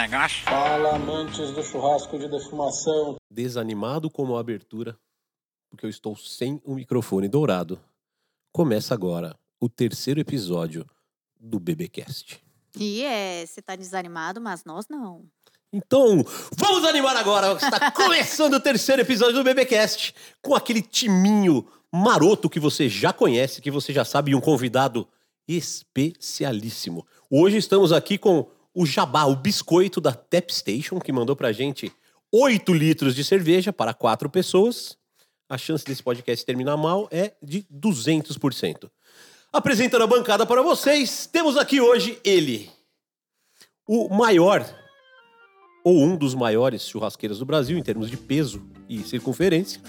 negócio? Fala, amantes do churrasco de defumação. Desanimado como a abertura, porque eu estou sem o microfone dourado. Começa agora o terceiro episódio do BBcast. Você tá desanimado, mas nós não. Então, vamos animar agora! Está começando o terceiro episódio do BBcast, com aquele timinho maroto que você já conhece, que você já sabe, e um convidado especialíssimo. Hoje estamos aqui com o Jabá, o biscoito da Tap Station, que mandou pra gente 8 litros de cerveja para 4 pessoas. A chance desse podcast terminar mal é de 200%. Apresentando a bancada para vocês, temos aqui hoje ele, o maior, ou um dos maiores churrasqueiros do Brasil, em termos de peso e circunferência,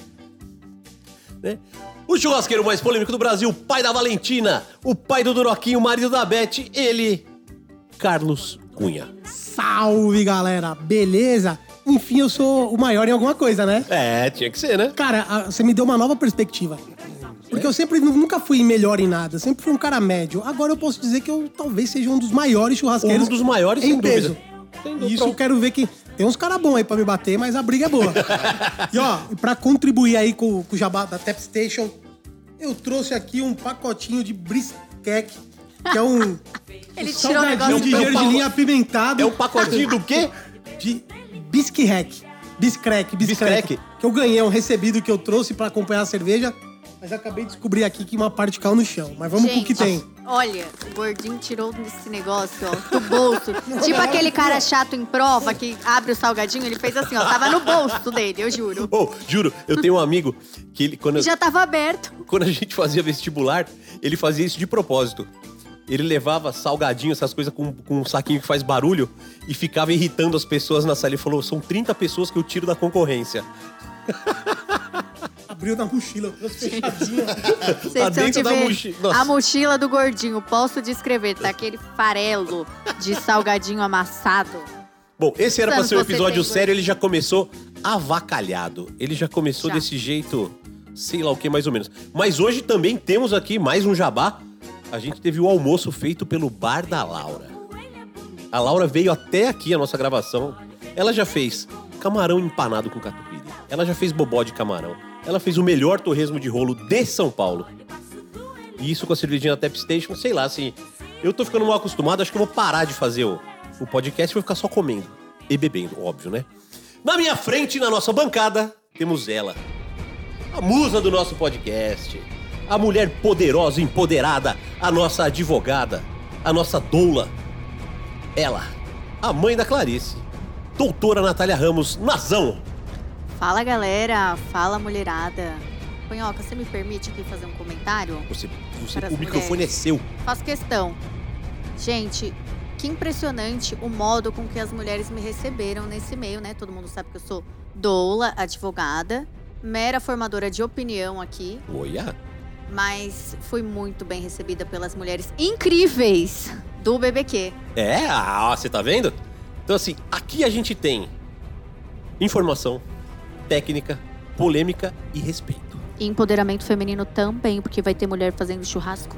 né? O churrasqueiro mais polêmico do Brasil, o pai da Valentina, o pai do Duroquinho, o marido da Beth, ele, Carlos Cunha. Salve, galera! Beleza? Enfim, eu sou o maior em alguma coisa, né? É, tinha que ser, né? Cara, você me deu uma nova perspectiva. Porque eu nunca fui melhor em nada, sempre fui um cara médio. Agora eu posso dizer que eu talvez seja um dos maiores churrasqueiros. Um dos maiores, em sem peso. dúvida. Sem dúvida. Isso eu quero ver que tem uns caras bons aí pra me bater, mas a briga é boa. E ó, pra contribuir aí com o jabá da Tap Station, eu trouxe aqui um pacotinho de brisqueque, que é um Ele tirou o salgadinho negócio de do gergelim pão. apimentado. É um pacotinho do quê? De biscrec. Biscrec. Biscrec. Que eu ganhei, um recebido que eu trouxe pra acompanhar a cerveja, mas acabei de descobrir aqui que uma parte caiu no chão. Mas vamos pro que tem. Olha, o gordinho tirou desse negócio, ó, do bolso. Tipo aquele cara chato em prova que abre o salgadinho, ele fez assim, ó, tava no bolso dele, eu juro. Oh, juro, eu tenho um amigo que ele, E já tava aberto. quando a gente fazia vestibular, ele fazia isso de propósito. Ele levava salgadinho, essas coisas com um saquinho que faz barulho e ficava irritando as pessoas na sala. Ele falou, são 30 pessoas que eu tiro da concorrência. Abriu na mochila, eu trouxe fechadinho. Tá dentro da mochila. Nossa. A mochila do gordinho, posso descrever, tá aquele farelo de salgadinho amassado. Bom, esse era pra Quantos ser um você episódio tem, sério, ele já começou avacalhado. Ele já começou Já. desse jeito, sei lá o que mais ou menos. Mas hoje também temos aqui mais um jabá. A gente teve o almoço feito pelo Bar da Laura. A Laura veio até aqui a nossa gravação. Ela já fez camarão empanado com catupiry. Ela já fez bobó de camarão. Ela fez o melhor torresmo de rolo de São Paulo. E isso com a cervejinha da Tap Station, sei lá, assim... Eu tô ficando mal acostumado, acho que eu vou parar de fazer o podcast e vou ficar só comendo. E bebendo, óbvio, né? Na minha frente, na nossa bancada, temos ela. A musa do nosso podcast. A mulher poderosa, empoderada. A nossa advogada. A nossa doula. Ela, a mãe da Clarice. Doutora Natália Ramos Nazão. Fala, galera. Fala, mulherada. Panhoca, você me permite aqui fazer um comentário? O Para as microfone mulheres. é seu. Faço questão. Gente, que impressionante o modo com que as mulheres me receberam nesse meio, né? Todo mundo sabe que eu sou doula, advogada, mera formadora de opinião aqui, Olha. mas fui muito bem recebida pelas mulheres incríveis do BBQ. É? Ah, você tá vendo? Então assim, aqui a gente tem informação, técnica, polêmica e respeito. E empoderamento feminino também, porque vai ter mulher fazendo churrasco.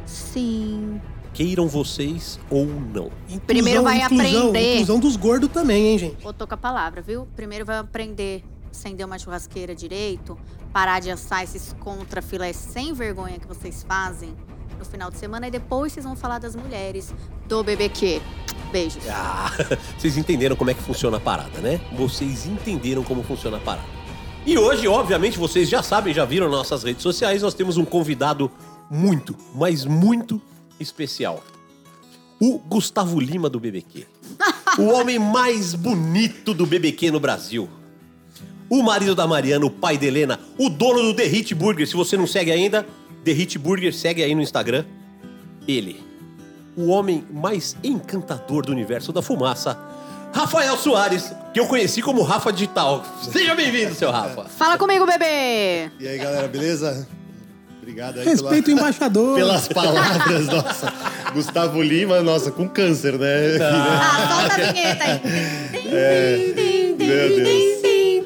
Sim. Queiram vocês ou não. Primeiro vai aprender. Inclusão dos gordos também, hein, gente? Vou tocar a palavra, viu? Primeiro vai aprender a acender uma churrasqueira direito, parar de assar esses contrafilés sem vergonha que vocês fazem no final de semana. E depois vocês vão falar das mulheres do BBQ. Beijos. Ah, vocês entenderam como é que funciona a parada, né? Vocês entenderam como funciona a parada. E hoje, obviamente, vocês já sabem, já viram nas nossas redes sociais, nós temos um convidado muito, mas muito especial. O Gustavo Lima do BBQ. O homem mais bonito do BBQ no Brasil. O marido da Mariana, o pai de Helena, o dono do The Hit Burger. Se você não segue ainda, The Hit Burger, segue aí no Instagram. Ele, o homem mais encantador do universo da fumaça, Rafael Soares, que eu conheci como Rafa Digital. Seja bem-vindo, seu Rafa. Fala comigo, bebê! E aí, galera, beleza? Obrigado aí Respeito o embaixador. pelas palavras, nossa. Gustavo Lima, nossa, com câncer, né? Ah, solta a vinheta aí. Meu Deus.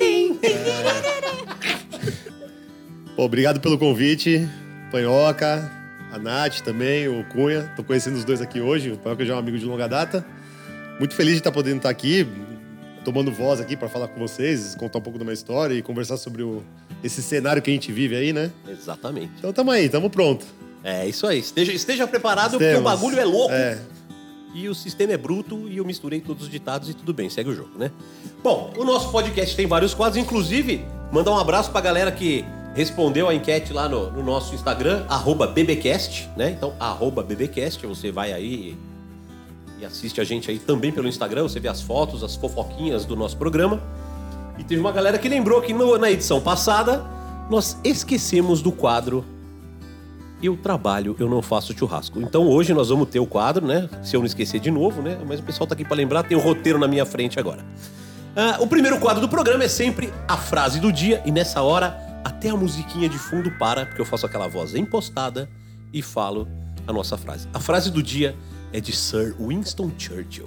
Pô, obrigado pelo convite. Panhoca, a Nath também, o Cunha. Tô conhecendo os dois aqui hoje. O Panhoca já é um amigo de longa data. muito feliz de estar podendo estar aqui, tomando voz aqui para falar com vocês, contar um pouco da minha história e conversar sobre esse cenário que a gente vive aí, né? Exatamente. Então tamo aí, tamo pronto. É isso aí. Esteja preparado, porque o bagulho é louco. E o sistema é bruto e eu misturei todos os ditados e tudo bem, segue o jogo, né? Bom, o nosso podcast tem vários quadros, inclusive, mandar um abraço pra galera que respondeu a enquete lá no nosso Instagram, @bbcast, né? Então, @bbcast, você vai aí e assiste a gente aí também pelo Instagram, você vê as fotos, as fofoquinhas do nosso programa. E teve uma galera que lembrou que na edição passada nós esquecemos do quadro Eu trabalho, eu não faço churrasco. Então hoje nós vamos ter o quadro, né? Se eu não esquecer de novo, né? Mas o pessoal tá aqui pra lembrar, tem o roteiro na minha frente agora. O primeiro quadro do programa é sempre a frase do dia. E nessa hora, até a musiquinha de fundo para, porque eu faço aquela voz impostada e falo a nossa frase. A frase do dia é de Sir Winston Churchill.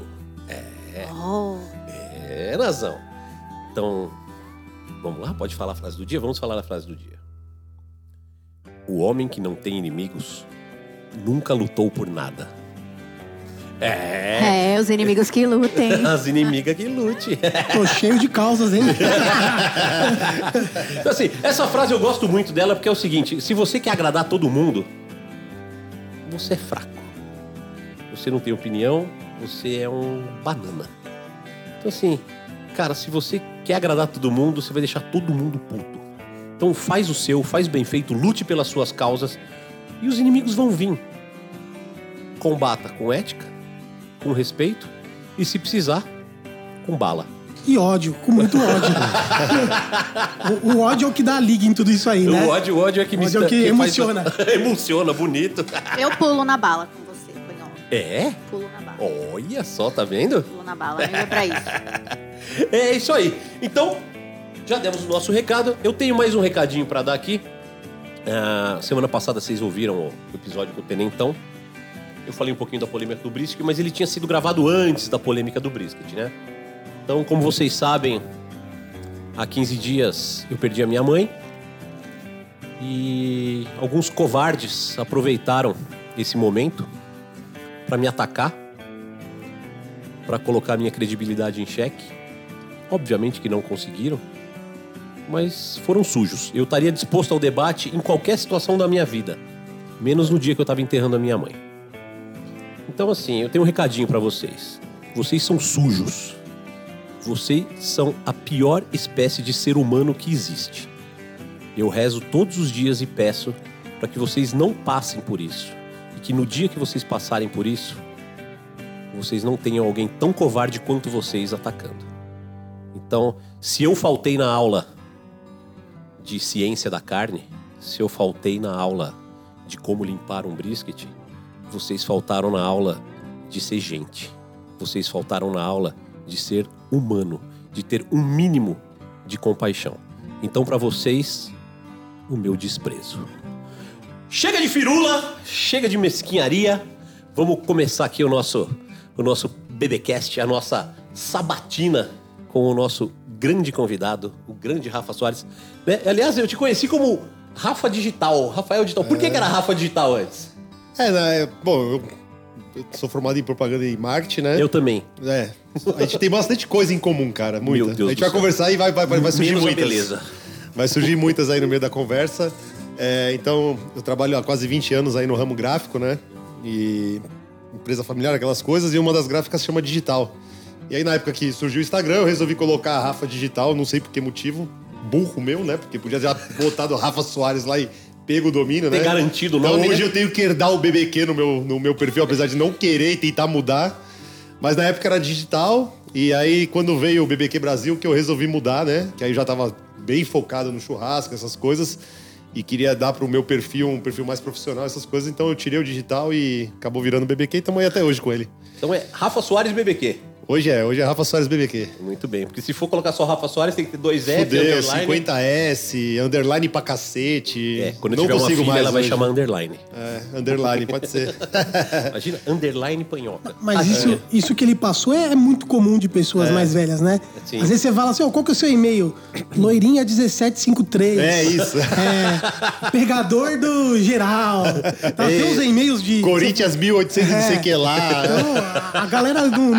Nazão. Então, vamos lá? Pode falar a frase do dia? Vamos falar a frase do dia. O homem que não tem inimigos nunca lutou por nada. Os inimigos que lutem. As inimigas que lute. Tô cheio de causas, hein? Então, assim, essa frase eu gosto muito dela porque é o seguinte: se você quer agradar todo mundo, você é fraco. Você não tem opinião, você é um banana. Então, assim, cara, se você quer agradar todo mundo, você vai deixar todo mundo puto. Então faz o seu, faz bem feito, lute pelas suas causas e os inimigos vão vir. Combata com ética, com respeito e, se precisar, com bala. E ódio, com muito ódio. o ódio é o que dá a liga em tudo isso aí, né? O ódio é que me ódio é o que emociona. Emociona, bonito. Eu pulo na bala com você, Cunhão. É? Pulo na bala. Olha só, tá vendo? Pulo na bala, não é pra isso. É isso aí. Então, já demos o nosso recado. Eu tenho mais um recadinho pra dar aqui. Semana passada vocês ouviram o episódio com o Tenentão. Eu falei um pouquinho da polêmica do brisket, mas ele tinha sido gravado antes da polêmica do brisket, né? Então, como vocês sabem, há 15 dias eu perdi a minha mãe. E alguns covardes aproveitaram esse momento pra me atacar, pra colocar minha credibilidade em xeque. Obviamente que não conseguiram, mas foram sujos. Eu estaria disposto ao debate em qualquer situação da minha vida, menos no dia que eu estava enterrando a minha mãe. Então, assim, eu tenho um recadinho pra vocês. Vocês são sujos. Vocês são a pior espécie de ser humano que existe. Eu rezo todos os dias e peço para que vocês não passem por isso. E que no dia que vocês passarem por isso, vocês não tenham alguém tão covarde quanto vocês atacando. Então, se eu faltei na aula de ciência da carne, se eu faltei na aula de como limpar um brisket, vocês faltaram na aula de ser gente. Vocês faltaram na aula de ser humano, de ter um mínimo de compaixão. Então, para vocês, o meu desprezo. Chega de firula, chega de mesquinharia. Vamos começar aqui o nosso BBcast, a nossa sabatina com o nosso grande convidado, o grande Rafa Soares. Né? Aliás, eu te conheci como Rafa Digital, Rafael Digital. Por que era Rafa Digital antes? Bom, eu sou formado em propaganda e marketing, né? Eu também. A gente tem bastante coisa em comum, cara. Muita. Meu Deus, a gente vai conversar e vai surgir muitas. Beleza. Vai surgir muitas aí no meio da conversa. Então, eu trabalho há quase 20 anos aí no ramo gráfico, né? E empresa familiar, aquelas coisas. E uma das gráficas chama Digital. E aí, na época que surgiu o Instagram, eu resolvi colocar a Rafa Digital, não sei por que motivo. Burro meu, né? Porque podia já botado Rafa Soares lá e pego o domínio, né? Tem garantido o nome. nome. Então, hoje eu tenho que herdar o BBQ no meu perfil, apesar de não querer e tentar mudar. Mas na época era Digital. E aí, quando veio o BBQ Brasil, que eu resolvi mudar, né? Que aí eu já tava bem focado no churrasco, essas coisas. E queria dar pro meu perfil um perfil mais profissional, essas coisas. Então eu tirei o Digital e acabou virando o BBQ e estamos aí até hoje com ele. Então é Rafa Soares BBQ. Hoje é Rafa Soares BBQ. Muito bem, porque se for colocar só Rafa Soares, tem que ter 2 F, Fudeu, underline. 50S, underline pra cacete. Quando não tiver uma consigo filha, mais ela vai hoje. chamar underline. Underline, pode ser. Imagina, underline panhoca. Mas isso que ele passou é muito comum de pessoas mais velhas, né? Sim. Às vezes você fala assim, qual que é o seu e-mail? Loirinha1753. É isso. Pegador do geral. Tem uns e-mails de... Corinthians 1800 não sei o que lá. Então, a galera não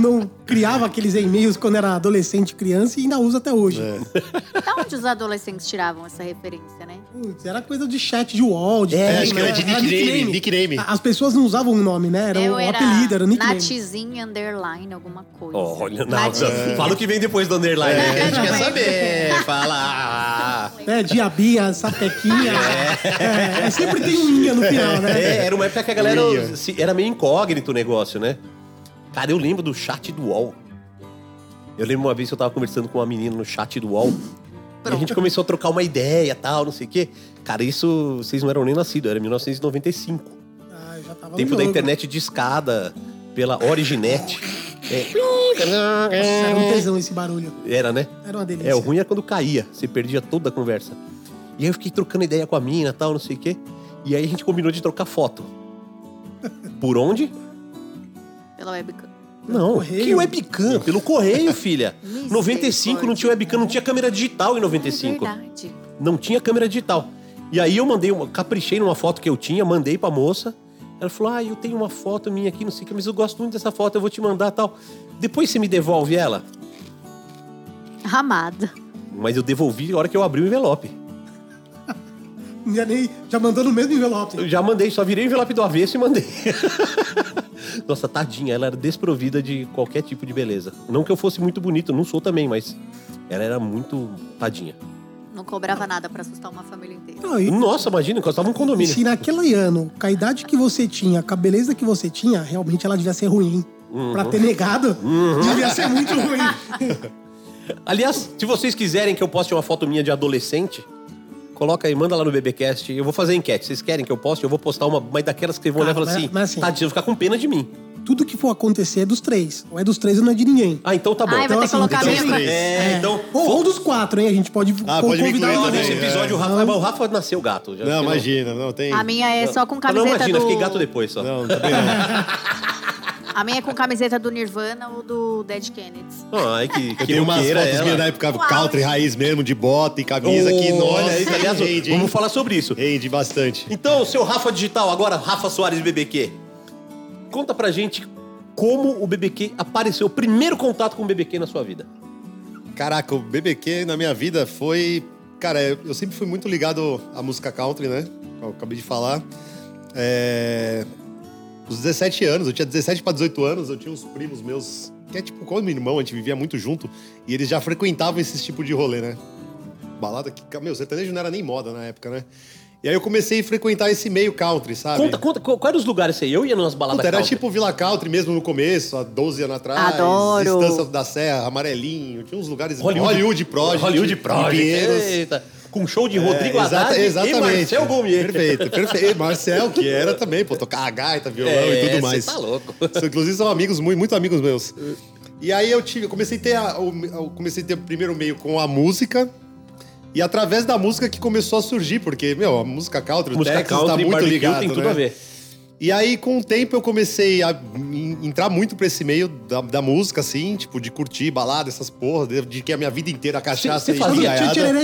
criava aqueles e-mails quando era adolescente e criança e ainda usa até hoje. Da onde os adolescentes tiravam essa referência, né? Putz, era coisa de chat de UOL, de acho que era de nickname. As pessoas não usavam um nome, né? Era um apelido, era nickname. Natizinha, underline, alguma coisa. Olha, fala o que vem depois do underline. A gente quer saber. Fala. Diabinha, sapequinha. Sempre tem um inha no final, né? Era uma época que a galera era meio incógnito o negócio, né? Cara, eu lembro do chat do UOL. Eu lembro uma vez que eu tava conversando com uma menina no chat do UOL. E a gente começou a trocar uma ideia e tal, não sei o quê. Cara, isso vocês não eram nem nascidos, era 1995. Eu já tava Tempo da internet de escada, pela Originet. Nossa, era um tesão esse barulho. Era, né? Era uma delícia. O ruim é quando caía, você perdia toda a conversa. E aí eu fiquei trocando ideia com a mina e tal, não sei o quê. E aí a gente combinou de trocar foto. Por onde? Pela webcam. Não, correio. que webcam? Pelo correio, filha. 95 não tinha webcam, não tinha câmera digital em 95. É verdade. Não tinha câmera digital. E aí eu caprichei numa foto que eu tinha, mandei pra moça. Ela falou, eu tenho uma foto minha aqui, não sei o que, mas eu gosto muito dessa foto, eu vou te mandar e tal. Depois você me devolve ela? Amada. Mas eu devolvi na hora que eu abri o envelope. Já mandou no mesmo envelope. Eu já mandei, só virei o envelope do avesso e mandei. Nossa, tadinha, ela era desprovida de qualquer tipo de beleza. Não que eu fosse muito bonito, não sou também, mas ela era muito tadinha. Não cobrava nada pra assustar uma família inteira. Nossa, imagina, encostava um condomínio. Se naquele ano, com a idade que você tinha, com a beleza que você tinha, realmente ela devia ser ruim. Pra ter negado, devia ser muito ruim. Aliás, se vocês quiserem que eu poste uma foto minha de adolescente, coloca aí, manda lá no BBcast. Eu vou fazer enquete. Vocês querem que eu poste? Eu vou postar uma daquelas que vão olhar e falar assim, mas assim, tadinho, ficar com pena de mim. Tudo que for acontecer é dos 3. Ou é dos 3 ou não é de ninguém. Então tá bom. Vai ter que colocar então, mesmo. Então... Ou dos 4, hein? A gente pode pode me convidar incluir uma também. Nesse episódio, o Rafa nasceu gato. Já Não, imagina, não tem... A minha é só com Não, camiseta imagina, do... fiquei gato depois só. Não, também não. A minha é com camiseta do Nirvana ou do Dead Kennedys. Ai, que Eu tenho umas fotos minhas da época country raiz mesmo, de bota e camisa que, nossa, olha isso, aliás, rende, vamos falar sobre isso. Rende bastante. Então, seu Rafa Digital, agora Rafa Soares BBQ. Conta pra gente como o BBQ apareceu, o primeiro contato com o BBQ na sua vida. Caraca, o BBQ na minha vida foi... Cara, eu sempre fui muito ligado à música country, né? Eu acabei de falar. Os 17 anos, eu tinha 17 para 18 anos, eu tinha uns primos meus, que é tipo como meu irmão, a gente vivia muito junto, e eles já frequentavam esse tipo de rolê, né? Balada que, sertanejo não era nem moda na época, né? E aí eu comecei a frequentar esse meio country, sabe? Conta, quais eram os lugares aí? Eu ia nas baladas Era country. tipo Vila Country mesmo no começo, há 12 anos atrás. Adoro! Estância da Serra, Amarelinho, tinha uns lugares... Hollywood Project. Pinheiros. Eita. Com show de Rodrigo Haddad exatamente. e Marcel Gomier. Perfeito. Marcel, que era também, tocar a gaita, violão e tudo mais. Você tá louco. Inclusive são amigos, muito amigos meus. E aí eu comecei a ter o primeiro meio com a música. E através da música que começou a surgir, porque, a música country, o Texas tá muito ligado, tem tudo né? a ver. E aí, com o tempo, eu comecei a entrar muito pra esse meio da música, assim, tipo, de curtir balada, essas porra, de que a minha vida inteira a cachaça Você fazia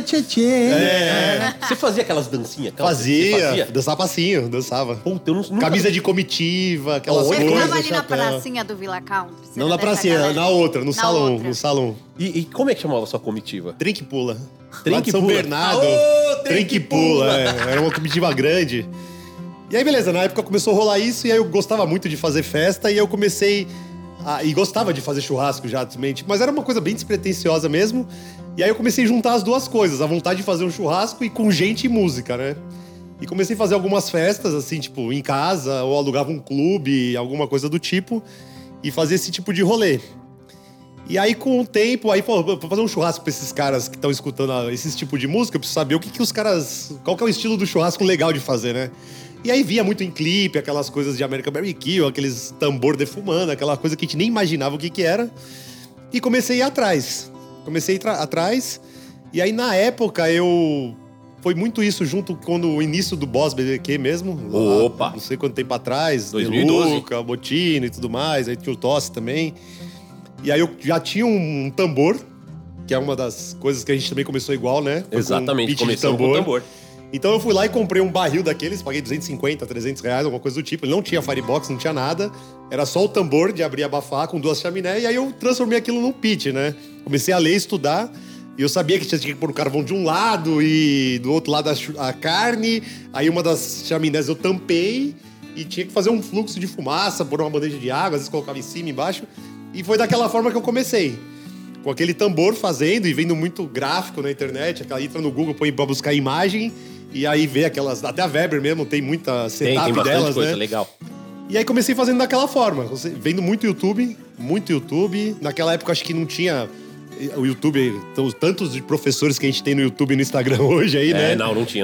Tchê. Você fazia aquelas dancinhas? Fazia, dançava passinho, dançava. Puta, eu nunca... Camisa de comitiva, aquelas Você coisas. ficava ali na pracinha do Vila Country? Você Não era na dessa pracinha, galera? na outra, no salão, outra. no salão. E como é que chamava a sua comitiva? Trem que pula. Trem Lá de que São pula. Bernardo. Trem que pula. Era uma comitiva grande. E aí, beleza, na época começou a rolar isso, e aí eu gostava muito de fazer festa, e eu comecei... E gostava de fazer churrasco já, mas era uma coisa bem despretensiosa mesmo. E aí eu comecei a juntar as duas coisas, a vontade de fazer um churrasco e com gente e música, né? E comecei a fazer algumas festas, assim, tipo, em casa, ou alugava um clube, alguma coisa do tipo, e fazia esse tipo de rolê. E aí, com o tempo, pra fazer um churrasco pra esses caras que estão escutando esse tipo de música, eu preciso saber o que os caras... Qual que é o estilo do churrasco legal de fazer, né? E aí via muito em clipe, aquelas coisas de American Barbecue, aqueles tambor defumando, aquela coisa que a gente nem imaginava o que era. E comecei a ir atrás. E aí, na época, foi muito isso junto com o início do Boss BBQ mesmo. Opa! Lá, não sei quanto tempo atrás. 2012. Deluca, Botino e tudo mais. Aí tinha o Tosse também. E aí eu já tinha um tambor, que é uma das coisas que a gente também começou igual, né? Foi Exatamente, com um pitch de começamos com o tambor. Então eu fui lá e comprei um barril daqueles, paguei 250, 300 reais, alguma coisa do tipo. Ele não tinha firebox, não tinha nada. Era só o tambor de abrir e abafar com 2 chaminés. E aí eu transformei aquilo num pit, né? Comecei a ler, estudar. E eu sabia que tinha que pôr o carvão de um lado e do outro lado a carne. Aí uma das chaminés eu tampei e tinha que fazer um fluxo de fumaça, pôr uma bandeja de água, às vezes colocava em cima, embaixo. E foi daquela forma que eu comecei. Com aquele tambor fazendo e vendo muito gráfico na internet. Entra no Google, põe pra buscar imagem. E aí vê aquelas... Até a Weber mesmo tem muita setup tem bastante delas, coisa, né? legal. E aí comecei fazendo daquela forma. Vendo muito YouTube. Naquela época acho que não tinha... O YouTube, tantos de professores que a gente tem no YouTube e no Instagram hoje aí, né? Não tinha.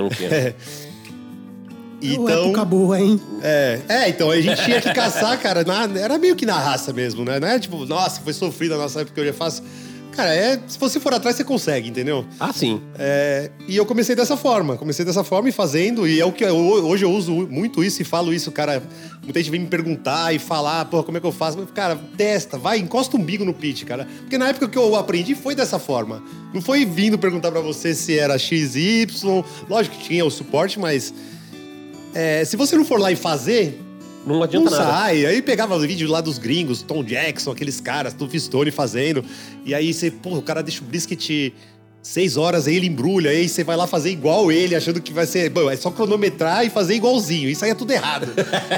Então, época boa, hein? Então a gente tinha que caçar, cara, era meio que na raça mesmo, né? Não é tipo, nossa, foi sofrido a nossa época que eu já faço. Cara, se você for atrás, você consegue, entendeu? Ah, sim. E eu comecei dessa forma e fazendo, e é o que hoje eu uso muito isso e falo isso, cara. Muita gente vem me perguntar e falar, porra, como é que eu faço? Cara, testa, vai, encosta o umbigo no pitch, cara. Porque na época que eu aprendi foi dessa forma. Não foi vindo perguntar pra você se era XY, lógico que tinha o suporte, mas se você não for lá e fazer... Não adianta nada. Sai. Aí pegava vídeo lá dos gringos, Tom Jackson, aqueles caras, Tuff Stone fazendo. E aí você, o cara deixa o brisket 6 horas, aí ele embrulha, aí você vai lá fazer igual ele, achando que vai ser... Bom, é só cronometrar e fazer igualzinho. Isso aí é tudo errado.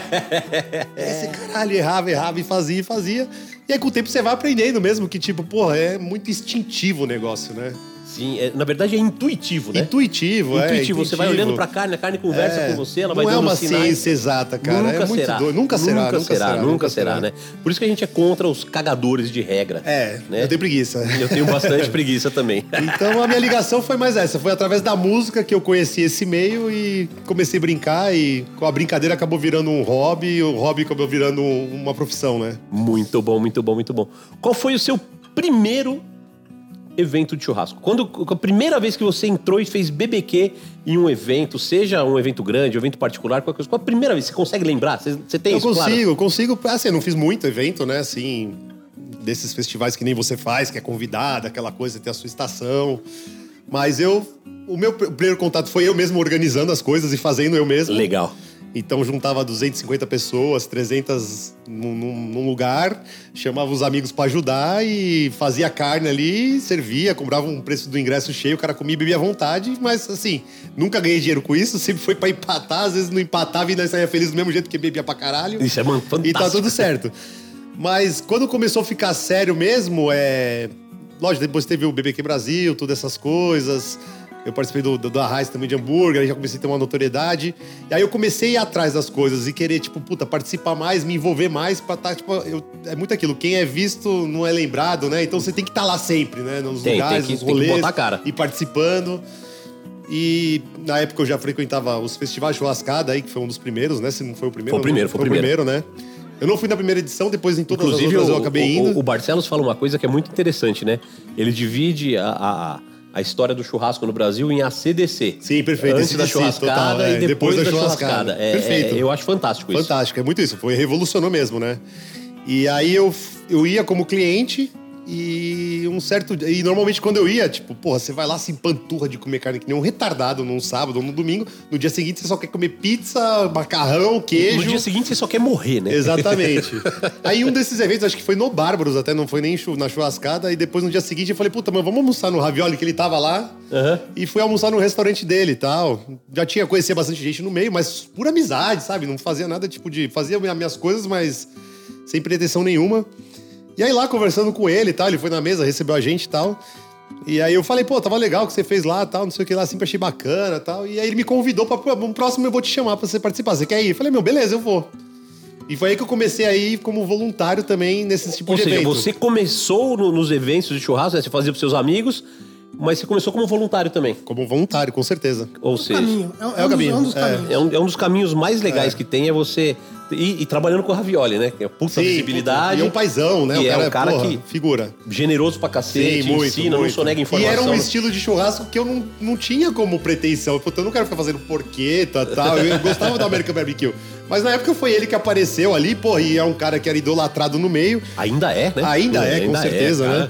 Esse caralho errava e fazia. E aí com o tempo você vai aprendendo mesmo que, tipo, é muito instintivo o negócio, né? Sim, na verdade é intuitivo, né? Intuitivo. Você vai olhando pra carne, a carne conversa com você, ela vai dando Não é uma sinais. ciência exata, cara. Nunca é muito será. doido. Nunca será, né? Por isso que a gente é contra os cagadores de regra. Né? Eu tenho preguiça. Eu tenho bastante preguiça também. Então a minha ligação foi mais essa. Foi através da música que eu conheci esse meio e comecei a brincar e com a brincadeira acabou virando um hobby e o hobby acabou virando uma profissão, né? Muito bom. Qual foi o seu primeiro evento de churrasco? A primeira vez que você entrou e fez BBQ em um evento, seja um evento grande, um evento particular, qualquer coisa, qual a primeira vez? Você consegue lembrar? Você tem isso, claro? Eu consigo. Assim, eu não fiz muito evento, né? Assim, desses festivais que nem você faz, que é convidada, aquela coisa, tem a sua estação. Mas o meu primeiro contato foi eu mesmo organizando as coisas e fazendo eu mesmo. Legal. Então juntava 250 pessoas, 300 num lugar, chamava os amigos pra ajudar e fazia carne ali, servia, cobrava um preço do ingresso cheio, o cara comia e bebia à vontade, mas assim, nunca ganhei dinheiro com isso, sempre foi pra empatar, às vezes não empatava e nós saía feliz do mesmo jeito que bebia pra caralho. Isso é fantástico. E tá tudo certo. Mas quando começou a ficar sério mesmo, lógico, depois teve o BBQ Brasil, todas essas coisas... Eu participei do Arraiz também de hambúrguer, aí já comecei a ter uma notoriedade. E aí eu comecei a ir atrás das coisas e querer, tipo, participar mais, me envolver mais pra estar, é muito aquilo. Quem é visto não é lembrado, né? Então você tem que estar lá sempre, né? Nos lugares, nos rolês. Tem que botar a cara. E participando. E na época eu já frequentava os festivais de churrascada aí, que foi um dos primeiros, né? Se não foi o primeiro. Foi o primeiro, né? Eu não fui na primeira edição, depois em todas Inclusive, as outras eu acabei indo. O Barcelos fala uma coisa que é muito interessante, né? Ele divide a história do churrasco no Brasil em ACDC. Sim, perfeito. Antes da churrascada total, e depois da churrascada. Perfeito. Eu acho fantástico isso. Fantástico, é muito isso. Revolucionou mesmo, né? E aí eu ia como cliente e E normalmente quando eu ia, tipo, você vai lá, se empanturra de comer carne que nem um retardado num sábado ou no domingo. No dia seguinte você só quer comer pizza, macarrão, queijo. No dia seguinte você só quer morrer, né? Exatamente. Aí um desses eventos, acho que foi no Bárbaros até, não foi nem na churrascada. E depois no dia seguinte eu falei, puta, mas vamos almoçar no Ravioli, que ele tava lá. Uhum. E fui almoçar no restaurante dele e tal. Já conhecia bastante gente no meio, mas por amizade, sabe? Não fazia nada tipo de... Fazia minhas coisas, mas sem pretensão nenhuma. E aí lá, conversando com ele e tal, ele foi na mesa, recebeu a gente e tal. E aí eu falei, pô, tava legal o que você fez lá e tal, não sei o que lá, sempre achei bacana e tal. E aí ele me convidou pra um próximo eu vou te chamar pra você participar. Você quer ir? Eu falei, beleza, eu vou. E foi aí que eu comecei a ir como voluntário também nesses tipos de eventos. Ou seja, você começou nos eventos de churrasco, né? Você fazia pros seus amigos, mas você começou como voluntário também. Como voluntário, com certeza. Ou seja... É o caminho. É um dos caminhos. É um dos caminhos mais legais que tem, é você... E trabalhando com o Ravioli, né? Que é puta visibilidade. E é um paizão, né? E é um cara que... Figura. Generoso pra cacete, Sim, muito, ensina, muito. não sonega informação. E era um estilo de churrasco que eu não tinha como pretensão. Eu não quero ficar fazendo porqueta e tal. Eu gostava do American Barbecue. Mas na época foi ele que apareceu ali, e é um cara que era idolatrado no meio. Ainda é, né? Ainda é, com certeza, né?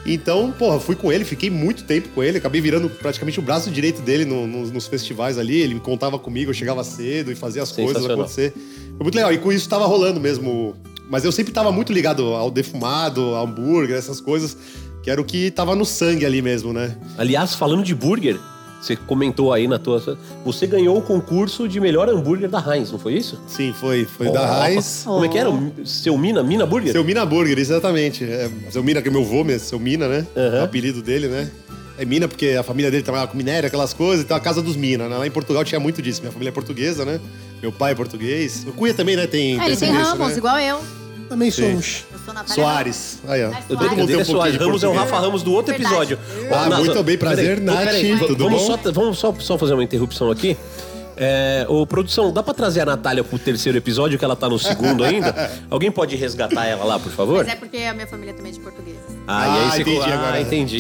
Então, porra, fui com ele, fiquei muito tempo com ele, acabei virando praticamente o braço direito dele nos festivais ali. Ele contava comigo, eu chegava cedo e fazia as coisas acontecer. Foi muito legal. E com isso tava rolando mesmo. Mas eu sempre tava muito ligado ao defumado, ao hambúrguer, essas coisas, que era o que tava no sangue ali mesmo, né? Aliás, falando de burger, você comentou aí na tua... Você ganhou o concurso de melhor hambúrguer da Heinz, não foi isso? Sim, foi da Heinz. Como é que era? Seu Mina? Mina Burger? Seu Mina Burger, exatamente. Seu Mina, que é meu vô mesmo, Seu Mina, né? É o apelido dele, né? É Mina porque a família dele trabalhava com minério, aquelas coisas, então a casa dos Mina, né? Lá em Portugal tinha muito disso. Minha família é portuguesa, né? Meu pai é português. O Cunha também, né? Tem ele tem Ramos, né? igual eu. Também somos. Eu sou Natália Soares. Aí, ó. Todo Todo mundo tem Soares. Ramos é o Rafa Ramos do outro Verdade. episódio. Muito bem, prazer, Nath. Tudo vamos bom? vamos só fazer uma interrupção aqui. Produção, dá pra trazer a Natália pro terceiro episódio, que ela tá no segundo ainda? Alguém pode resgatar ela lá, por favor? Mas é porque a minha família também é de portugueses. E aí você... entendi agora.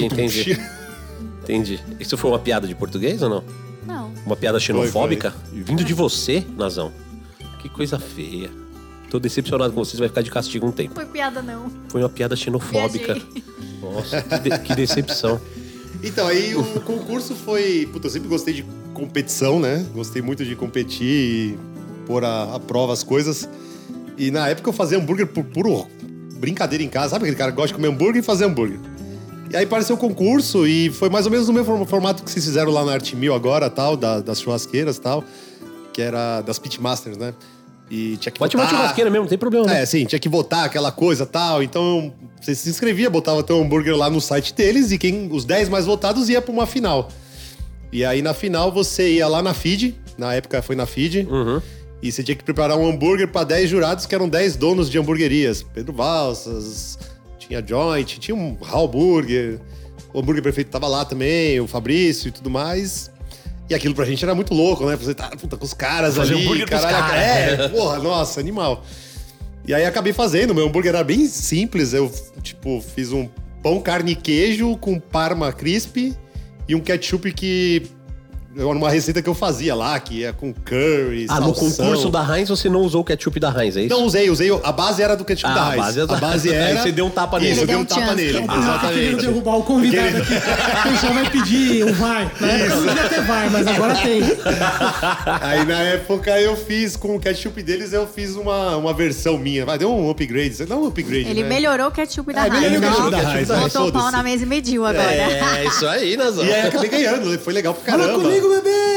Entendi. Isso foi uma piada de português ou não? Não. Uma piada xenofóbica? Vindo de você, Nazão. Que coisa feia. Tô decepcionado com você vai ficar de castigo um tempo. Foi piada, não. Foi uma piada xenofóbica. Viajei. Nossa, que decepção. Então, aí o concurso foi... Puta, eu sempre gostei de competição, né? Gostei muito de competir e pôr à prova as coisas. E na época eu fazia hambúrguer por puro brincadeira em casa. Sabe aquele cara que gosta de comer hambúrguer e fazer hambúrguer? E aí apareceu o concurso e foi mais ou menos no mesmo formato que vocês fizeram lá na Arte Mil agora, tal, das churrasqueiras e tal. Que era das Pitmasters, né? E tinha que Pode uma churrasqueira mesmo, não tem problema, né? Sim, tinha que votar aquela coisa e tal. Então, você se inscrevia, botava teu hambúrguer lá no site deles e os 10 mais votados ia pra uma final. E aí, na final, você ia lá na Feed, na época foi na Feed, e você tinha que preparar um hambúrguer pra 10 jurados, que eram 10 donos de hamburguerias. Pedro Valsas, tinha Joint, tinha um Raul Burger, o hambúrguer perfeito tava lá também, o Fabrício e tudo mais. E aquilo pra gente era muito louco, né? Você tá com os caras fazer ali, hambúrguer pros caralho. caras. Porra, nossa, animal. E aí acabei fazendo, meu hambúrguer era bem simples. Eu, fiz um pão, carne e queijo com parma crisp e um ketchup que... Uma receita que eu fazia lá, que ia com curry, salsão. No concurso da Heinz você não usou o ketchup da Heinz, é isso? Não usei. A base era do ketchup da Heinz. A base era... Aí você deu um tapa nele. Isso, eu dei deu um um tapa chance. nele. O Pinhoca querendo derrubar o convidado aqui. O pessoal vai pedir o VAR. Na época não podia ter VAR, mas agora tem. Aí na época eu fiz, com o ketchup deles, eu fiz uma versão minha. Deu um upgrade. Não um upgrade, Ele né? melhorou o ketchup da melhorou Heinz. o ketchup ó. da Heinz, Botou o pau foda-se. na mesa e mediu agora. É, isso aí, Nazão. E aí acabei ganhando. Foi legal pra caramba. Fala comigo, bebê!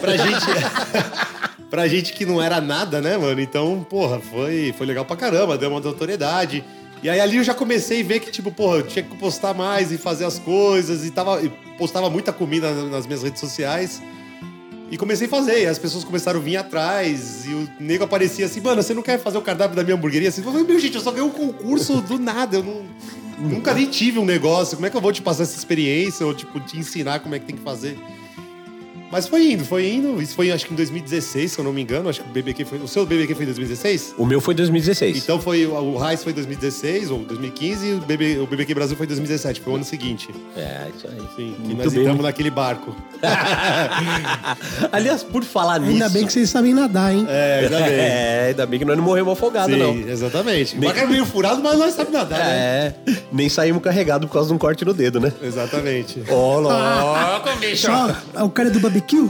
Pra gente que não era nada, né, mano? Então, porra, foi legal pra caramba, deu uma notoriedade. E aí ali eu já comecei a ver que, eu tinha que postar mais e fazer as coisas. E postava muita comida nas minhas redes sociais. E comecei a fazer. E as pessoas começaram a vir atrás. E o nego aparecia assim, mano, você não quer fazer o cardápio da minha hamburgueria? Assim, eu falei, meu, gente, eu só ganhei um concurso do nada. Eu nunca nem tive um negócio. Como é que eu vou te passar essa experiência? Ou, te ensinar como é que tem que fazer? Mas foi indo. Isso foi, acho que em 2016, se eu não me engano. Acho que o BBQ foi... O seu BBQ foi em 2016? O meu foi 2016. Então o Heinz foi em 2016 ou 2015 e o BBQ Brasil foi em 2017. Foi o ano seguinte. É, isso aí. Sim, que Muito nós bem. entramos naquele barco. Aliás, por falar nisso... Ainda bem que vocês sabem nadar, hein? Ainda bem. Ainda bem que nós não morremos afogados, Sim, não. exatamente. O barco era meio furado, mas nós sabemos nadar, né? Nem saímos carregados por causa de um corte no dedo, né? Exatamente. Ô, louco, bicho! O cara do barbecue?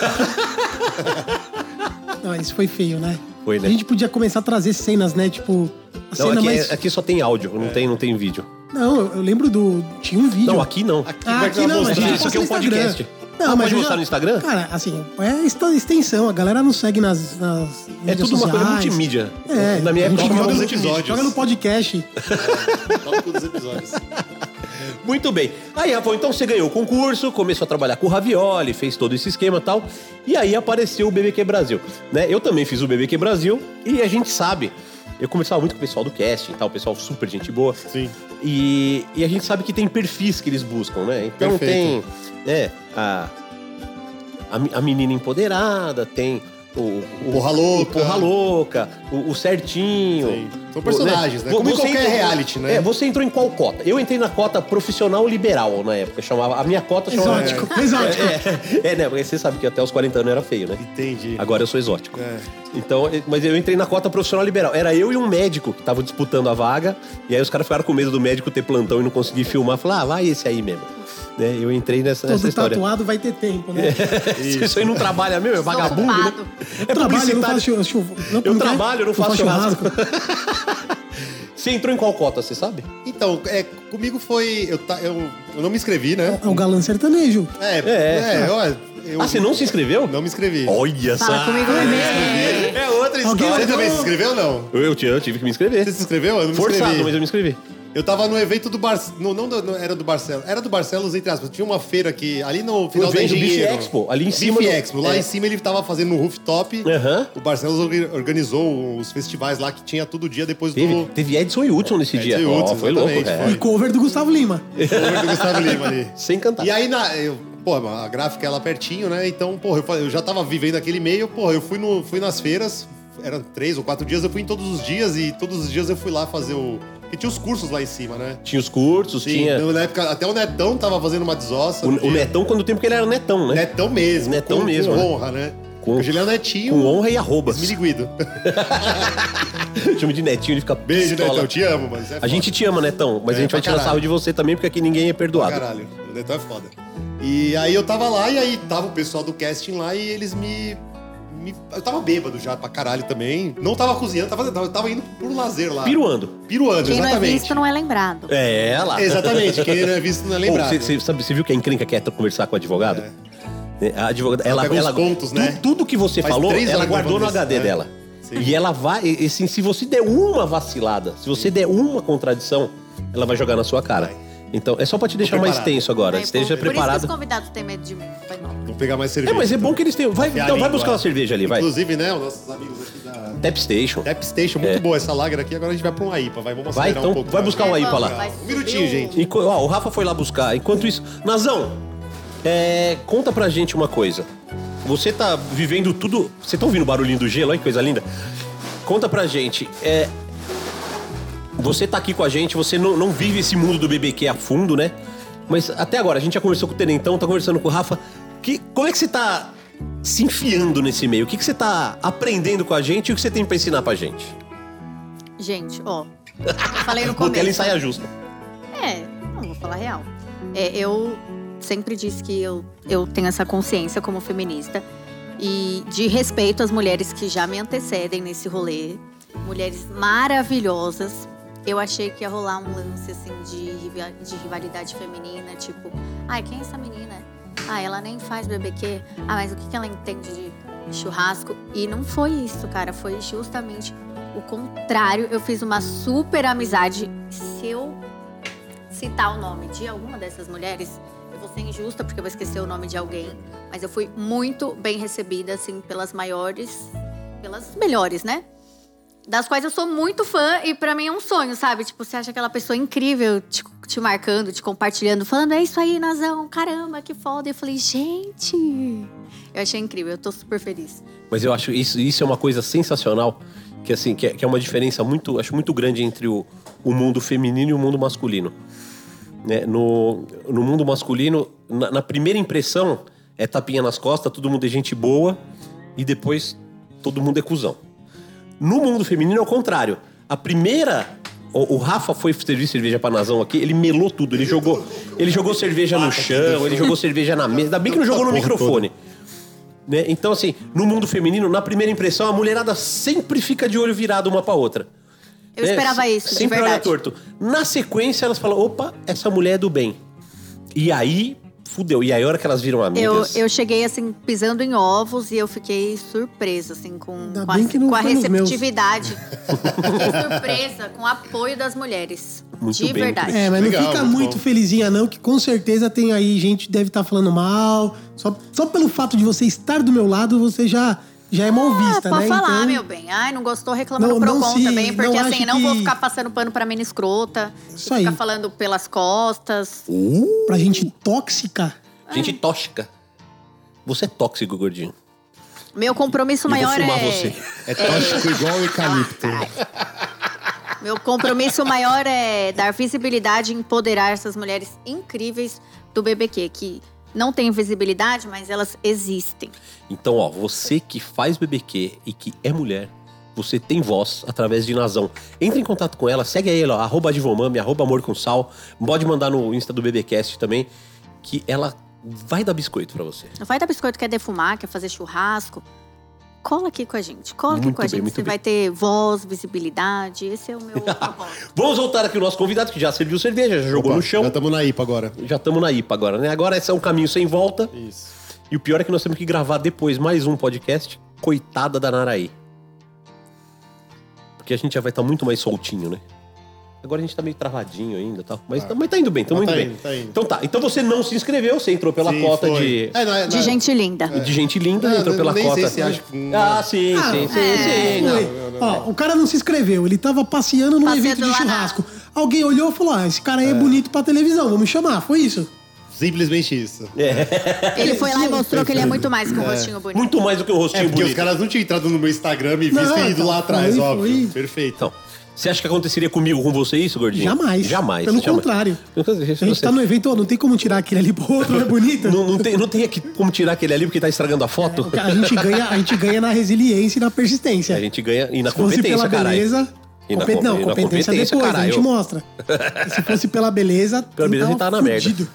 Não, isso foi feio, né? Foi, né? A gente podia começar a trazer cenas, né? Tipo, a Não, cena aqui, mais... aqui só tem áudio, não tem vídeo. Não, eu lembro tinha um vídeo. Não, aqui não. Aqui não, a gente Isso aqui é um posta no Instagram. podcast. Não, mas pode mostrar no Instagram? Cara, assim, é extensão. A galera não segue nas É mídias tudo uma coisa sociais. multimídia. É, Na minha a gente época, joga chamava nos multimídia. episódios. Joga no podcast. Tópico dos episódios. Muito bem. Aí, Rafa, então você ganhou o concurso, começou a trabalhar com o Ravioli, fez todo esse esquema e tal. E aí apareceu o BBQ Brasil, né? Eu também fiz o BBQ Brasil e a gente sabe... Eu conversava muito com o pessoal do casting e tal, o pessoal super gente boa. Sim. E a gente sabe que tem perfis que eles buscam, né? Então Perfeito. tem a menina empoderada, tem O Porra Louca. Porra Louca, o Certinho. Sim. São personagens, né? Como em qualquer reality, né? Você entrou em qual cota? Eu entrei na cota profissional liberal na época. A minha cota chamava... Exótico. Né? Porque você sabe que até os 40 anos era feio, né? Entendi. Agora eu sou exótico. É. Então, mas eu entrei na cota profissional liberal. Era eu e um médico que estavam disputando a vaga. E aí os caras ficaram com medo do médico ter plantão e não conseguir filmar. Falaram, vai esse aí mesmo. Né? Eu entrei nessa história. Todo tatuado vai ter tempo, né? Isso aí não trabalha mesmo, é vagabundo, né? É publicitário. Eu trabalho, eu não faço churrasco. Você entrou em qual cota, você sabe? Então, comigo foi... Eu não me inscrevi, né? É o galã sertanejo. Você não se inscreveu? Não me inscrevi. Olha só. Fala comigo mesmo. É outra história. Você também se inscreveu ou não? Eu tive que me inscrever. Você se inscreveu? Eu não me Forçado, inscrevi. mas eu me inscrevi. Eu tava no evento do Barcelos. Não era do Barcelos. Era do Barcelos, entre aspas. Tinha uma feira aqui, ali no final da evento Engenheiro. Beef Expo, ali em cima Beef do- Expo. Lá em cima ele tava fazendo no rooftop. Aham. O Barcelos organizou os festivais lá que tinha todo dia depois Teve Edson e Hudson nesse dia. Edson e Hudson, Foi louco, exatamente, E cover do Gustavo Lima. do Gustavo Lima ali. Sem cantar. E aí, a gráfica é lá pertinho, né? Então, eu já tava vivendo aquele meio, eu fui nas feiras, eram 3 ou 4 dias, eu fui em todos os dias e todos os dias eu fui lá fazer Porque tinha os cursos lá em cima, né? Tinha os cursos, Sim, tinha... Na época, até o Netão tava fazendo uma desossa. O Netão, quando o tempo que ele era Netão, né? Netão mesmo. Netão com mesmo, né? honra, né? Com- Hoje ele é o Netinho. Com honra e arrobas. Esmiliguido. Chama de Netinho, ele fica Beijo, pistola. Netão. Te amo, mano. Você é A gente te ama, Netão, mas a gente pra vai tirar caralho. sarro de você também, porque aqui ninguém é perdoado. Caralho, o Netão é foda. E aí eu tava lá, e aí tava o pessoal do casting lá, e eles eu tava bêbado já pra caralho também. Não tava cozinhando, tava indo por lazer lá. Piruando. Piruando, Quem não é exatamente. visto não é lembrado. É, lá. Exatamente, quem não é visto não é lembrado. Você viu que a encrenca quer conversar com o advogado? A advogada, ela pega uns pontos, né? Tudo que você Faz falou, 3 ela anos guardou no levando HD isso, né? dela. Sim. E ela vai, assim, se você der uma vacilada, se você der uma contradição, ela vai jogar na sua cara. Vai. Então, é só pra te deixar mais preparado. tenso agora. Esteja Por isso que preparado. os convidados têm medo de mim. Foi mal. Vou pegar mais cerveja. Mas é bom que eles tenham. Afiar Então a vai língua. buscar uma cerveja ali, vai. Inclusive, né, os nossos amigos aqui da Tap Station. Tap Station, muito boa essa lager aqui. Agora a gente vai pra um AIPA, vamos Vai, acelerar então, um pouco. vai buscar um AIPA lá. Vai Um minutinho, subir gente. O Rafa foi lá buscar. Enquanto isso, Nazão, conta pra gente uma coisa. Você tá vivendo tudo. Você tá ouvindo o barulhinho do gelo? Olha que coisa linda. Conta pra gente. Você tá aqui com a gente, você não vive esse mundo do BBQ a fundo, né? Mas até agora, a gente já conversou com o Tenentão, tá conversando com o Rafa. Como é que você tá se enfiando nesse meio? O que você tá aprendendo com a gente e o que você tem pra ensinar pra gente? Gente, ó. Eu falei no Porque ela começo. ensaia justa. Não vou falar real. Eu sempre disse que eu tenho essa consciência como feminista e de respeito às mulheres que já me antecedem nesse rolê. Mulheres maravilhosas. Eu achei que ia rolar um lance, assim, de rivalidade feminina. Tipo, quem é essa menina? Ela nem faz BBQ. Mas o que ela entende de churrasco? E não foi isso, cara. Foi justamente o contrário. Eu fiz uma super amizade. Se eu citar o nome de alguma dessas mulheres, eu vou ser injusta, porque eu vou esquecer o nome de alguém. Mas eu fui muito bem recebida, assim, pelas melhores, né? Das quais eu sou muito fã e pra mim é um sonho, sabe? Tipo, você acha aquela pessoa incrível te marcando, te compartilhando, falando, é isso aí, Nazão, caramba, que foda. Eu falei, gente, eu achei incrível, eu tô super feliz. Mas eu acho isso é uma coisa sensacional, que assim, que é uma diferença muito grande entre o mundo feminino e o mundo masculino. Né? No mundo masculino, na primeira impressão, é tapinha nas costas, todo mundo é gente boa, e depois todo mundo é cuzão. No mundo feminino é o contrário. A primeira... O Rafa foi servir cerveja pra Nazão aqui, ele melou tudo. Ele jogou cerveja no chão, ele jogou cerveja na mesa. Ainda bem que não jogou no microfone. Né? Então, assim, no mundo feminino, na primeira impressão, a mulherada sempre fica de olho virado uma pra outra. Eu esperava isso, de sempre olha verdade. torto. Na sequência, elas falam, opa, essa mulher é do bem. E aí... Fudeu. E aí, a hora que elas viram amigas... Eu cheguei, assim, pisando em ovos e eu fiquei surpresa, assim, com a foi nos meus. receptividade. Fiquei surpresa com o apoio das mulheres. Muito de bem, verdade. Mas Legal, não fica muito muito bom. felizinha, não, que com certeza tem aí gente que deve estar falando mal. Só pelo fato de você estar do meu lado, você já é mal vista, pode né? falar, Então, meu bem. Não gostou, reclama Não- no não Procon se- também, porque não assim, acho não vou que- ficar passando pano pra mina escrota. Isso Ficar aí. falando pelas costas. Pra gente tóxica. Gente tóxica. Você é tóxico, gordinho. Meu compromisso E vou maior fumar é... você. É tóxico igual o eucalipto. Meu compromisso maior é dar visibilidade e empoderar essas mulheres incríveis do BBQ, que não têm visibilidade, mas elas existem. Então, ó, você que faz BBQ e que é mulher, você tem voz através de Nazão. Entre em contato com ela, segue aí ela, @advomami, @amorcomsal. Pode mandar no Insta do BBcast também, que ela vai dar biscoito pra você. Vai dar biscoito, quer defumar, quer fazer churrasco? Cola aqui com a gente. Cola aqui Muito com a bem, gente. muito Você bem. vai ter voz, visibilidade. Esse é o meu propósito. Vamos voltar aqui o nosso convidado, que já serviu cerveja, já jogou Opa, no chão. Já estamos na IPA agora. Já estamos na IPA agora, né? Agora esse é um caminho sem volta. Isso. E o pior é que nós temos que gravar depois mais um podcast. Coitada da Naraí. Porque a gente já vai estar muito mais soltinho, né? Agora a gente tá meio travadinho ainda e tal. Mas tá indo bem, estamos Mas indo tá bem. indo, tá indo. Então tá. Então você não se inscreveu, você entrou pela Sim, cota foi. de De gente linda. gente linda, Não, entrou pela nem cota. sei se acha que- Ah, sim. Foi. Ó, o cara não se inscreveu, ele tava passeando num Passeando evento de lá na- churrasco. Alguém olhou e falou: esse cara aí é bonito pra televisão, vamos chamar. Foi isso. Simplesmente isso. Ele foi lá e mostrou que ele é muito mais que um rostinho bonito. Muito mais do que o rostinho Porque os bonito. caras não tinham entrado no meu Instagram e visto Não, e ido então, lá atrás, foi- óbvio. foi. Perfeito. Então, você acha que aconteceria comigo, com você isso, gordinho? Jamais. Jamais. Pelo jamais. contrário. A gente tá no evento, ó, não tem como tirar aquele ali pro outro, não é bonito? Não tem aqui como tirar aquele ali porque tá estragando a foto. A gente ganha na resiliência e na persistência. A gente ganha e na Se fosse competência, pela caralho. beleza. E na Não, e na competência depois, a gente caralho. mostra. E se fosse pela beleza, Pela beleza, a gente tava na merda. fudido.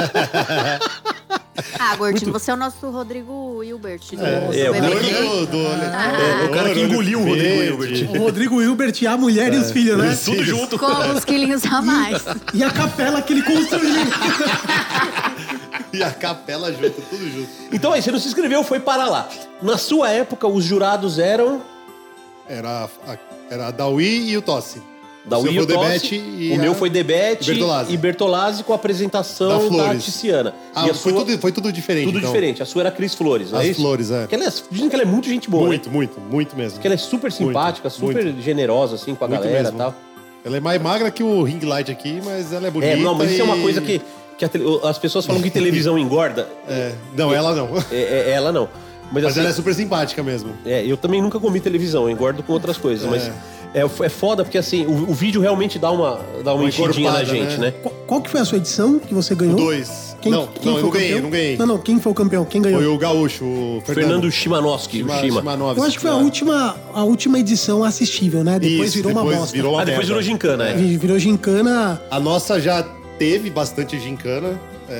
Ah, gordinho, você é o nosso Rodrigo Hilbert. Do é, o BBQ. O cara que engoliu o Rodrigo Hilbert. O Rodrigo Hilbert e a mulher e os filhos, né? Tudo junto. Com uns quilinhos a mais. E a capela que ele construiu. E a capela junto, tudo junto. Então aí, você não se inscreveu, foi para lá. Na sua época, os jurados eram Era a Dawi e o Tossi. da O seu Will foi o Tossi, Debete e o meu a- foi Debete Bertolazzi. e Bertolazzi com a apresentação Da da Flores. Tiziana. Ah, e a foi, sua, foi tudo diferente. tudo então. diferente. A sua era a Cris Flores, não é As isso? Flores, é. Que ela dizem que ela é muito gente boa, né? Muito mesmo. Que ela é super simpática, super generosa, assim, com a Muito galera e mesmo. tal. Ela é mais magra que o ring light aqui, mas ela é bonita. É, não, mas isso é uma e- coisa que as pessoas falam que televisão engorda. É, não, ela não. Ela não. Mas, Mas assim, ela é super simpática mesmo. eu também nunca comi televisão, eu engordo com outras coisas, mas é foda porque assim, o vídeo realmente dá uma enchidinha na encorpada, gente, né? Qual que foi a sua edição que você ganhou? 2. Quem, Não, quem eu foi não o ganhei, campeão? eu não ganhei. Não, quem foi o campeão? Quem ganhou? Foi o gaúcho, o Fernando Shimanowski, o Shima. Shimanovski. Eu acho que foi a última edição assistível, né? Depois Isso, virou uma depois bosta. virou uma Depois merda. virou gincana, é. Virou gincana. A nossa já teve bastante gincana.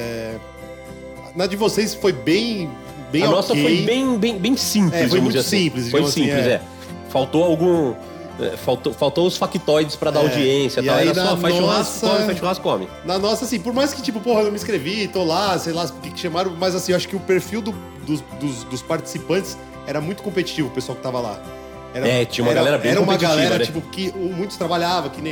Na de vocês foi bem A nossa ok. foi bem simples, É, foi vamos muito dizer assim. simples, Foi digamos assim, simples, é. Faltou algum... Faltou os factoides pra dar audiência e E tal. aí Era só na faz churrasco, nossa- come, faz churrasco, come. Na nossa, assim, por mais que, tipo, porra, eu não me inscrevi, tô lá, sei lá, por que chamaram, mas assim, eu acho que o perfil dos participantes era muito competitivo, o pessoal que tava lá. Tinha uma galera bem Era uma competitiva, galera, né? tipo, que muitos trabalhavam, que nem,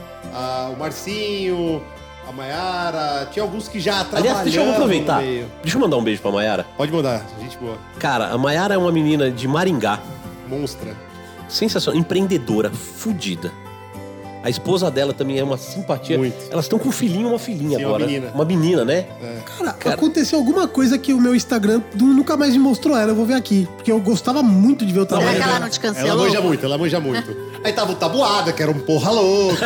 o Marcinho, a Maiara, tinha alguns que já trabalhavam. Aliás, deixa eu aproveitar. no meio. Deixa eu mandar um beijo pra Maiara. Pode mandar, gente boa. Cara, a Maiara é uma menina de Maringá. Monstra. Sensacional, empreendedora, fudida. A esposa dela também é uma simpatia. Muito. Elas estão com um filhinho e uma filhinha Sim, agora. uma menina. Uma menina, né? Cara, aconteceu alguma coisa que o meu Instagram nunca mais me mostrou ela. Eu vou ver aqui. Porque eu gostava muito de ver o Será trabalho que ela dela. não te Ela cancelou? manja muito. Aí tava o Tabuada, que era um porra louca.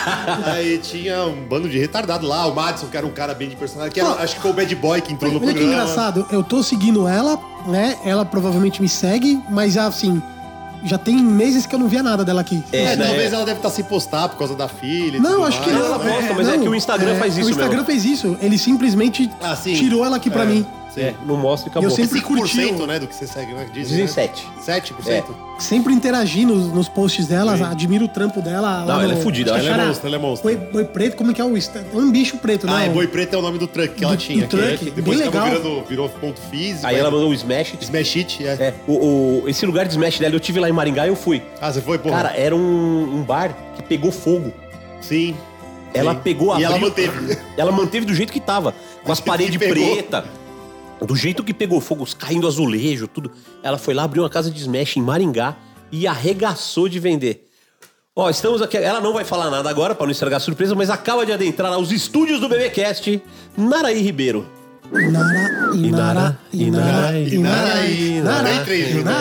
Aí tinha um bando de retardado lá. O Madison, que era um cara bem de personagem. Que era, acho que foi o Bad Boy que entrou no Olha que programa. engraçado, eu tô seguindo ela, né? Ela provavelmente me segue, mas já assim, já tem meses que eu não via nada dela aqui. Talvez ela deve estar sem postar por causa da filha. e Não, tudo acho que mais. não. ela posta, mas é que o Instagram faz isso O Instagram mesmo. fez isso. Ele simplesmente Ah, sim. tirou ela aqui pra mim. Sim. Não mostra e acabou. Eu sempre 5%, curtiu. né, do que você segue, né? Dizem né? 7. 7%? Sempre interagi nos posts dela, admiro o trampo dela. Não, lá ela no- é fodida, acho que ela é era monstro, ela é monstro. Boi preto, como é que é o um bicho preto, né? Ah, Boi Preto é o nome do truck que ela Do- tinha. do truck, que bem depois acabou legal. virou ponto físico. Aí ela mandou o Smash. Smash It, Esse lugar de Smash dela, eu tive lá em Maringá e eu fui. Ah, você foi, pô? Cara, era um bar que pegou fogo. Sim. Ela Sim. pegou, E ela abriu- manteve. Ela manteve do jeito que tava. Com as jeito paredes que pegou. pretas. Do jeito que pegou fogo, caindo azulejo, tudo. Ela foi lá, abriu uma casa de Smash em Maringá e arregaçou de vender. Ó, estamos aqui. Ela não vai falar nada agora, pra não estragar a surpresa, mas acaba de adentrar aos estúdios do BBcast, Naraí Ribeiro. Inara, Inara, Inara, Inara, Tem três juntos.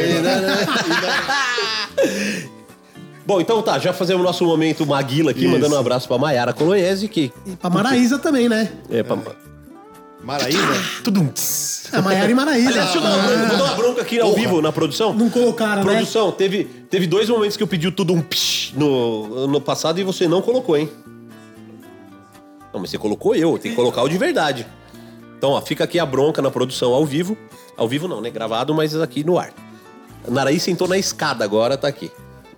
Bom, então tá, já fazemos o nosso momento Maguila aqui, Isso. mandando um abraço pra Maiara Colonese, que... E pra Maraísa também, né? É, pra... Maraísa? Tudo... A Maiara e Maraísa. Aliás, deixa eu dar uma bronca aqui ao vivo na produção. Não colocaram, né? Produção, teve 2 momentos que eu pedi o tudo um psh no passado e você não colocou, hein? Não, mas você colocou eu, tem que colocar o de verdade. Então, ó, fica aqui a bronca na produção ao vivo. Ao vivo não, né? Gravado, mas aqui no ar. A Naraí sentou na escada agora, tá aqui.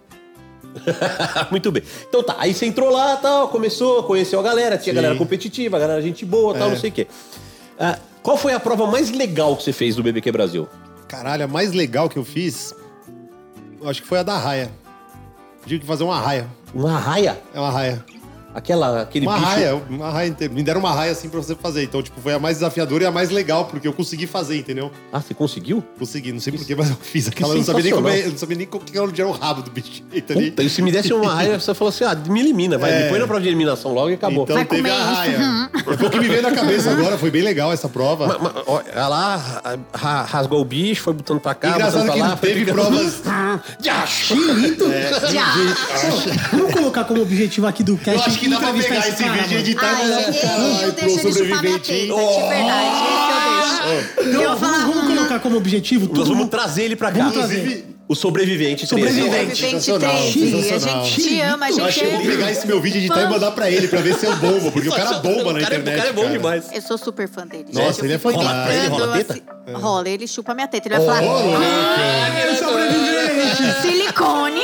Muito bem. Então tá, aí você entrou lá, tal, começou, conheceu a galera, tinha galera competitiva, a galera gente boa, tal, não sei o quê. Qual foi a prova mais legal que você fez do BBQ Brasil? Caralho, a mais legal que eu fiz, eu acho que foi a da raia. Tive que fazer uma raia. Uma raia? É uma raia. Aquele Uma bicho... raia inteira. Me deram uma raia assim pra você fazer. Então, tipo, foi a mais desafiadora e a mais legal, porque eu consegui fazer, entendeu? Ah, você conseguiu? Consegui, não sei porquê, mas eu fiz aquela. Eu não sabia nem como eu não sabia nem como que era o rabo do bicho. Ali. Puta, e se me desse uma raia, você falou assim, me elimina, vai, me põe na prova de eliminação logo e acabou. Então Vai teve comer a isso. raia. Foi o que me veio na cabeça agora, foi bem legal essa prova. Ó, ela lá, rasgou o bicho, foi botando pra cá, Engraçado botando que pra lá. não teve provas. Chinito. Vamos colocar como objetivo aqui do cast. Eu acho que dá pra entrevistar pegar esse cara, vídeo e mano. editar e Eu pro deixo ele chupar minha sobrevivente. teta, de verdade. Esse eu deixo. Então, vamos colocar como objetivo Nós todo vamos mundo. trazer ele pra cá. Vamos trazer. Inclusive, O sobrevivente. Sobrevivente. Sensacional, A sensacional. gente te ama, a eu gente acho que eu vou pegar esse meu vídeo e editar e mandar pra ele, pra ver se eu bombo, porque o cara bomba na internet. O cara é bom demais. Eu sou super fã dele. Nossa, ele é Rola fantástico. pra ele, rola teta? Rola, ele chupa minha teta. Ele vai falar, É sobrevivente. silicone.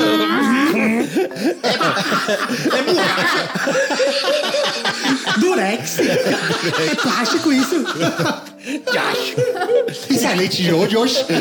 Durex. É plástico isso. Isso é leite de hoje.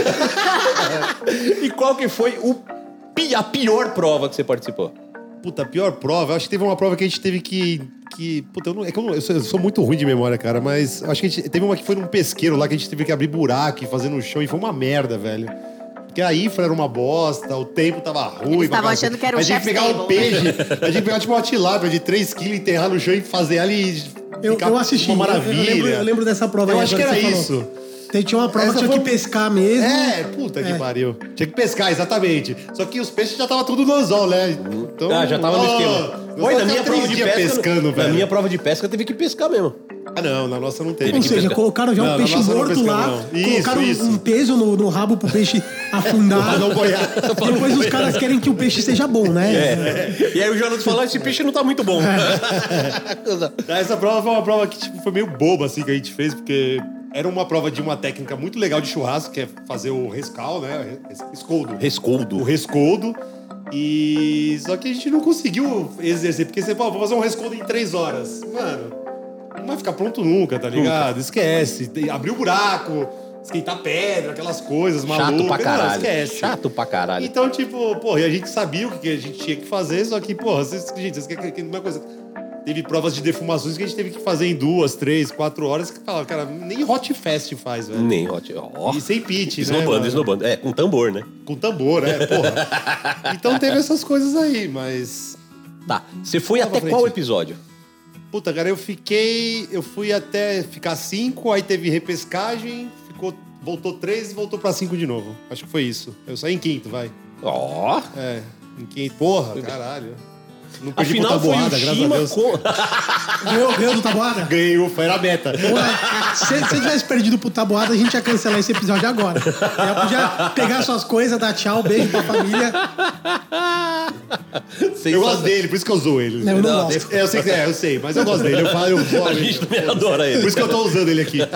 E qual que foi a pior prova que você participou? Puta, a pior prova, eu acho que teve uma prova que a gente teve que puta, eu sou muito ruim de memória, cara, mas eu acho que teve uma que foi num pesqueiro lá que a gente teve que abrir buraco e fazer no chão e foi uma merda, velho. Porque a infra era uma bosta, o tempo tava ruim. Eles estavam achando que era um a gente chef's pegar um table, peixe, a gente pegar tipo uma tilápia de 3 quilos, enterrar no chão e fazer ela e ficar Eu assisti. uma maravilha. Eu lembro dessa prova Eu aí. acho que agora era você falou. isso. Tinha uma prova Essa que tinha foi- que pescar mesmo. Puta que pariu. Tinha que pescar, exatamente. Só que os peixes já tava tudo no anzol, né? Então, Já tava no esquema. Oi, na minha prova de pesca. Pescando, na velho. minha prova de pesca teve que pescar mesmo. Ah, não, na nossa não teve. Ou seja, colocaram já Não, um na peixe nossa não morto pescamos, lá, não. Isso, colocaram isso. um peso no rabo pro peixe afundar. Pra não boiar. Depois os caras querem que o peixe seja bom, né? E aí o Jonathan falou, esse peixe não tá muito bom. Essa prova foi uma prova que tipo, foi meio boba, assim, que a gente fez, porque era uma prova de uma técnica muito legal de churrasco, que é fazer o rescal, né? Escoldo. Rescoldo. O rescoldo. E só que a gente não conseguiu exercer, porque você, pô, vou fazer um rescoldo em 3 horas. Mano, não vai ficar pronto nunca, tá ligado? Esquece. Abrir o buraco, esquentar pedra, aquelas coisas malucas. Chato pra caralho. Não, esquece. Chato pra caralho. Então, tipo, porra, e a gente sabia o que a gente tinha que fazer, só que, porra, vocês querem que uma coisa. Teve provas de defumações que a gente teve que fazer em 2, 3, 4 horas, que fala, cara, nem Hot Fest faz, velho. Nem hot. Ó. E sem pitch, né? Esnobando, mano? esnobando. É, com tambor, né? Com tambor, né? Porra. Então teve essas coisas aí, mas. Tá. Você foi Fala pra até frente. qual episódio? Puta, cara, eu fui até ficar 5, aí teve repescagem, voltou 3 e voltou pra 5 de novo. Acho que foi isso. Eu saí em 5º, vai. Ó. É, em 5º. Porra, caralho. Não perdi Afinal, por foi tabuada, o graças a Shima Deus. Ganhou do Taboada? Ganhei, ufa, era a meta. Se você tivesse perdido pro Taboada, a gente ia cancelar esse episódio agora. Já podia pegar suas coisas, dar tchau, beijo pra família. Eu gosto dele, por isso que eu zoo ele. Não, eu não gosto. Eu sei que eu sei, mas eu gosto dele. Eu falo, A gente também adora ele. Por isso que eu tô usando ele aqui.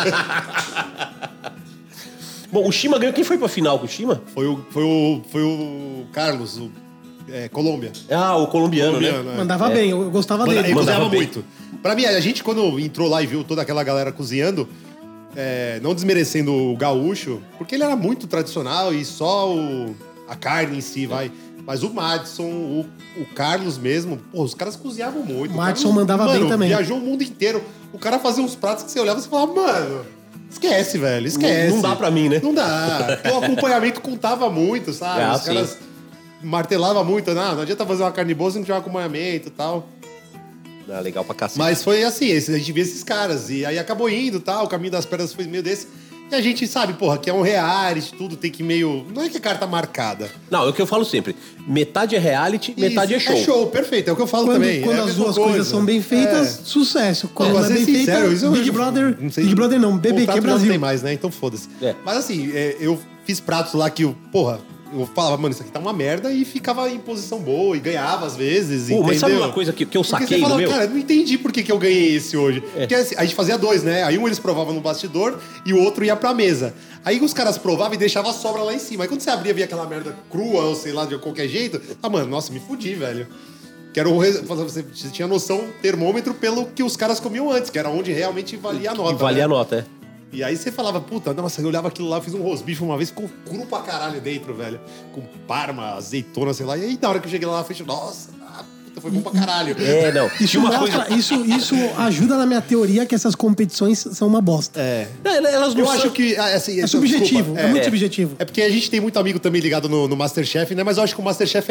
Bom, o Shima ganhou. Quem foi pra final com o Shima? Foi o Carlos, Colômbia. Ah, o colombiano, né? Colombiano, é. Mandava bem, eu gostava Ele dele. Mandava cozinhava bem. muito. Pra mim, a gente, quando entrou lá e viu toda aquela galera cozinhando, não desmerecendo o gaúcho, porque ele era muito tradicional e só a carne em si, vai. Mas o Madison, o Carlos mesmo, pô, os caras cozinhavam muito. O Madison Carlos, mandava bem também. Viajou o mundo inteiro. O cara fazia uns pratos que você olhava e você falava, mano, esquece, velho, esquece. Não dá pra mim, né? Não dá. O acompanhamento contava muito, sabe? Ah, Os caras martelavam muito. Não adianta fazer uma carne boa se não tiver acompanhamento e tal. Ah, legal pra cacete. Mas foi assim, a gente via esses caras. E aí acabou indo, tá? O Caminho das Pedras foi meio desse. E a gente sabe, porra, que é um reality, tudo tem que meio... Não é que é carta marcada. Não, é o que eu falo sempre. Metade é reality, metade é show. É show, perfeito. É o que eu falo também. Quando as duas coisas são bem feitas, sucesso. Quando Pra não é ser bem sincero, feita, isso eu- Big Brother... não sei- Big Brother não, BBQ Contrato já Brasil. não tem mais, né? Então foda-se. É. Mas assim, eu fiz pratos lá que, porra, eu falava, mano, isso aqui tá uma merda e ficava em posição boa e ganhava às vezes, entendeu? Mas sabe uma coisa que eu Porque saquei você no fala, meu? cara, eu não entendi por que eu ganhei esse hoje. Porque assim, a gente fazia 2, né? Aí um eles provavam no bastidor e o outro ia pra mesa. Aí os caras provavam e deixavam a sobra lá em cima. Aí quando você abria, via aquela merda crua ou sei lá, de qualquer jeito, mano, nossa, me fudi, velho. Que era você tinha noção, termômetro pelo que os caras comiam antes, que era onde realmente valia a nota. Valia né? a nota, é. E aí você falava, puta, nossa, eu olhava aquilo lá, eu fiz um rosbife uma vez, ficou cru pra caralho dentro, velho. Com parma, azeitona, sei lá. E aí na hora que eu cheguei lá na frente, nossa, puta, foi bom pra caralho. É, não. Isso, Tinha uma mostra, coisa... isso ajuda na minha teoria que essas competições são uma bosta. Não, elas não Eu são... acho que, assim... É subjetivo, desculpa, é muito subjetivo. É porque a gente tem muito amigo também ligado no Masterchef, né? Mas eu acho que o Masterchef é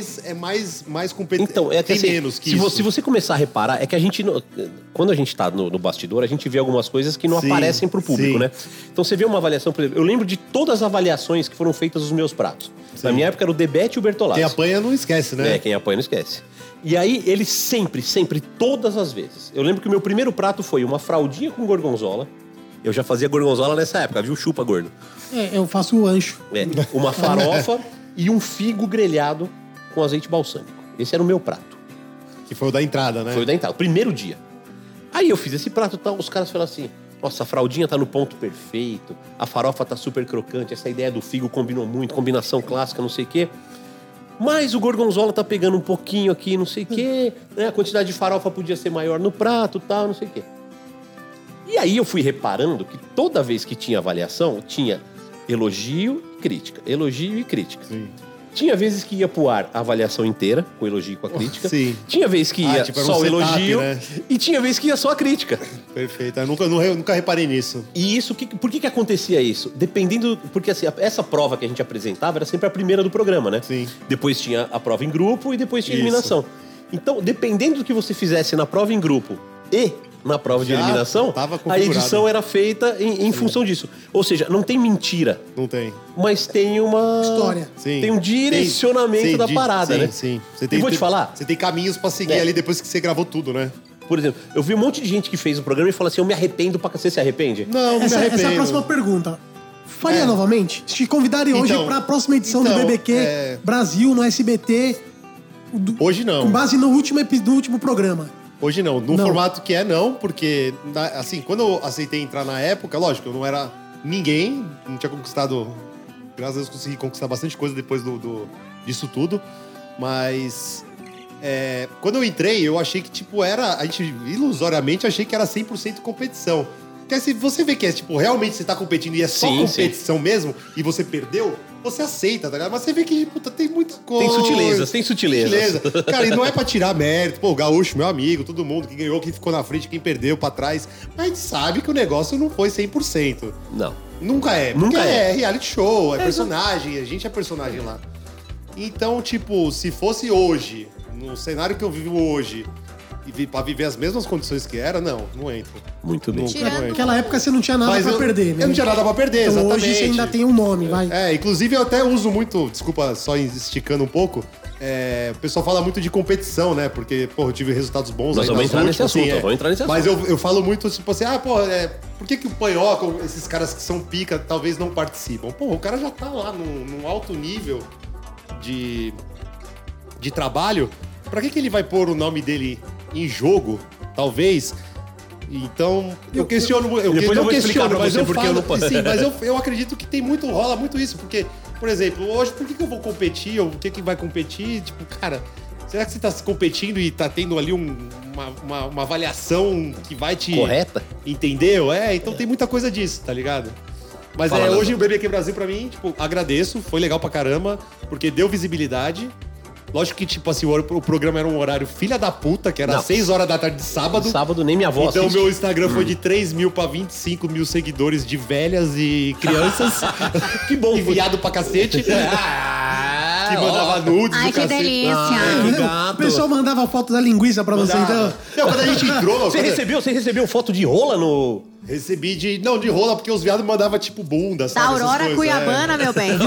mais competente. Então, é que tem assim, menos que se isso. se você começar a reparar, é que a gente, quando a gente tá no bastidor, a gente vê algumas coisas que não Sim, aparecem pro público, sim. né? Então você vê uma avaliação, por exemplo, eu lembro de todas as avaliações que foram feitas dos meus pratos. Na minha época era o Debete e o Bertolazzi. Quem apanha não esquece, né? É, quem apanha não esquece. E aí, eles sempre, todas as vezes. Eu lembro que o meu primeiro prato foi uma fraldinha com gorgonzola. Eu já fazia gorgonzola nessa época, viu? Chupa, gordo. Eu faço o ancho. É, uma farofa e um figo grelhado com azeite balsâmico. Esse era o meu prato. Que foi o da entrada, né? Foi o da entrada, o primeiro dia. Aí eu fiz esse prato e tal, os caras falaram assim: nossa, a fraldinha tá no ponto perfeito, a farofa tá super crocante, essa ideia do figo combinou muito, combinação clássica, não sei o quê. Mas o gorgonzola tá pegando um pouquinho aqui, não sei o quê, né? A quantidade de farofa podia ser maior no prato, tal, não sei o quê. E aí eu fui reparando que toda vez que tinha avaliação, tinha elogio e crítica, elogio e crítica. Sim. Tinha vezes que ia pro ar a avaliação inteira, com elogio e com a crítica. Sim. Tinha vezes que ia tipo, era um só o setup, elogio, né? e tinha vezes que ia só a crítica. Perfeito. Eu nunca reparei nisso. E isso, por que acontecia isso? Dependendo... Porque assim, essa prova que a gente apresentava era sempre a primeira do programa, né? Sim. Depois tinha a prova em grupo e depois tinha a Isso. eliminação. Então, dependendo do que você fizesse na prova em grupo e na prova de Já eliminação, tava a configurado. edição era feita em função disso. Ou seja, não tem mentira, Não tem. mas tem uma... História. Sim. Tem um direcionamento Sim, da parada, sim, né? Sim, E vou te falar... Você tem caminhos pra seguir É. ali depois que você gravou tudo, né? Por exemplo, eu vi um monte de gente que fez o programa e falou assim: eu me arrependo pra você se arrepende? Não, Essa me é a arrependo. próxima pergunta. Faria É. novamente? Se te convidarem hoje Então, pra próxima edição do então, BBQ Brasil no SBT, Hoje não. com base no último programa. Hoje não. No Não. formato que é, não, porque, assim, quando eu aceitei entrar na época, lógico, eu não era ninguém, não tinha conquistado. Graças a Deus consegui conquistar bastante coisa depois disso tudo. Mas. Quando eu entrei, eu achei que, tipo, a gente, ilusoriamente, achei que era 100% competição. Porque se você vê que é, tipo, realmente você tá competindo e é só Sim, competição mesmo, e você perdeu, você aceita, tá ligado? Mas você vê que, puta, tem muita coisa. Tem sutilezas. Cara, e não é pra tirar mérito. Pô, o Gaúcho, meu amigo, todo mundo que ganhou, quem ficou na frente, quem perdeu pra trás. Mas a gente sabe que o negócio não foi 100%. Não. Nunca é. Porque Nunca é. é reality show, é personagem, a gente é personagem lá. Então, tipo, se fosse hoje, no cenário que eu vivo hoje, pra viver as mesmas condições que era, não entro. Muito bem. Nunca, Tirando- não entro. Naquela época você não tinha nada Mas pra eu, perder, né? Eu não tinha nada pra perder, Então exatamente. hoje você ainda tem um nome, vai. Inclusive eu até uso muito, desculpa só esticando um pouco, o pessoal fala muito de competição, né? Porque, pô, eu tive resultados bons. Nós aí vamos nas entrar nesse últimas, assunto, vamos entrar nesse assunto. Mas eu falo muito, tipo assim, por que o Panhoca, esses caras que são pica, talvez não participam? Pô, o cara já tá lá num alto nível de trabalho, pra que ele vai pôr o nome dele em jogo, talvez? Então, eu questiono... Depois eu vou explicar pra mas você porque eu não posso. Sim, mas eu acredito que rola muito isso, porque, por exemplo, hoje, por que eu vou competir? Ou o que vai competir? Tipo, cara, será que você tá competindo e tá tendo ali uma avaliação que vai te... Correta? Entendeu? Então tem muita coisa disso, tá ligado? Mas Fala, hoje Nando. o BBQ Brasil, pra mim, tipo, agradeço, foi legal pra caramba, porque deu visibilidade. Lógico que, tipo assim, o programa era um horário filha da puta, que era Não. às 6 horas da tarde de sábado. Sábado nem minha avó Então assiste. meu Instagram foi de 3 mil pra 25 mil seguidores de velhas e crianças. Que bom. Enviado pra cacete. Ah, que mandava nudes Ai, do que cacete. delícia. que O gato. pessoal mandava foto da linguiça pra você, então. Não, quando a gente entrou... Você recebeu foto de rola no... Recebi de rola, porque os viados mandavam tipo bunda, Da sabe? essas Aurora coisas, Cuiabana, meu bem.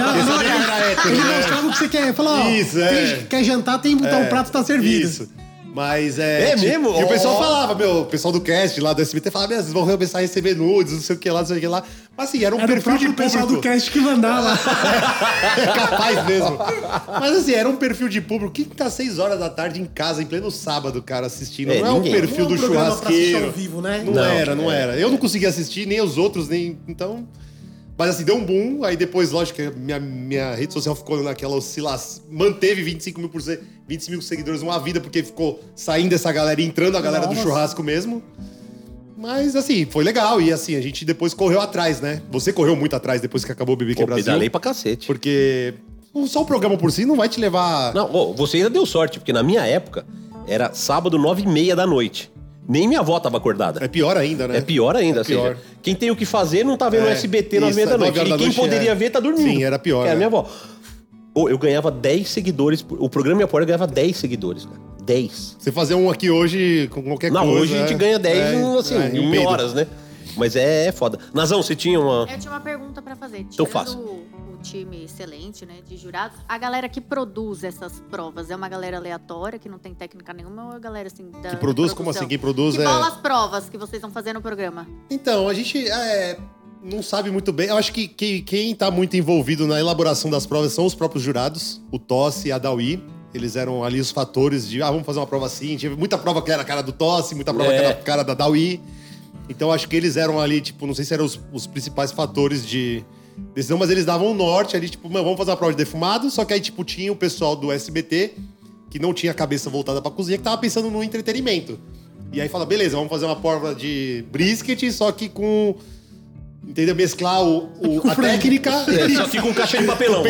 Ele mostrava o que você quer. Falou, ó, Isso, quer jantar, tem então, o prato tá servido. Isso. Mas É mesmo? E o pessoal Ó. falava, o pessoal do cast lá do SBT falava, vocês vão começar a receber nudes, não sei o que lá, não sei o que lá. Mas assim, era um Era o perfil de próprio pessoal do público. cast que mandava. É capaz mesmo. Mas assim, era um perfil de público. Quem tá 6 horas da tarde em casa, em pleno sábado, cara, assistindo? É, não é um ninguém. perfil Não é do um programa pra assistir churrasqueiro. ao vivo, né? Não era. Eu não conseguia assistir, nem os outros, nem... Então... Mas assim, deu um boom. Aí depois, lógico, que minha rede social ficou naquela oscilação. Manteve 25 mil seguidores uma vida, porque ficou saindo essa galera e entrando a galera do Nossa. churrasco mesmo. Mas assim, foi legal. E assim, a gente depois correu atrás, né? Você correu muito atrás depois que acabou o BBQ Pô, Brasil. pedalei pra cacete. Porque só o programa por si não vai te levar... Não, você ainda deu sorte, porque na minha época era sábado 9h30 da noite. Nem minha avó tava acordada. É pior ainda, né? É pior ainda. É pior. Ou seja, quem tem o que fazer não tá vendo o SBT 9h30 da noite. 9 horas E da quem noite poderia é. ver tá dormindo. Sim, era pior, Que era né? minha avó. Eu ganhava 10 seguidores. O programa Ia Pro Ar ganhava 10 seguidores, cara. 10. Você fazer um aqui hoje com qualquer Não, coisa... hoje a gente ganha 10 em um peido. horas, né? Mas é foda. Nazão, você tinha uma... Eu tinha uma pergunta pra fazer. Então Tirando faça. o time excelente, né, de jurados, a galera que produz essas provas é uma galera aleatória, que não tem técnica nenhuma, ou é a galera, assim, da Que produz? Como produção? assim? Quem produz que é... bola as provas que vocês vão fazer no programa? Então, a gente não sabe muito bem. Eu acho que quem tá muito envolvido na elaboração das provas são os próprios jurados, o Tossi e a Dawi. Eles eram ali os fatores de, vamos fazer uma prova assim. Tinha muita prova que era a cara do Tossi, muita prova que era a cara da Dawi. Então, acho que eles eram ali, tipo, não sei se eram os principais fatores de decisão, mas eles davam um norte ali, tipo, vamos fazer uma prova de defumado. Só que aí, tipo, tinha o pessoal do SBT, que não tinha a cabeça voltada pra cozinha, que tava pensando no entretenimento. E aí fala, beleza, vamos fazer uma prova de brisket, só que com... Entendeu? Mesclar a técnica... Só que com caixa de papelão.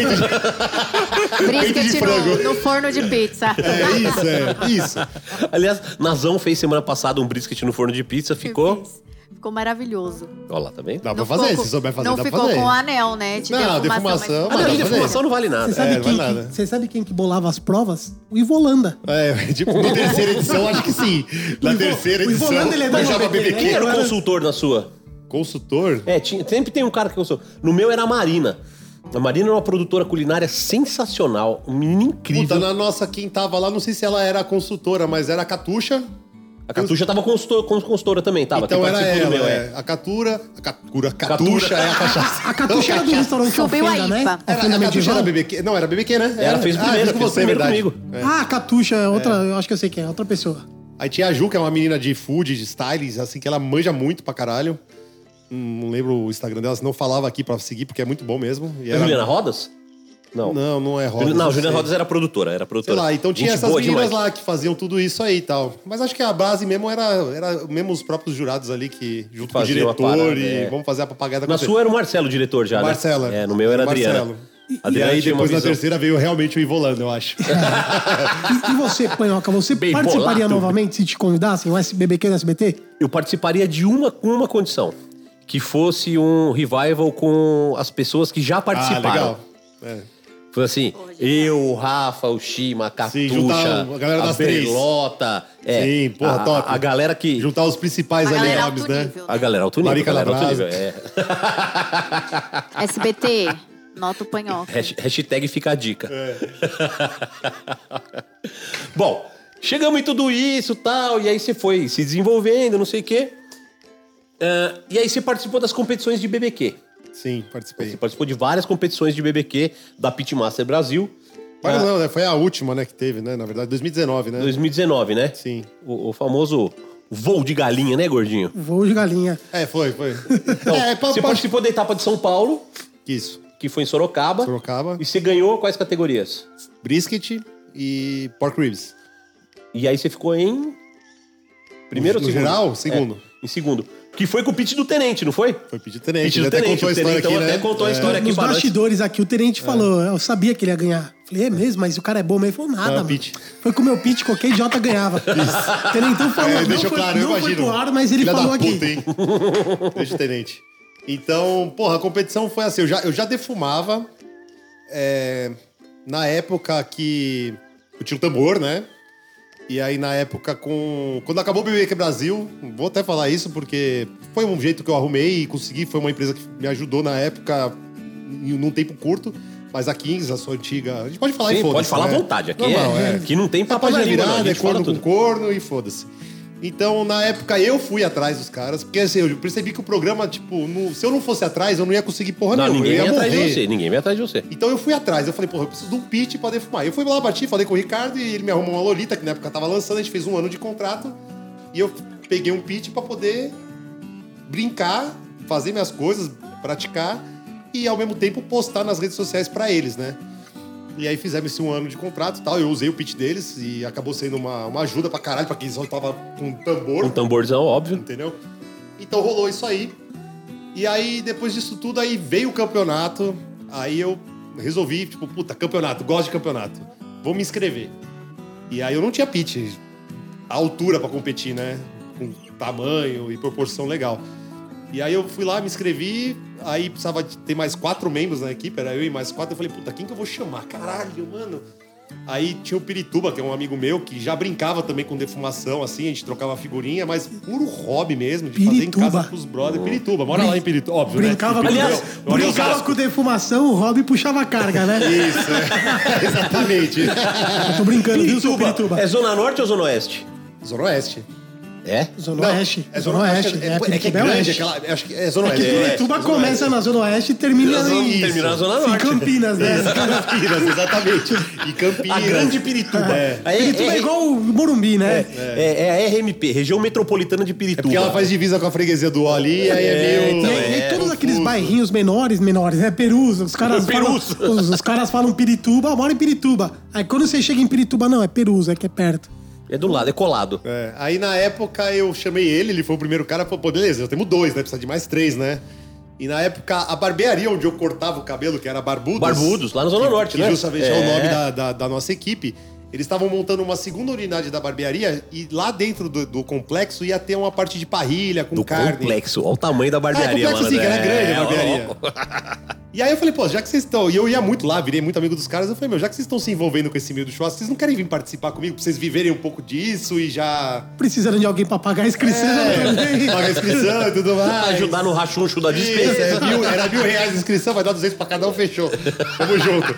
Brisket frango. no forno de pizza. Isso. Aliás, Nazão fez semana passada um brisket no forno de pizza. Ficou... Ficou maravilhoso. Olha lá, tá vendo? Dá pra Não fazer, ficou se souber fazer, Não dá pra ficou fazer. com o anel, né? De Não, defumação. defumação, Ah, não, dá de pra fazer. defumação não vale nada. Você sabe, não vai nada. você sabe quem que bolava as provas? O Ivolanda. Tipo, na terceira edição, acho que sim. Na terceira o edição, Ivolanda, ele é da manjava BBQ, Quem era o Cara. consultor na sua? Consultor? Sempre tem um cara que consultor. No meu era a Marina. A Marina era uma produtora culinária sensacional. Um menino incrível. Puta, na nossa, quem tava lá, não sei se ela era a consultora, mas era a Catuxa. A Catuxa tava consultora também, tava. Então que era participou do ela, meu, Catuxa é a cachaça. A Catuxa era do restaurante Subiu a Alfenda, né? IPA. Alfenda A Catuxa Medieval. era BBQ? Não, era BBQ, né? Ela fez o primeiro, fez com fez o você, é primeiro verdade. comigo. É. Ah, a Catuxa é outra, eu acho que eu sei quem é, outra pessoa. Aí tinha a Ju, que é uma menina de food, de styling, assim, que ela manja muito pra caralho. Não lembro o Instagram dela, senão eu falava aqui pra seguir, porque é muito bom mesmo. E É a Juliana Rodas? Não. Não é Rodas. Não, sei. Juliana Rodas era produtora. Sei lá, então tinha Gente essas boa meninas demais. lá que faziam tudo isso aí e tal. Mas acho que a base mesmo era mesmo os próprios jurados ali que, junto com o Faziam a diretor, parada, e é. vamos fazer a papagada Na acontecer. sua era o Marcelo, o diretor já, Marcela. né? É, no meu era a Adriana. Marcelo. E Adriana aí tinha uma depois na visão. terceira veio realmente o Ivolando, eu acho. E você, Panhoca, você Bem participaria bolado. novamente se te convidassem, o SBBQ no SBT? Eu participaria com uma condição. Que fosse um revival com as pessoas que já participaram. legal. É. Foi assim, eu, o Rafa, o Shima, a Catuxa, juntar a galera das três. Berlota. Sim, porra, top. A galera que... Juntar os principais A ali galera nomes, alto né? nível. A galera alto nível. Marica galera alto Labrasa. nível, é. SBT, nota o Panhoca. Hashtag fica a dica. Bom, chegamos em tudo isso e tal, e aí você foi se desenvolvendo, não sei o quê. E aí você participou das competições de BBQ. Sim, participei. Você participou de várias competições de BBQ da Pitmaster Brasil. Mas não, né? Foi a última, né, que teve, né? Na verdade, 2019, né? 2019, né? Sim. O famoso voo de galinha, né, gordinho? Voo de galinha. É, foi. Então, você participou da etapa de São Paulo, Isso. que foi em Sorocaba. Sorocaba, E você ganhou quais categorias? brisket e pork ribs. E aí você ficou em... Primeiro ou No segundo? geral, segundo. Em segundo. Que foi com o pitch do Tenente, não foi? Foi pedir tenente. Pitch Ele do até Tenente. contou a O história Tenentão aqui, né? até contou a história aqui Nos pra nós. bastidores aqui, o tenente falou, eu sabia que ele ia ganhar. Falei, é mesmo? Mas o cara é bom mesmo. Ele falou, nada, Não, mano. pitch. Foi com o meu pitch, qualquer idiota ganhava. O tenentão falou, não, deixou foi, claro, eu não foi imagino. pro ar, mas ele Filha falou da aqui. puta, hein? Deixa o tenente. Então, porra, a competição foi assim, eu já defumava na época que eu tinha o tambor, né? E aí, na época, quando acabou o BBQ Brasil, vou até falar isso porque foi um jeito que eu arrumei e consegui. Foi uma empresa que me ajudou na época, num tempo curto. Mas a Kings, a sua antiga... A gente pode falar Sim, e foda-se, pode falar né? à vontade. Aqui, Normal, aqui não tem A papo na página língua, não. A virada, é gente fala corno com tudo. corno e foda-se. Então, na época, eu fui atrás dos caras. Porque, assim, eu percebi que o programa, tipo... se eu não fosse atrás, eu não ia conseguir porra Não, nenhuma. ninguém eu vem ia atrás de morrer. você. Ninguém vem atrás de você. Então eu fui atrás, eu falei, porra, eu preciso de um pitch pra defumar. Eu fui lá, bati, falei com o Ricardo e ele me arrumou uma Lolita, que na época tava lançando, a gente fez 1 ano de contrato. E eu peguei um pitch pra poder brincar, fazer minhas coisas, praticar e ao mesmo tempo postar nas redes sociais pra eles, né? E aí fizemos esse 1 ano de contrato e tal, eu usei o pitch deles e acabou sendo uma ajuda pra caralho, pra quem só tava com um tambor. Um tamborzão, óbvio. Entendeu? Então rolou isso aí. E aí, depois disso tudo, aí veio o campeonato. Aí eu resolvi, tipo, puta, campeonato, gosto de campeonato. Vou me inscrever. E aí eu não tinha pitch, a altura pra competir, né? Com tamanho e proporção legal. E aí eu fui lá, me inscrevi. Aí precisava ter mais 4 membros na equipe, era eu e mais 4. Eu falei, puta, quem que eu vou chamar? Caralho, mano. Aí tinha o Pirituba, que é um amigo meu, que já brincava também com defumação, assim, a gente trocava figurinha, mas puro hobby mesmo, de fazer em Pirituba. casa com os brothers. Pirituba, mora lá em Pirituba, óbvio, Brincava, né? Aliás, brincava com defumação, o Rob puxava a carga, né? Isso, exatamente. Eu tô brincando, viu, seu Pirituba? É Zona Norte ou Zona Oeste? Zona Oeste. É? Zona Não, Oeste. É Zona Oeste. É que é Pirituba grande, Oeste. aquela, acho que é Zona É que Oeste. Pirituba Zona começa Oeste. na Zona Oeste e termina em Terminar na Zona em Norte. Campinas, né? Campinas, exatamente. E Campinas. A grande Pirituba. Pirituba é igual o Morumbi, né? É a RMP, Região Metropolitana de É Pirituba. porque ela faz divisa com a freguesia do Ali, e aí é meio... então, E aí, todos confuso. aqueles bairrinhos menores, né? Perusa. Os caras Perusa. falam, os caras falam Pirituba, mora em Pirituba. Aí quando você chega em Pirituba, não, é Perusa, é que é perto. É do lado, é colado. É, aí na época eu chamei ele foi o primeiro cara, falou, pô, beleza, já temos 2, né? Precisa de mais 3, né? E na época, a barbearia onde eu cortava o cabelo, que era Barbudos... Barbudos, lá na Zona Norte, que né? justamente é o nome da nossa equipe. Eles estavam montando uma segunda unidade da barbearia e lá dentro do complexo ia ter uma parte de parrilha com Do carne. complexo. Olha o tamanho da barbearia, complexo mano. sim, que era grande a ó, barbearia. ó. E aí eu falei, pô, já que vocês estão... E eu ia muito lá, virei muito amigo dos caras. Eu falei, meu, já que vocês estão se envolvendo com esse meio do churrasco, vocês não querem vir participar comigo pra vocês viverem um pouco disso e já... Precisando de alguém pra pagar a inscrição também. Pagar a inscrição e tudo mais. Ajudar no rachuncho da Isso, despesa. era R$1.000 de inscrição, vai dar 200 pra cada um, fechou. Tamo junto.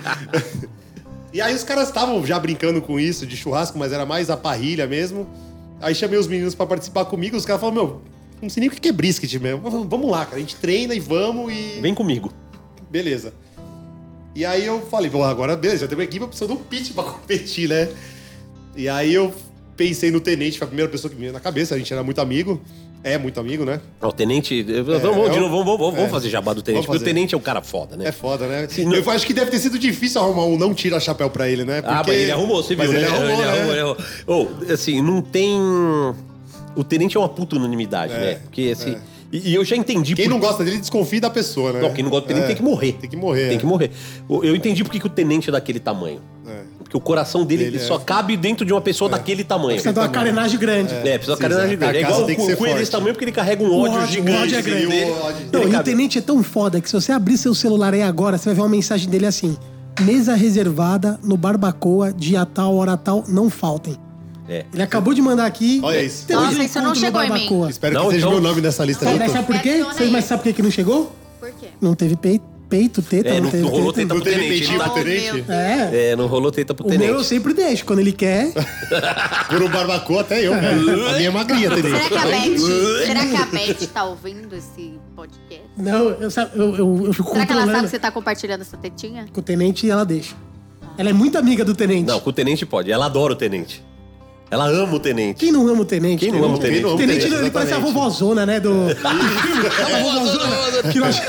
E aí os caras estavam já brincando com isso, de churrasco, mas era mais a parrilha mesmo. Aí chamei os meninos pra participar comigo, os caras falaram, meu, não sei nem o que é brisket mesmo. Vamos lá, cara, a gente treina e vamos e... Vem comigo. Beleza. E aí eu falei, bom, agora beleza, já tem uma equipe, eu preciso de um pitch pra competir, né? E aí eu pensei no Tenente, foi a primeira pessoa que me veio na cabeça, a gente era muito amigo. É muito amigo, né? Ó, o Tenente... Vamos fazer jabá do Tenente, Vamos porque o fazer. Tenente é um cara foda, né? É foda, né? não- Eu acho que deve ter sido difícil arrumar um não tira-chapéu pra ele, né? Ah, mas ele arrumou, você viu, Mas né? ele arrumou, né? Ele arrumou. Ô, assim, não tem... O Tenente é uma puta unanimidade, né? Porque, assim... E eu já entendi... Quem não gosta dele, desconfia da pessoa, né? Não, quem não gosta do Tenente tem que morrer. Tem que morrer. Tem que morrer. Eu entendi por que o Tenente é daquele tamanho. Porque o coração dele Ele só cabe dentro de uma pessoa daquele tamanho. Precisa de uma carenagem grande. Precisa de uma Sim, carenagem a grande. É carcaça igual tem que o ser Cunha é desse forte. tamanho porque ele carrega um ódio ódio gigante. é grande. dele. Não, Ele e o cabe- Tenente é tão foda que se você abrir seu celular aí agora, você vai ver uma mensagem dele assim: mesa reservada no Barbacoa, dia tal, hora tal, não faltem. É. Ele acabou de mandar aqui. Olha isso. Temos Nossa, um isso não encontro no chegou em mim. Barbacoa. Espero Não, que seja então- meu nome nessa lista. Sabe, Vitor. mas sabe por quê? Adiciona Vocês aí. mas sabe por que que não chegou? Por quê? Não teve peito, teta, É, não não teve rolou teta. teta pro teve Tenente. peitinho Ele pro tá- Tenente? É. É, não rolou teta pro O meu eu Tenente. sempre deixo. Quando ele quer, Por um barbacoa até eu, cara. A minha é magrinha, Será Tenente. que a Beth tá ouvindo esse podcast? não, eu fico Será que ela sabe controlando que você tá compartilhando essa tetinha? com o Tenente e ela deixa. Ela é muito amiga do Tenente. Não, com o Tenente pode. Ela adora o Tenente. Ela ama o Tenente. Quem não ama o Tenente? Quem não ama o Tenente? O Tenente, ele parece a exatamente. vovózona, né? Do filme. A vovózona. Que nós...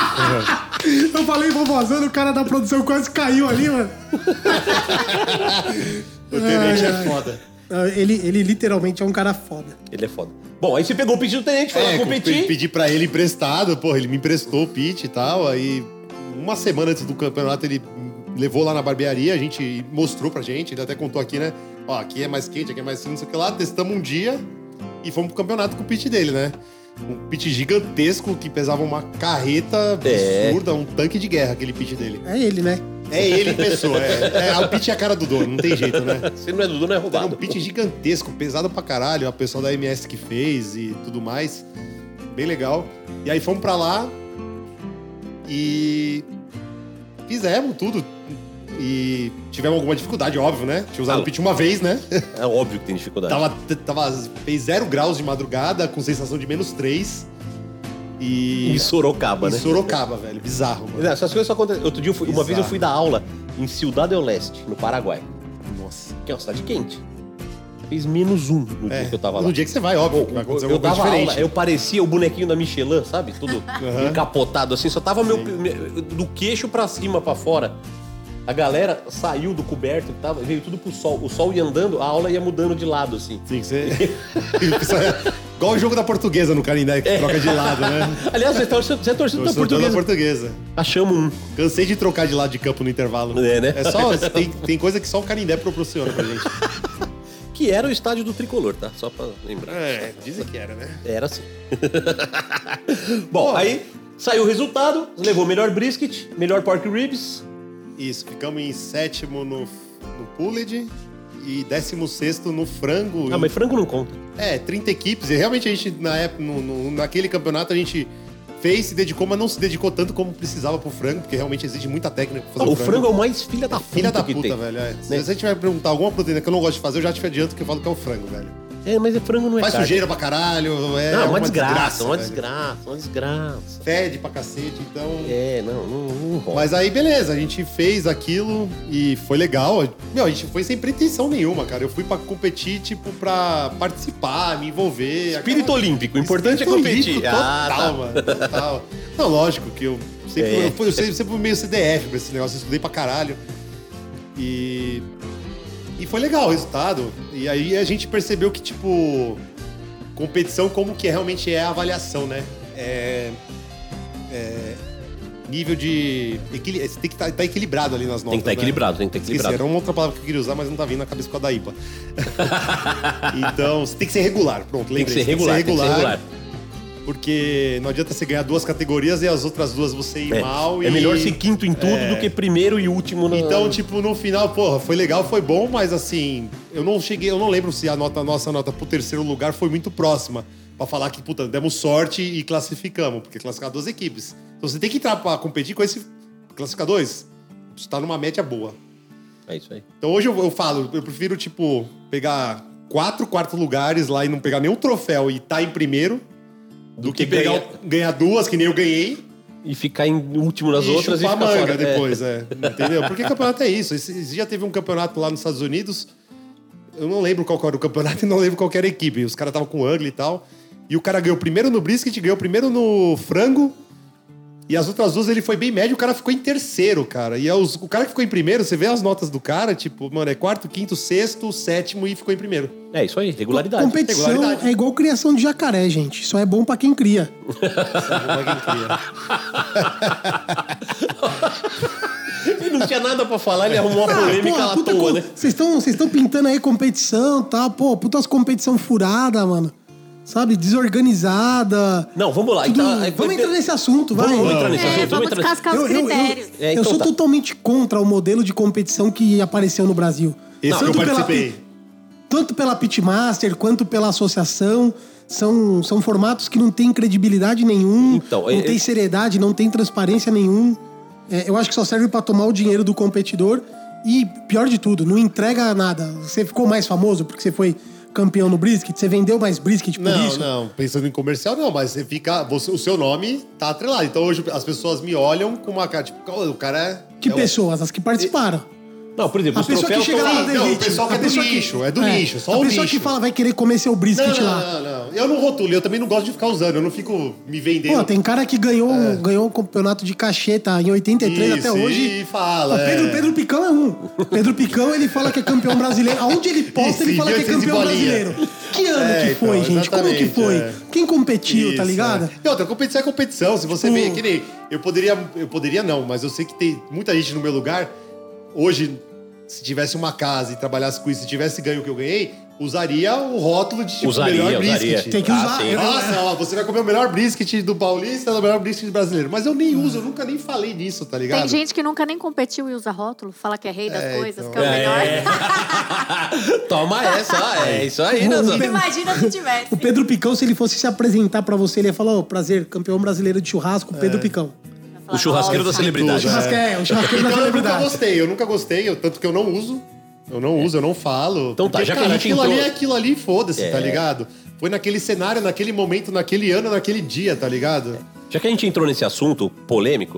Eu falei vovózona, o cara da produção quase caiu ali, mano. O Tenente é foda. Ele literalmente é um cara foda. Ele é foda. Bom, aí você pegou o pitch do Tenente, foi lá competir. Pedi pra ele emprestado, porra, ele me emprestou o pitch e tal, aí uma semana antes do campeonato ele levou lá na barbearia, a gente mostrou pra gente, ele até contou aqui, né? Ó, aqui é mais quente, aqui é mais fino, não sei o que lá, testamos um dia e fomos pro campeonato com o pitch dele, né? Um pitch gigantesco que pesava uma carreta absurda, um tanque de guerra, aquele pitch dele. É ele, né? É ele em pessoa, o pitch é a cara do dono, não tem jeito, né? Se não é do dono, é Era um roubado. pitch gigantesco, pesado pra caralho, a pessoa da MS que fez e tudo mais. Bem legal. E aí fomos pra lá e fizemos tudo. E tivemos alguma dificuldade, óbvio, né? Tinha usado o pitch uma vez, né? É óbvio que tem dificuldade. Fez 0 graus de madrugada, com sensação de -3. Em Sorocaba, né? Em Sorocaba, velho. Bizarro, mano. Essas coisas só acontecem. Outro dia, uma vez eu fui dar aula em Ciudad del Este, no Paraguai. Nossa. Que é uma cidade quente. Fez -1 no dia que eu tava lá. No dia que você vai, óbvio, que vai acontecer Eu alguma coisa dava diferente. aula, eu parecia o bonequinho da Michelin, sabe? Tudo encapotado assim, só tava do queixo pra cima, pra fora. A galera saiu do coberto, veio tudo pro sol. O sol ia andando, a aula ia mudando de lado, assim. Sim, que você... Igual o jogo da Portuguesa no Canindé, que troca de lado, né? Aliás, você é torcedor da Torcedor da Portuguesa. Portuguesa. Achamos um. Cansei de trocar de lado de campo no intervalo. É, né? É só... Tem coisa que só o Canindé proporciona pra gente. Que era o estádio do Tricolor, tá? Só pra lembrar. Dizem que era, né? Era assim. Bom, aí saiu o resultado, levou melhor brisket, melhor pork ribs. Isso, ficamos em 7º no pulled e 16º no frango. Ah, mas frango não conta. 30 equipes. E realmente a gente, na época, naquele campeonato, a gente fez, se dedicou, mas não se dedicou tanto como precisava pro frango, porque realmente exige muita técnica pra fazer O frango é o mais filha da puta Filha da que puta, tem. velho. Se você tiver que perguntar alguma proteína que eu não gosto de fazer, eu já te adianto que eu falo que é o frango, velho. Mas frango não é Faz carne. sujeira pra caralho. Não, uma desgraça, uma velho. desgraça. Fede pra cacete, então... Não rola. Mas aí, beleza, a gente fez aquilo e foi legal. Meu, a gente foi sem pretensão nenhuma, cara. Eu fui pra competir, tipo, pra participar, me envolver. Espírito olímpico, o importante é competir. Total, mano, total. Não, lógico que eu sempre fui meio CDF pra esse negócio, eu estudei pra caralho. E foi legal o resultado. E aí a gente percebeu que, tipo, competição como que realmente é a avaliação, né? Nível de... Você tem que estar equilibrado ali nas notas, Tem que estar equilibrado, tem que estar equilibrado. Esqueci, era uma outra palavra que eu queria usar, mas não tá vindo na cabeça por causa da IPA. Então, você tem que ser regular. Pronto, lembrei. Tem que ser regular. Porque não adianta você ganhar 2 categorias e as outras 2 você ir mal. É melhor ser quinto em tudo do que primeiro e último. Então, tipo, no final, porra, foi legal, foi bom, mas assim, eu não lembro se a nossa nota pro 3º lugar foi muito próxima. Pra falar que, puta, demos sorte e classificamos, porque classificar 2 equipes. Então você tem que entrar pra competir com esse classificar 2. Você tá numa média boa. É isso aí. Então hoje eu falo, eu prefiro, tipo, pegar 4 quartos lugares lá e não pegar nenhum troféu e tá em primeiro, do que ganhar 2, que nem eu ganhei. E ficar em último nas outras e ficar ficar manga fora. depois, entendeu? Porque campeonato é isso. Esse já teve um campeonato lá nos Estados Unidos, eu não lembro qual era o campeonato e não lembro qual era a equipe. Os caras estavam com ugly e tal. E o cara ganhou primeiro no brisket, ganhou primeiro no frango. E as outras 2 ele foi bem médio, o cara ficou em 3º, cara. E o cara que ficou em primeiro, você vê as notas do cara, tipo, mano, é 4º, 5º, 6º, 7º e ficou em primeiro. É isso aí, regularidade. Competição é igual criação de jacaré, gente. Isso é bom pra quem cria. Ele não tinha nada pra falar, ele arrumou uma polêmica à toa, né? Vocês estão pintando aí competição e tal. Pô, putas competição furada, mano. Sabe? Desorganizada. Não, vamos lá. Tudo... Então, vamos entrar nesse assunto, vai. Vamos entrar nesse assunto. Vamos descascar os critérios. Eu sou totalmente contra o modelo de competição que apareceu no Brasil. Esse que eu participei. Tanto pela Pitmaster quanto pela associação. São formatos que não têm credibilidade nenhum, não tem seriedade, não tem transparência nenhum. Eu acho que só serve pra tomar o dinheiro do competidor. E, pior de tudo, não entrega nada. Você ficou mais famoso porque você foi campeão no brisket? Você vendeu mais brisket por isso? Não. Pensando em comercial, não. Mas o seu nome tá atrelado. Então, hoje, as pessoas me olham com uma cara... Tipo, o cara... Que pessoas? As que participaram. Não, por exemplo, a os pessoa troféus... que chega lá no Não, o pessoal que é do nicho. É do nicho, só o nicho. A pessoa que fala vai querer comer seu brisket lá. Não. Eu não rotulo. Eu também não gosto de ficar usando. Eu não fico me vendendo. Pô, tem cara que ganhou o campeonato de cacheta em 83 até hoje. E fala, Pedro Picão é um. Pedro Picão, ele fala que é campeão brasileiro. Aonde ele posta, ele fala que é campeão brasileiro. Que ano que foi, gente? Como que foi? Quem competiu, tá ligado? E outra, competição é competição. Se você vê, que nem... Eu poderia não, mas eu sei que tem muita gente no meu lugar. Hoje... Se tivesse uma casa e trabalhasse com isso, se tivesse ganho o que eu ganhei, usaria o rótulo de tipo, melhor brisket. Tem que usar. sim. Nossa, ó, você vai comer o melhor brisket do paulista e o melhor brisket brasileiro. Mas eu nem uso, eu nunca nem falei nisso, tá ligado? Tem gente que nunca nem competiu e usa rótulo, fala que é rei das coisas, então. que é o melhor. Toma essa, é isso aí, Nazão. Imagina se tivesse. O Pedro Picão, se ele fosse se apresentar pra você, ele ia falar, prazer, campeão brasileiro de churrasco, Pedro Picão. O churrasqueiro da celebridade. O churrasqueiro da Então, celebridade. eu nunca gostei, tanto que eu não uso. Eu não uso, eu não falo. Então tá, porque, já que a gente aquilo entrou- ali é aquilo ali, foda-se, tá ligado? Foi naquele cenário, naquele momento, naquele ano, naquele dia, tá ligado? Já que a gente entrou nesse assunto polêmico,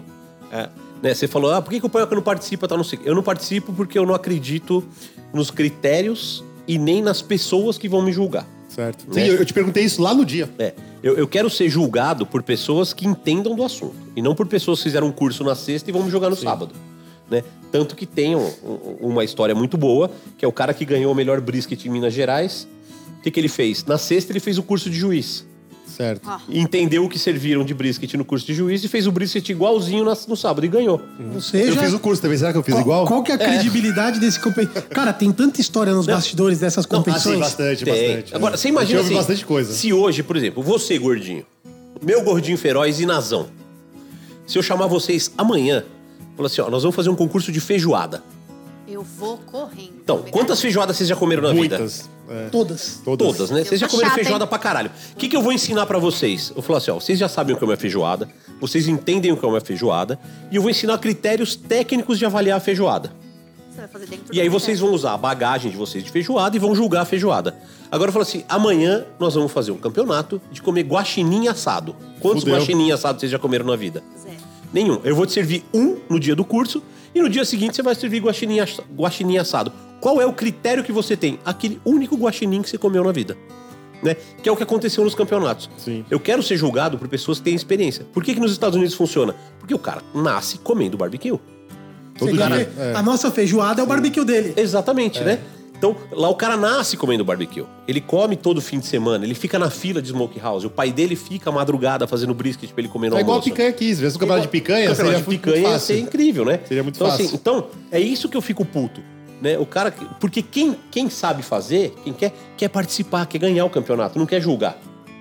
né, você falou, por que o Panhoca não participa? Tá, não sei. Eu não participo porque eu não acredito nos critérios e nem nas pessoas que vão me julgar. Certo. Né? Sim, eu te perguntei isso lá no dia. Eu quero ser julgado por pessoas que entendam do assunto. E não por pessoas que fizeram um curso na sexta e vão me julgar no sábado. Né? Tanto que tem uma história muito boa, que é o cara que ganhou o melhor brisket em Minas Gerais. O que ele fez? Na sexta ele fez o curso de juiz. Certo. Entendeu o que serviram de brisket no curso de juiz e fez o brisket igualzinho no sábado e ganhou. Ou seja, Eu fiz o curso também, será que eu fiz igual? Qual que é a credibilidade desse competição? Cara, tem tanta história nos bastidores dessas Ah, sim, competições. bastante, Tem. bastante. Agora, você imagina A gente ouve assim, bastante coisa. se hoje, por exemplo, você, gordinho, meu gordinho feroz e Nazão, se eu chamar vocês amanhã, falar assim, ó, nós vamos fazer um concurso de feijoada. Eu vou correndo. Então, quantas feijoadas vocês já comeram na vida? Muitas. É. Todas. Todas, né? Vocês já tô comeram chata, feijoada hein? pra caralho. O que eu vou ensinar pra vocês? Eu falo assim, ó, vocês já sabem o que é uma feijoada, vocês entendem o que é uma feijoada, e eu vou ensinar critérios técnicos de avaliar a feijoada. Você vai fazer dentro E aí do vocês vão usar a bagagem de vocês de feijoada e vão julgar a feijoada. Agora eu falo assim, amanhã nós vamos fazer um campeonato de comer guaxinim assado. Quantos Fudeu. guaxinim assados vocês já comeram na vida? Zero. Nenhum. Eu vou te servir um no dia do curso e no dia seguinte você vai servir guaxinim assado. Qual é o critério que você tem? Aquele único guaxinim que você comeu na vida. Né? Que é o que aconteceu nos campeonatos. Sim. Eu quero ser julgado por pessoas que têm experiência. Por que nos Estados Unidos funciona? Porque o cara nasce comendo barbecue. Todo Você quer dia. ver? A nossa feijoada é o barbecue dele. Exatamente, né? Então, lá o cara nasce comendo barbecue. Ele come todo fim de semana, ele fica na fila de smokehouse. O pai dele fica à madrugada fazendo brisket pra ele comer no É igual a almoço. picanha aqui. Se tivesse um campeonato de picanha, Campeonato seria de muito picanha ia fácil. ser incrível, né? Seria muito então, fácil. Assim, então, é isso que eu fico puto. Né? O cara, porque quem sabe fazer, quem quer participar, quer ganhar o campeonato, não quer julgar.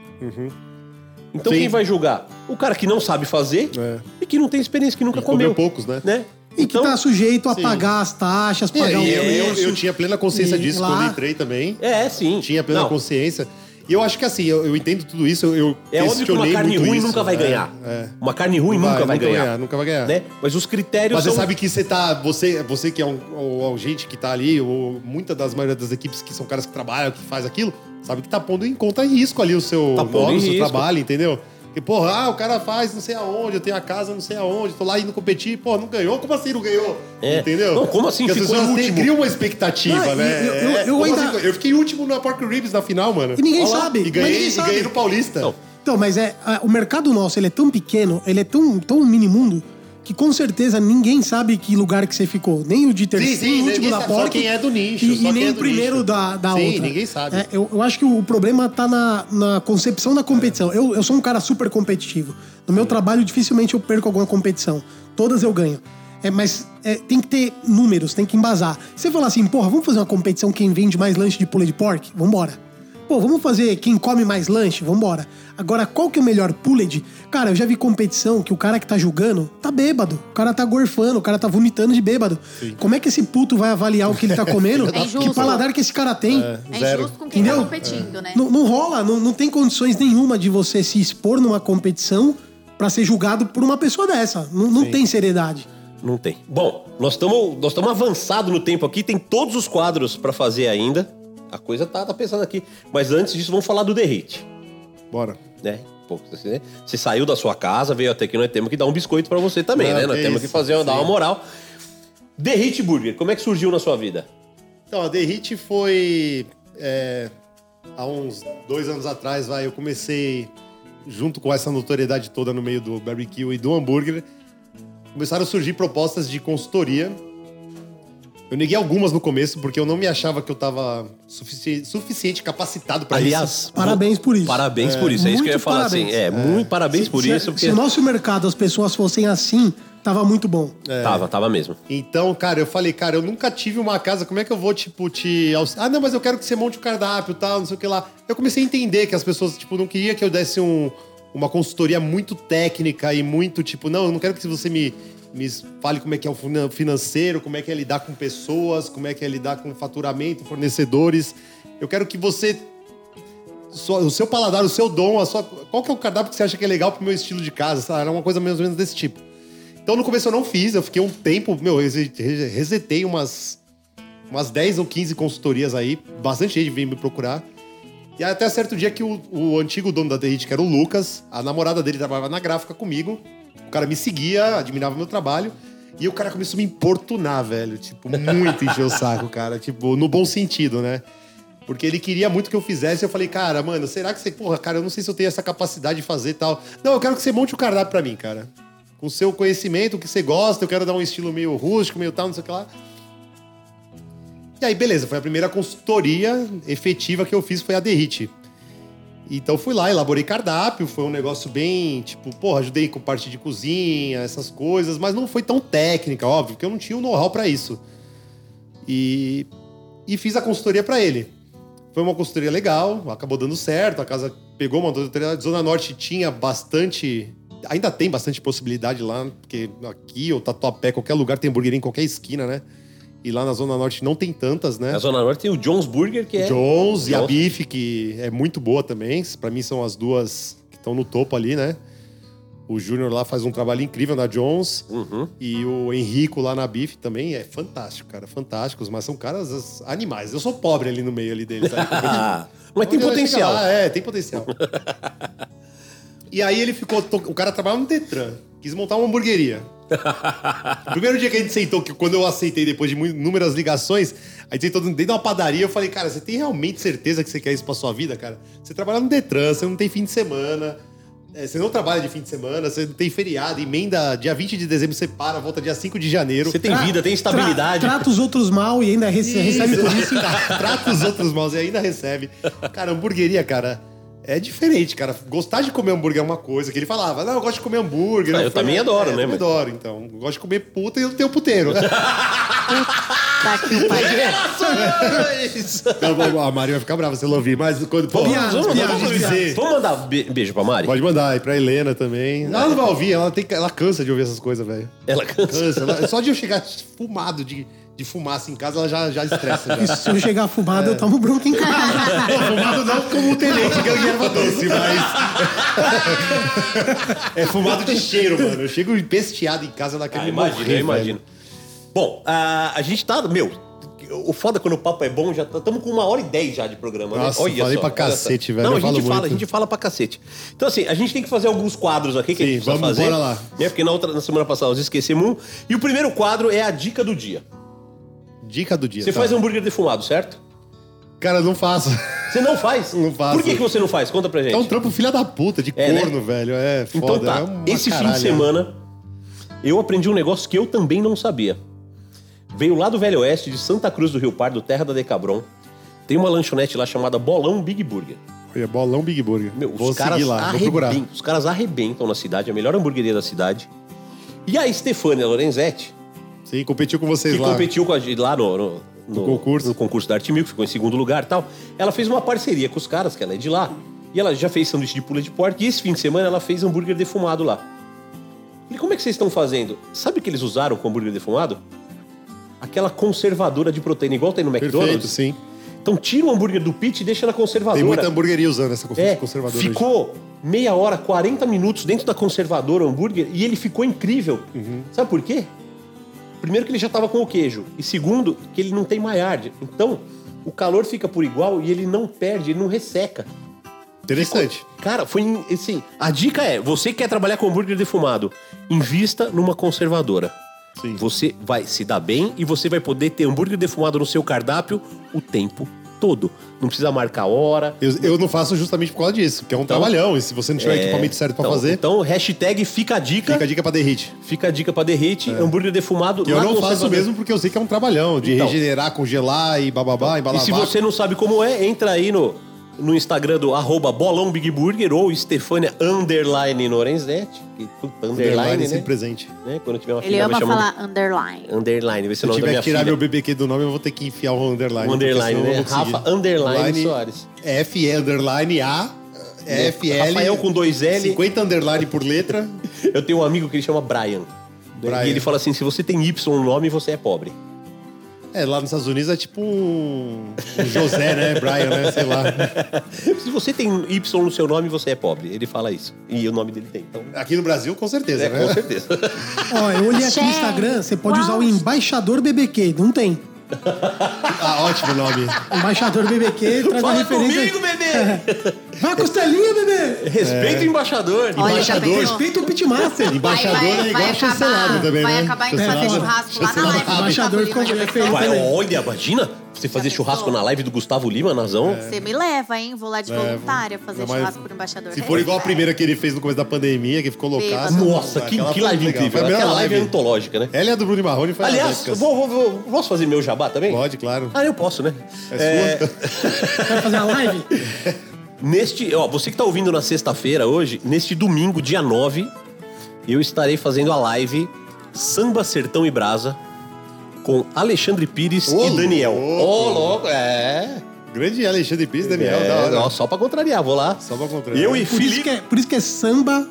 Então Sim. quem vai julgar? O cara que não sabe fazer e que não tem experiência, que nunca comeu. Comeu poucos, né? E que tá sujeito a pagar as taxas, pagar o preço. Eu tinha plena consciência E disso lá- quando entrei também. Sim. Tinha plena Não, consciência. E eu acho que assim, eu entendo tudo isso, eu é óbvio que uma questionei carne muito ruim isso. nunca vai ganhar. Uma carne ruim nunca vai ganhar. Nunca vai ganhar. Né? Mas os critérios Mas você são... sabe que você que é um gente que tá ali, ou muita das maioria das equipes que são caras que trabalham, que faz aquilo, sabe que tá pondo em conta em risco ali o seu Tá pondo nome, em o seu risco. trabalho, entendeu? Porque, porra, o cara faz não sei aonde, eu tenho a casa não sei aonde, tô lá indo competir, porra, não ganhou? Como assim não ganhou? Entendeu? Não, como assim Porque as ficou pessoas em último? criam uma expectativa, Não, né? eu Como ainda- assim? Eu fiquei último na Pork Ribs na final, mano. E ninguém Olha lá, sabe, E mas ganhei, ninguém sabe. no Paulista. Então, mas o mercado nosso, ele é tão pequeno, ele é tão mini-mundo, que com certeza ninguém sabe que lugar que você ficou. Nem o de terceiro, sim, nem o ninguém último da sabe, só porta. quem é do nicho, E, só e quem nem é o do primeiro nicho. da Sim, outra. ninguém sabe. Eu acho que o problema tá na concepção da competição. Eu sou um cara super competitivo. No meu trabalho, dificilmente eu perco alguma competição. Todas eu ganho. Mas tem que ter números, tem que embasar. Você falar assim, porra, vamos fazer uma competição quem vende mais lanche de pulled pork? Vambora. Pô, vamos fazer quem come mais lanche? Vambora. Agora, qual que é o melhor pulled? Cara, eu já vi competição que o cara que tá julgando tá bêbado. O cara tá gorfando, o cara tá vomitando de bêbado. Como é que esse puto vai avaliar o que ele tá comendo? É injusto. Que paladar que esse cara tem? É Zero. injusto com quem Entendeu? tá competindo, né? Não rola, não tem condições nenhuma de você se expor numa competição pra ser julgado por uma pessoa dessa. Não tem seriedade. Não tem. Bom, nós estamos avançados no tempo aqui, tem todos os quadros pra fazer ainda. A coisa tá pesando aqui. Mas antes disso, vamos falar do The Hit. Bora. Né? Pô, você saiu da sua casa, veio até aqui, nós temos que dar um biscoito pra você também, Não, né? Nós que temos isso, que fazer, dar sim. uma moral. The Hit Burger, como é que surgiu na sua vida? Então, a The Hit foi... há uns 2 anos atrás, eu comecei, junto com essa notoriedade toda no meio do barbecue e do hambúrguer, começaram a surgir propostas de consultoria. Eu neguei algumas no começo, porque eu não me achava que eu tava suficiente capacitado pra Aliás, isso. Parabéns por isso. Parabéns por isso, é isso que eu ia Muito falar parabéns. assim. Muito parabéns por isso. Se o nosso mercado as pessoas fossem assim, tava muito bom. Tava mesmo. Então, cara, eu falei, cara, eu nunca tive uma casa, como é que eu vou, tipo, Ah, não, mas eu quero que você monte o cardápio e tal, não sei o que lá. Eu comecei a entender que as pessoas, tipo, não queriam que eu desse uma consultoria muito técnica e muito, tipo, não, eu não quero que você me fale como é que é o financeiro, como é que é lidar com pessoas, como é que é lidar com faturamento, fornecedores. Eu quero que você... o seu paladar, o seu dom, qual que é o cardápio que você acha que é legal pro meu estilo de casa, sabe? Era uma coisa mais ou menos desse tipo. Então, no começo eu não fiz, eu fiquei um tempo, resetei umas 10 ou 15 consultorias aí, bastante gente veio me procurar. E até certo dia que o antigo dono da The Hit, que era o Lucas, a namorada dele trabalhava na gráfica comigo, o cara me seguia, admirava meu trabalho, e o cara começou a me importunar, velho, tipo, muito encher o saco, cara, tipo, no bom sentido, né? Porque ele queria muito que eu fizesse, eu falei, cara, mano, será que você... Porra, cara, eu não sei se eu tenho essa capacidade de fazer e tal. Não, eu quero que você monte o cardápio pra mim, cara. Com o seu conhecimento, o que você gosta, eu quero dar um estilo meio rústico, meio tal, não sei o que lá. E aí, beleza, foi a primeira consultoria efetiva que eu fiz, foi a The Hit. Então fui lá, elaborei cardápio, foi um negócio bem, tipo, porra, ajudei com parte de cozinha, essas coisas, mas não foi tão técnica, óbvio, porque eu não tinha o know-how pra isso. E fiz a consultoria pra ele. Foi uma consultoria legal, acabou dando certo, a casa pegou uma consultoria. Zona Norte tinha bastante... Ainda tem bastante possibilidade lá, porque aqui ou Tatuapé, qualquer lugar tem hamburgueria em qualquer esquina, né? E lá na Zona Norte não tem tantas, né? Na Zona Norte tem o John's Burger, que é... John's e a Bife, que é muito boa também. Pra mim são as duas que estão no topo ali, né? O Júnior lá faz um trabalho incrível na John's. Uhum. E o Henrico lá na Bife também é fantástico, cara. Fantásticos, mas são caras animais. Eu sou pobre ali no meio ali deles. Mas tem potencial. Tem potencial. E aí ele ficou... O cara trabalhava no Detran. Quis montar uma hamburgueria. O primeiro dia que a gente sentou, que quando eu aceitei depois de inúmeras ligações, a gente sentou dentro de uma padaria, eu falei, cara, você tem realmente certeza que você quer isso pra sua vida, cara? Você trabalha no Detran, você não tem fim de semana... Você não trabalha de fim de semana, você não tem feriado, emenda dia 20 de dezembro, você para, volta dia 5 de janeiro. Você tem vida, tem estabilidade. Trata os outros mal e ainda recebe por isso. Trata os outros mal e ainda recebe. Cara, hamburgueria, cara, é diferente, cara. Gostar de comer hambúrguer é uma coisa, que ele falava, não, eu gosto de comer hambúrguer. Eu também adoro, né? Eu adoro, então. Eu gosto de comer puta e eu tenho puteiro. Tá aqui o pai. A Mari vai ficar brava se ela ouvir, mas quando... Pô, Vamos mandar beijo pra Mari? Pode mandar, e pra Helena também. Ela não vai ouvir, ela cansa de ouvir essas coisas, velho. Ela cansa. Só de eu chegar fumado de fumaça em casa, ela já estressa. E se eu chegar fumado, eu tomo bronca em casa. Não, fumado não como um tenente ganha erva doce, mas... É fumado de cheiro, mano. Eu chego empesteado em casa daquele eu imagino. Bom, a gente tá... O foda quando o papo é bom, já estamos com 1h10 já de programa, Nossa, né? Olha falei só, pra cacete, velho. Não, a gente fala pra cacete. Então, assim, a gente tem que fazer alguns quadros aqui que a gente precisa fazer. Bora lá. Porque na semana passada nós esquecemos um. E o primeiro quadro é a dica do dia. Dica do dia. Você faz hambúrguer defumado, certo? Cara, eu não faço. Você não faz? Não faço. Por que você não faz? Conta pra gente. É um trampo filha da puta, de corno, né? velho. É foda. Então tá. Esse fim de semana, eu aprendi um negócio que eu também não sabia. Veio lá do Velho Oeste, de Santa Cruz do Rio Pardo, terra da Decabron. Tem uma lanchonete lá chamada Bolão Big Burger. Olha, Bolão Big Burger. Vou seguir lá, vou procurar. Os caras arrebentam na cidade, a melhor hamburgueria da cidade. E a Stefania Lorenzetti... Sim, competiu com vocês lá. Que competiu com a gente lá no concurso. No concurso da Arte Mil, que ficou em segundo lugar e tal. Ela fez uma parceria com os caras, que ela é de lá. E ela já fez sanduíche de pula de porco. E esse fim de semana ela fez hambúrguer defumado lá. E como é que vocês estão fazendo? Sabe o que eles usaram com hambúrguer defumado? Aquela conservadora de proteína, igual tem no McDonald's. Perfeito, sim. Então tira o hambúrguer do pit e deixa na conservadora. Tem muita hamburgueria usando essa conservadora. Ficou meia hora, 40 minutos dentro da conservadora o hambúrguer e ele ficou incrível. Uhum. Sabe por quê? Primeiro que ele já estava com o queijo. E segundo, que ele não tem maillard. Então, o calor fica por igual e ele não perde, ele não resseca. Interessante. Cara, foi assim... A dica é, você que quer trabalhar com hambúrguer defumado, invista numa conservadora. Sim. Você vai se dar bem e você vai poder ter hambúrguer defumado no seu cardápio o tempo todo. Não precisa marcar hora. Eu não faço justamente por causa disso, porque é um trabalhão. E se você não tiver equipamento certo pra fazer... Então, hashtag fica a dica. Fica a dica pra The Hit. Fica a dica pra The Hit. Hambúrguer defumado. Que eu não faço mesmo porque eu sei que é um trabalhão. De regenerar, congelar e bababá, e balabá. E se você não sabe como entra aí no no Instagram do @bolãobigburger ou Stefania _Lorenzetti. Underline né? sempre presente. Né? Quando tiver uma Ele filha, vai ama chamando falar underline. Underline, vai ser Se o eu nome da tiver minha que tirar filha. meu BBQ do nome, eu vou ter que enfiar o underline. Um underline, porque senão eu né? não vou conseguir. Rafa underline Soares. F underline A FL. Rafael com 2 L. 50 underline por letra. Eu tenho um amigo que ele chama Brian. Brian. E ele fala assim, se você tem Y no nome, você é pobre. Lá nos Estados Unidos é tipo um José, né? Brian, né? Sei lá. Se você tem Y no seu nome, você é pobre. Ele fala isso. E o nome dele tem. Então, Aqui no Brasil, com certeza, né? com certeza. Ó, eu olhei aqui no Instagram, você pode usar o Embaixador BBQ. Não tem. Ótimo nome. Embaixador BBQ traz a Fala referência. comigo, bebê! Vai, costelinha, bebê! Respeita o embaixador. Olha, já pensou? Respeita o pitmaster. Embaixador é igual chancelado também, vai né? acabar indo fazer Chancelado. churrasco lá na live do Embaixador Gustavo Lima de ficou Versão. Vai, olha, imagina você fazer churrasco na live do Gustavo Lima, Nazão. Você me leva, hein? Vou lá de voluntária fazer Não, mas churrasco pro embaixador. Se for igual a primeira que ele fez no começo da pandemia, que ficou loucaço. Bêbado. Nossa, que Aquela foi live legal. incrível. Foi a melhor Aquela live é antológica, né? Ela é a do Bruno Marrone foi Aliás, as posso fazer meu jabá também? Pode, claro. Ah, eu posso, né? É sua. Vai fazer a live? Você que tá ouvindo na sexta-feira hoje, neste domingo, dia 9, eu estarei fazendo a live Samba, Sertão e Brasa com Alexandre Pires Ô, e Daniel. louco. Louco, é. Grande Alexandre Pires, Daniel, da hora. Ó, só pra contrariar, vou lá. Só pra contrariar. Eu e Por isso, Felipe. por isso que é samba...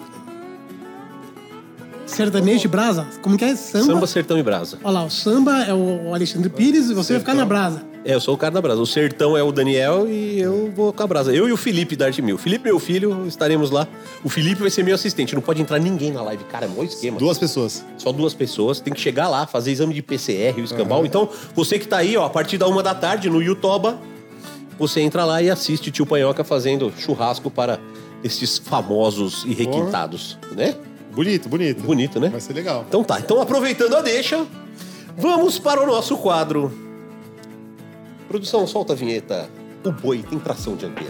Sertanejo de brasa? Como que é? Samba, Sertão e Brasa. Olha lá, o samba é o Alexandre Pires e você vai ficar na brasa. Eu sou o cara da Brasa. O Sertão é o Daniel e eu vou com a Brasa. Eu e o Felipe da Arte Mil. Felipe, meu filho, estaremos lá. O Felipe vai ser meu assistente. Não pode entrar ninguém na live. Cara, é mó esquema. 2 pessoas. Só 2 pessoas. Tem que chegar lá, fazer exame de PCR, o escambau. Então, você que tá aí, ó, a partir da 1h no YouTube, você entra lá e assiste Tio Panhoca fazendo churrasco para esses famosos e requintados, né? Bonito, bonito. Bonito, né? Vai ser legal. Então tá. Então, aproveitando a deixa, vamos para o nosso quadro. Produção, solta a vinheta. O boi tem tração dianteira.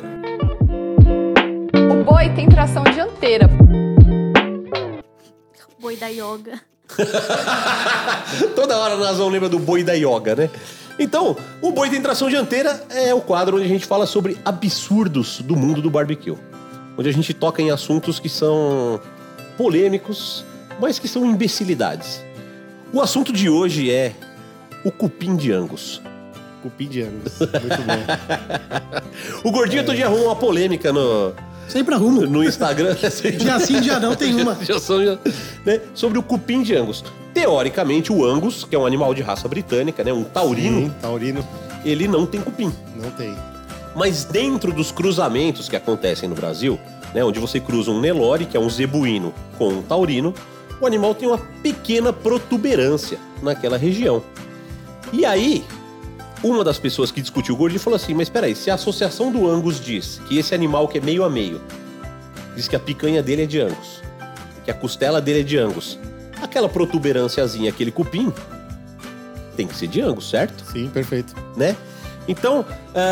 O boi tem tração dianteira. Boi da yoga. Toda hora nós vamos lembrar do boi da yoga, né? Então, o Boi tem Tração Dianteira é o quadro onde a gente fala sobre absurdos do mundo do barbecue. Onde a gente toca em assuntos que são polêmicos, mas que são imbecilidades. O assunto de hoje é o cupim de Angus. Cupim de Angus. Muito bom. O Gordinho todo dia arruma uma polêmica Sempre arrumo. no Instagram. Dia sim, dia não, tem uma. Né, sobre o cupim de Angus. Teoricamente, o Angus, que é um animal de raça britânica, né, um taurino, Sim, taurino. ele não tem cupim. Não tem. Mas dentro dos cruzamentos que acontecem no Brasil, né, onde você cruza um Nelore, que é um zebuíno, com um taurino, o animal tem uma pequena protuberância naquela região. E aí, uma das pessoas que discutiu o Gordinho falou assim, mas peraí, se a associação do Angus diz que esse animal que é meio a meio, diz que a picanha dele é de Angus, que a costela dele é de Angus, aquela protuberânciazinha, aquele cupim, tem que ser de Angus, certo? Sim, perfeito. Né? Então,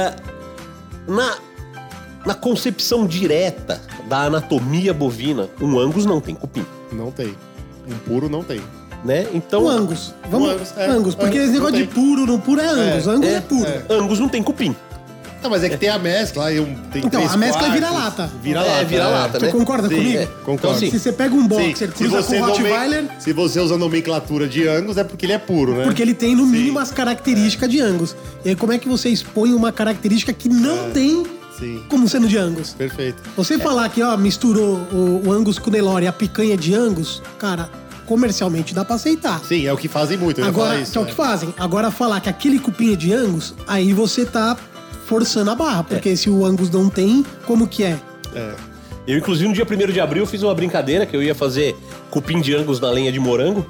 na concepção direta da anatomia bovina, um Angus não tem cupim, Não tem. Um puro não tem. né? Então, O Angus. Vamos. Angus, é. Angus, porque Angus, esse negócio não de tem. puro, não puro é Angus. Angus é puro. Angus não tem cupim. Não, mas é que tem a mescla. Aí tem Então, 3 a mescla é quartos. vira-lata. Vira-lata. vira-lata, Você né? concorda Sim, comigo? é, concordo. Então, Se você pega um boxer, Se cruza com você, um Rottweiler, se você usa a nomenclatura de Angus, é porque ele é puro, né? porque ele tem no mínimo as características de Angus. E aí, como é que você expõe uma característica que não tem Sim, como sendo de Angus? perfeito. Você falar que, ó, misturou o Angus com o Nelore e a picanha de Angus, cara, comercialmente dá pra aceitar. Sim, é o que fazem muito. Eu ia Agora, falar isso, que é o que fazem. Agora, falar que aquele cupim é de Angus, aí você tá forçando a barra. Porque se o Angus não tem, como que é? Eu, inclusive, no dia 1º de abril, fiz uma brincadeira que eu ia fazer cupim de Angus na lenha de morango.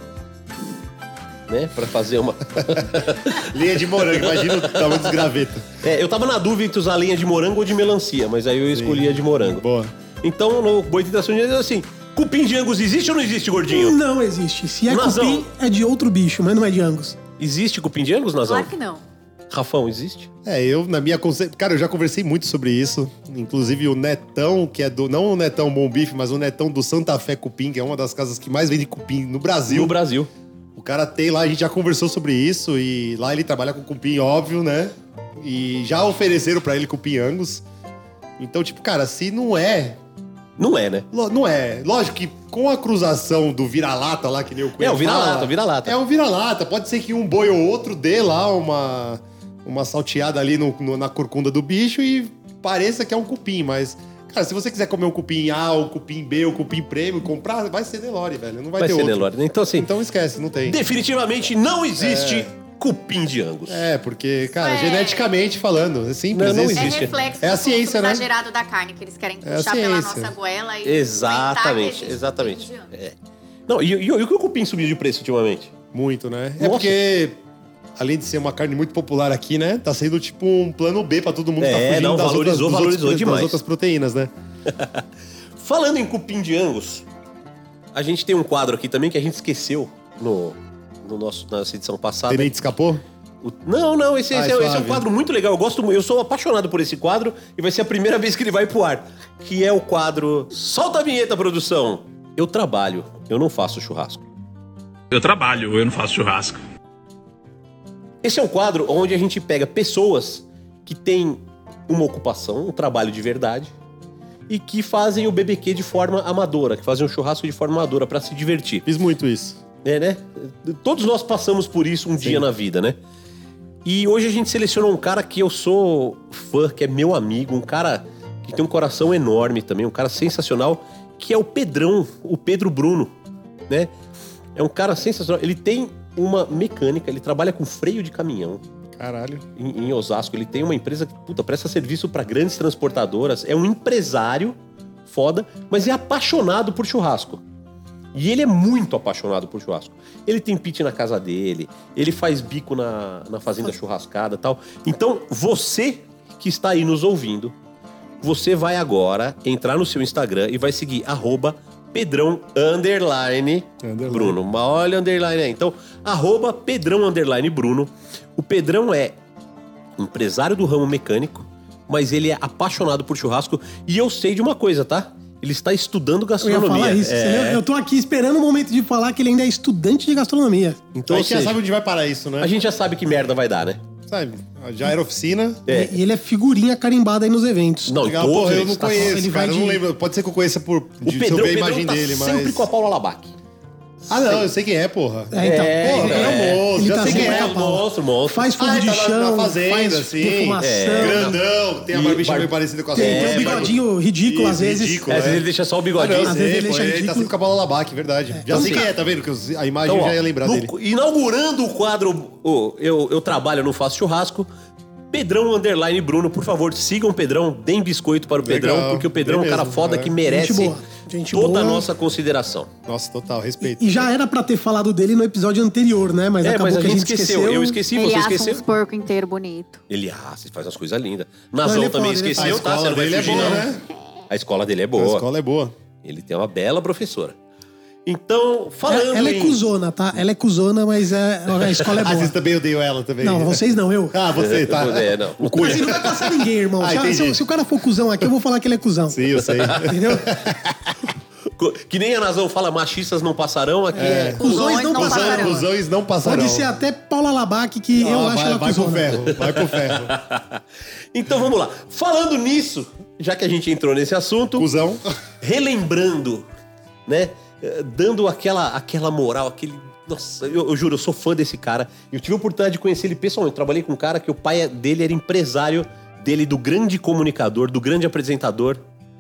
Né? Pra fazer uma... Linha de morango, imagina o tamanho dos gravetos. eu tava na dúvida entre usar lenha de morango ou de melancia, mas aí eu escolhi a de morango. Boa. Então, no Boi de Tração Dianteira, assim, cupim de Angus existe ou não existe, Gordinho? Não existe. Se é Nazão. cupim, é de outro bicho, mas não é de Angus. Existe cupim de Angus, Nazão? Claro que não. Rafão, existe? Eu, na minha concepção... Cara, eu já conversei muito sobre isso. Inclusive, o Netão, que é do... Não o Netão Bom Bife, mas o Netão do Santa Fé Cupim, que é uma das casas que mais vende cupim no Brasil. No Brasil. O cara tem lá, a gente já conversou sobre isso. E lá ele trabalha com cupim, óbvio, né? E já ofereceram pra ele cupim Angus. Então, tipo, cara, se não é... Não é, né? Não é. Lógico que com a cruzação do vira-lata lá, que nem o Cunha É, o vira-lata, fala, o vira-lata. É um vira-lata. Pode ser que um boi ou outro dê lá uma salteada ali na corcunda do bicho e pareça que é um cupim, mas... Cara, se você quiser comer um cupim A, um cupim B, um cupim prêmio, comprar, vai ser Nelore, velho. Não vai ter ser outro. Nelore, né? Então, assim... Então esquece, não tem. Definitivamente não existe cupim de Angus. É, porque, cara, geneticamente falando, é simples. Não É existe. reflexo É a do ciência, né? exagerado da carne, que eles querem É a puxar pela ciência. nossa goela e Exatamente, exatamente. Não, e o que o cupim subiu de preço ultimamente? Muito, né? É Nossa. porque, além de ser uma carne muito popular aqui, né? Tá sendo tipo um plano B pra todo mundo que tá É, fugindo não, das valorizou das demais. outras proteínas, né? Falando em cupim de Angus, a gente tem um quadro aqui também que a gente esqueceu nossa edição passada. Tenente escapou? Não, esse é um suave. quadro muito legal. Eu sou apaixonado por esse quadro e vai ser a primeira vez que ele vai pro ar. Que é o quadro Solta a Vinheta, produção. Eu trabalho, eu não faço churrasco. Eu trabalho, eu não faço churrasco. Esse é um quadro onde a gente pega pessoas que têm uma ocupação, um trabalho de verdade, e que fazem o BBQ de forma amadora, que fazem o churrasco de forma amadora pra se divertir. Fiz muito isso. É, né? Todos nós passamos por isso um dia na vida, né? E hoje a gente selecionou um cara que eu sou fã, que é meu amigo, um cara que tem um coração enorme também, um cara sensacional, que é o Pedrão, o Pedro Bruno, né? É um cara sensacional. Ele tem uma mecânica, ele trabalha com freio de caminhão. Caralho. Em Osasco, ele tem uma empresa que, presta serviço para grandes transportadoras. É um empresário foda, mas é apaixonado por churrasco. E ele é muito apaixonado por churrasco. Ele tem pit na casa dele, ele faz bico na fazenda churrascada e tal. Então, você que está aí nos ouvindo, você vai agora entrar no seu Instagram e vai seguir @Pedrão_Bruno. Olha underline aí. Então, @Pedrão_Bruno. O Pedrão é empresário do ramo mecânico, mas ele é apaixonado por churrasco. E eu sei de uma coisa, tá? Ele está estudando Eu ia gastronomia. falar isso. Eu tô aqui esperando o momento de falar que ele ainda é estudante de gastronomia. Então, A ou gente já seja, sabe onde vai parar isso, né? a gente já sabe que merda vai dar, né? Sabe, já era oficina. É. E ele é figurinha carimbada aí nos eventos. Não, Legal, todos porra, eu eles não tá- conheço, ele cara. vai Eu não de- lembro. Pode ser que eu conheça O se eu Pedrão, ver a imagem tá dele, mas... sempre com a Paula Labac. Ah, não, eu sei quem é, porra. É, então. Porra, é. é um monstro. Ele Já tá sei quem sempre é. com a Paula. Monstro. Faz fogo Ah, de ele tá na chão, fazenda, faz assim. defumação. Grandão, tem a barbicha bar- meio parecida com a Tem, sua. tem um bigodinho ridículo às Isso, vezes. ridículo. Às vezes ele deixa só o bigodinho. Não, Às vezes sei, ele pô, deixa ele tá ridículo. sempre com a Paula Labac, verdade. Já então sei sim. quem é, tá vendo? Que a imagem Então, eu ó, já ia lembrar dele. inaugurando o quadro eu trabalho, eu não faço churrasco. Pedrão_Bruno, por favor, sigam o Pedrão, deem biscoito para o Legal, Pedrão, porque o Pedrão é um bem cara mesmo, foda é. que merece Gente boa, gente toda a boa. nossa consideração. Nossa, total, respeito. E já era pra ter falado dele no episódio anterior, né? Mas acabou mas a que gente esqueceu. Eu esqueci, Ele você assa esqueceu? uns porco inteiro bonito. Ele faz umas coisas lindas. Não, Nazão ele é também foda, ele esqueceu, A tá? Você escola não vai dele é fugir, boa, não. né? A escola dele é A boa. escola é boa. Ele tem uma bela professora. Então, falando Ela é em... cuzona, tá? Ela é cuzona, mas a escola é Ah, boa. vocês também odeiam ela também. Não, vocês não, eu. Ah, você, tá. É, não. O Mas Cunha. ele não vai passar ninguém, irmão. Ah, Se- entendi. se o cara for cuzão aqui, eu vou falar que ele é cuzão. Sim, eu sei. Entendeu? Que nem a Nazão fala, machistas não passarão, aqui é... Cuzões não passarão. Cusões não passarão. Pode ser até Paula Labac, que eu Ah, acho ela vai pro cuzona. ferro, vai pro ferro. Então vamos lá. Falando nisso, já que a gente entrou nesse assunto, Cusão. relembrando, né? Dando aquela moral, aquele... Nossa, eu juro, eu sou fã desse cara. Eu tive a oportunidade de conhecer ele pessoalmente. Eu trabalhei com um cara que o pai dele era empresário dele, do grande comunicador, do grande apresentador.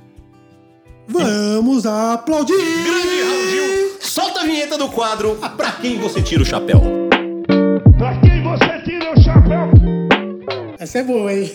Vamos aplaudir! Grande Raul Gil, solta a vinheta do quadro Pra Quem Você Tira o Chapéu. Pra quem você tira o chapéu? Essa é boa, hein?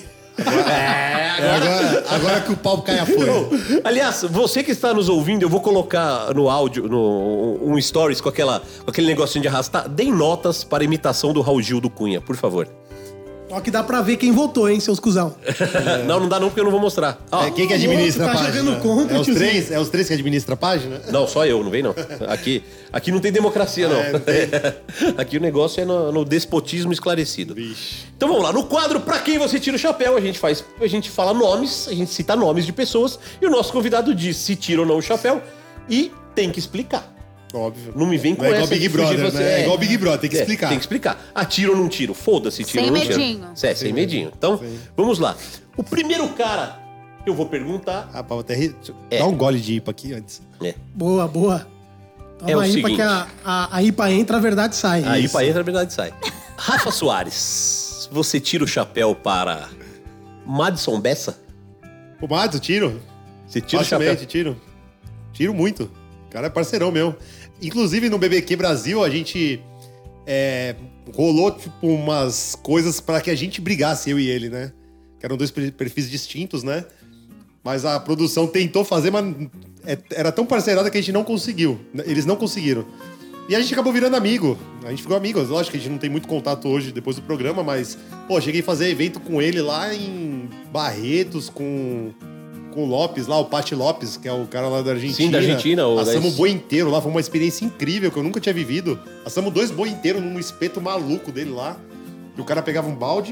Agora que o pau cai a folha. Aliás, você que está nos ouvindo, eu vou colocar no áudio, um stories com aquele negocinho de arrastar. Deem notas para a imitação do Raul Gil do Cunha, por favor. Ó que dá pra ver quem votou, hein, seus cuzão. Não dá não, porque eu não vou mostrar. Ó, É, quem que administra Tá a página? jogando contra, é os tiozinho. três? É os três que administram a página? Não, só eu, não vem não. Aqui não tem democracia, não. não tem. Aqui o negócio é no despotismo esclarecido. Vixe. Então vamos lá, no quadro Pra Quem Você Tira o Chapéu, a gente fala nomes, a gente cita nomes de pessoas e o nosso convidado diz se tira ou não o chapéu e tem que explicar. Óbvio. Não me vem com Não é essa igual Big de fugir Brother, você. né? É igual Big Brother, tem que explicar. Tem que explicar. Tiro ou não tiro? Foda-se, tiro Sem ou não tiro. medinho. Sem medinho. Então, vamos lá. O primeiro cara, Eu vou perguntar. Ah, pra até dá um gole de IPA aqui antes. Boa, boa. Toma É o a IPA seguinte. que a IPA entra, a verdade sai. Aí pra entra, a verdade sai. Rafa Soares, você tira o chapéu para Madison Bessa? O Matos, tiro. Você tira o chapéu? Facilmente, tiro. Tiro muito. O cara é parceirão meu. Inclusive, no BBQ Brasil, a gente... rolou, tipo, umas coisas pra que a gente brigasse, eu e ele, né? Que eram dois perfis distintos, né? Mas a produção tentou fazer, mas era tão parceirada que a gente não conseguiu. Eles não conseguiram. E a gente acabou virando amigo. A gente ficou amigo. Lógico que a gente não tem muito contato hoje, depois do programa, mas... Pô, cheguei a fazer evento com ele lá em Barretos, com o Lopes lá, o Pati Lopes, que é o cara lá da Argentina. Sim, da Argentina. Assamos o boi inteiro lá, foi uma experiência incrível que eu nunca tinha vivido. Assamos 2 boi inteiros num espeto maluco dele lá. E o cara pegava um balde,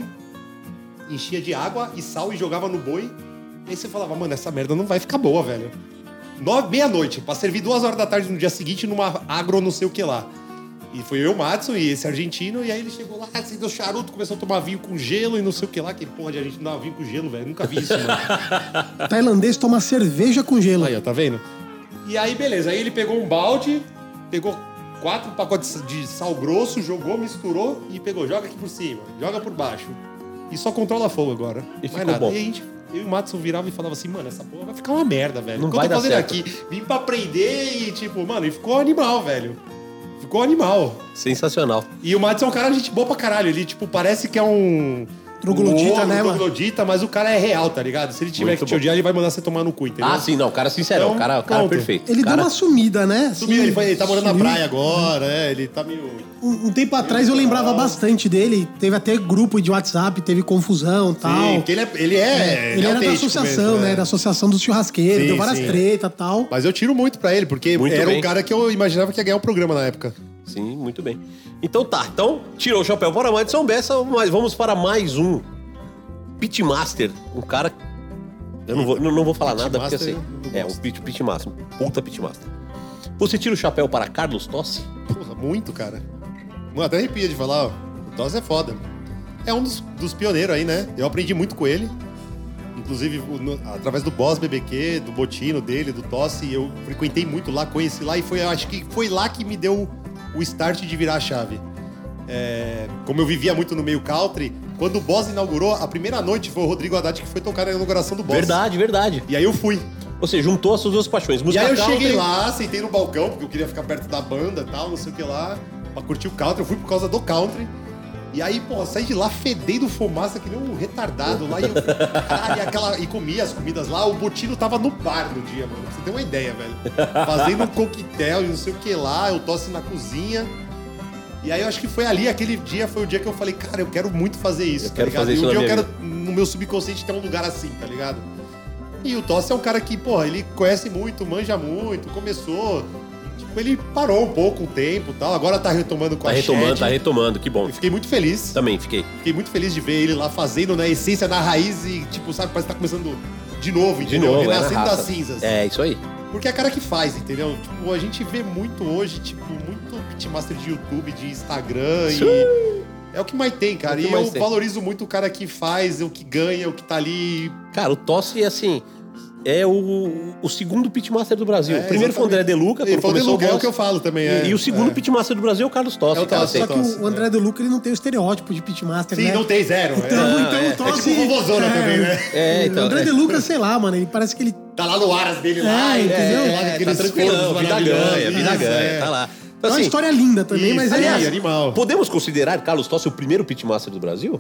enchia de água e sal e jogava no boi. E aí você falava, mano, essa merda não vai ficar boa, velho. Meia-noite, pra servir 2 horas da tarde no dia seguinte numa agro não sei o que lá. E foi eu, o Madison, e esse argentino, e aí ele chegou lá, acendeu charuto, começou a tomar vinho com gelo e não sei o que lá. Que porra de argentino dava vinho com gelo, velho. Nunca vi isso, mano. Tailandês toma cerveja com gelo. Aí, ó, tá vendo? E aí, beleza. Aí ele pegou um balde, pegou 4 pacotes de sal grosso, jogou, misturou e pegou. Joga aqui por cima, joga por baixo. E só controla fogo agora. E Mais ficou nada. bom. E aí eu e o Madison virava e falava assim, mano, essa porra vai ficar uma merda, velho. Não O que eu vai tô dar fazendo certo. aqui? Vim pra aprender e, tipo, mano, e ficou animal, velho. Ficou animal. Sensacional. E o Madison é um cara gente boa pra caralho. Ele, tipo, parece que é um... Troglodita, né, mano? troglodita, mas o cara é real, tá ligado? Se ele tiver Muito que te bom. ele vai mandar você tomar no cu, entendeu? Ah, sim, não. O cara é sincerão. Então, o cara pronto. perfeito. Ele cara... deu uma sumida, né? Assim, Sumiu, ele tá morando na sumiu. praia agora, ele tá meio... Um tempo atrás eu lembrava bastante dele. Teve até grupo de WhatsApp, teve confusão e tal. Sim, porque ele é Ele era da autêntico associação, mesmo, né? Da associação dos churrasqueiros. Sim, deu várias sim. tretas e tal. Mas eu tiro muito pra ele, porque Muito era bem. um cara que eu imaginava que ia ganhar o programa na época. Sim, muito bem. Então tá. Então, tirou o chapéu para Madison Bessa, mas vamos para mais um Pitmaster. Um cara... Eu não vou falar nada, porque assim... Pitmaster, eu gosto. Um Pitmaster. Puta Pitmaster. Você tira o chapéu para Carlos Tossi? Porra, muito, cara. Mano, até arrepia de falar, ó. O Tossi é foda. É um dos pioneiros aí, né? Eu aprendi muito com ele. Inclusive, através do Boss BBQ, do Botino dele, do Tossi, eu frequentei muito lá, conheci lá e acho que foi lá que me deu o start de virar a chave. Como eu vivia muito no meio country, quando o Boss inaugurou, a primeira noite foi o Rodrigo Haddad que foi tocar na inauguração do Boss. Verdade. E aí eu fui. Você juntou as suas duas paixões. E Música aí eu country. cheguei lá, sentei no balcão, porque eu queria ficar perto da banda e tal, não sei o que lá, pra curtir o country. Eu fui por causa do country. E aí, pô, saí de lá fedendo fumaça que nem um retardado lá. E eu, caralho, e comia as comidas lá. O Botino tava no bar no dia, mano. Pra você ter uma ideia, velho. Fazendo um coquetel e não sei o que lá. Eu tosse na cozinha. E aí eu acho que foi ali, aquele dia foi o dia que eu falei, cara, eu quero muito fazer isso, Eu tá quero ligado? fazer E isso um na dia eu minha quero, no meu subconsciente, ter um lugar assim, tá ligado? E o Tossi é um cara que, porra, ele conhece muito, manja muito, começou... Tipo, ele parou um pouco o tempo e tal, agora tá retomando com a Shed. Tá retomando, que bom. Eu fiquei muito feliz. Também fiquei. Fiquei muito feliz de ver ele lá fazendo na essência, na raiz e, tipo, sabe, parece que tá começando de novo, De entendeu? novo, Renascendo na das raça. cinzas. É, isso aí. Porque é a cara que faz, entendeu? Tipo, a gente vê muito hoje, tipo, muito pitmaster de YouTube, de Instagram e... É o que mais tem, cara. É o que E mais eu tem. valorizo muito o cara que faz, o que ganha, o que tá ali. Cara, o Tossi, assim, é o segundo pitmaster do Brasil. É, O primeiro foi o André De Luca, Ele quando falou de começou Luca, é o Boss. que eu falo também. E o segundo pitmaster do Brasil é o Carlos Tossi. É o cara. Tossi. Só que o André De Luca, ele não tem o estereótipo de pitmaster, Sim, né? não tem zero. Então o Tossi... tipo vovozona também, né? Então, o André De Luca, sei lá, mano, ele parece que ele... Tá lá no Aras dele lá. entendeu? Lá tá naqueles tranquilão, fornos vida maravilhosos. ganha, vida Isso, ganha, tá lá. É Então, uma assim, história linda também, mas Isso, ele... animal. podemos considerar Carlos Tossi o primeiro pitmaster do Brasil?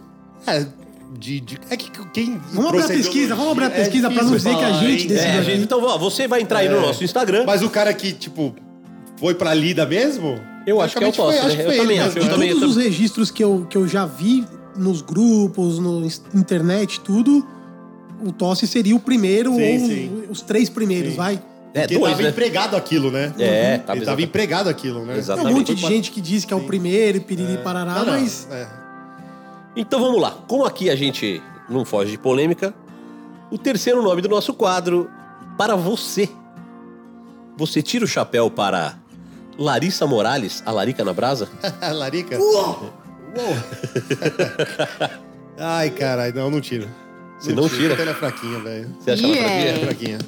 É que quem... Vamos abrir a pesquisa pra não dizer que a gente decidiu aqui. Então, ó, você vai entrar aí no nosso Instagram. Mas o cara que, tipo, foi pra lida mesmo? Eu acho que é o Tossi, Acho né? que Eu foi também ele acho, mesmo. eu também- Todos os registros que eu já vi nos grupos, no internet, tudo, o Tossi seria o primeiro Sim, ou sim. os 3 primeiros, Sim. vai. É, Porque dois, tava né? empregado aquilo, né? É, Ele tava tava exatamente. empregado aquilo, né? Tem Exatamente. um monte de gente que diz que é o primeiro, e piriri parará, Não, mas... Então vamos lá. Como aqui a gente não foge de polêmica, o terceiro nome do nosso quadro, para você. Você tira o chapéu para Larissa Morales, a Larica na Brasa? Larica? Ai, caralho, não tiro. Você não tira? Ela é fraquinha, velho. Você acha ela É fraquinha?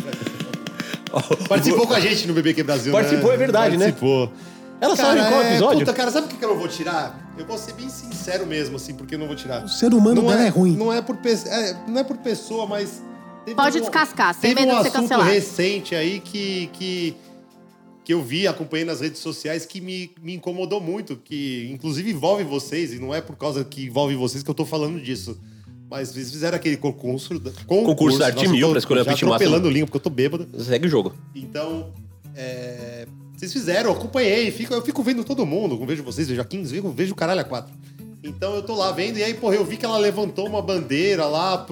fraquinha. Participou com a gente no BBQ Brasil, Participou, né? é verdade, Participou. Ela sabe qual episódio? Puta, cara, sabe por que eu não vou tirar? Eu vou ser bem sincero mesmo, assim, porque eu não vou tirar. O ser humano dela é ruim. Não é por pessoa, mas... Pode descascar, sem teve medo um de ser assunto cancelado. recente aí que eu vi, acompanhei nas redes sociais, que me incomodou muito, que inclusive envolve vocês, e não é por causa que envolve vocês que eu tô falando disso. Mas eles fizeram aquele concurso da Arte Mil pra escolher a Pit Máxima. atropelando o link, porque eu tô bêbado. Segue o jogo. Então, vocês fizeram, eu acompanhei, eu fico vendo todo mundo, eu vejo vocês, vejo a 15, vejo o caralho a 4. Então eu tô lá vendo, e aí, porra, eu vi que ela levantou uma bandeira lá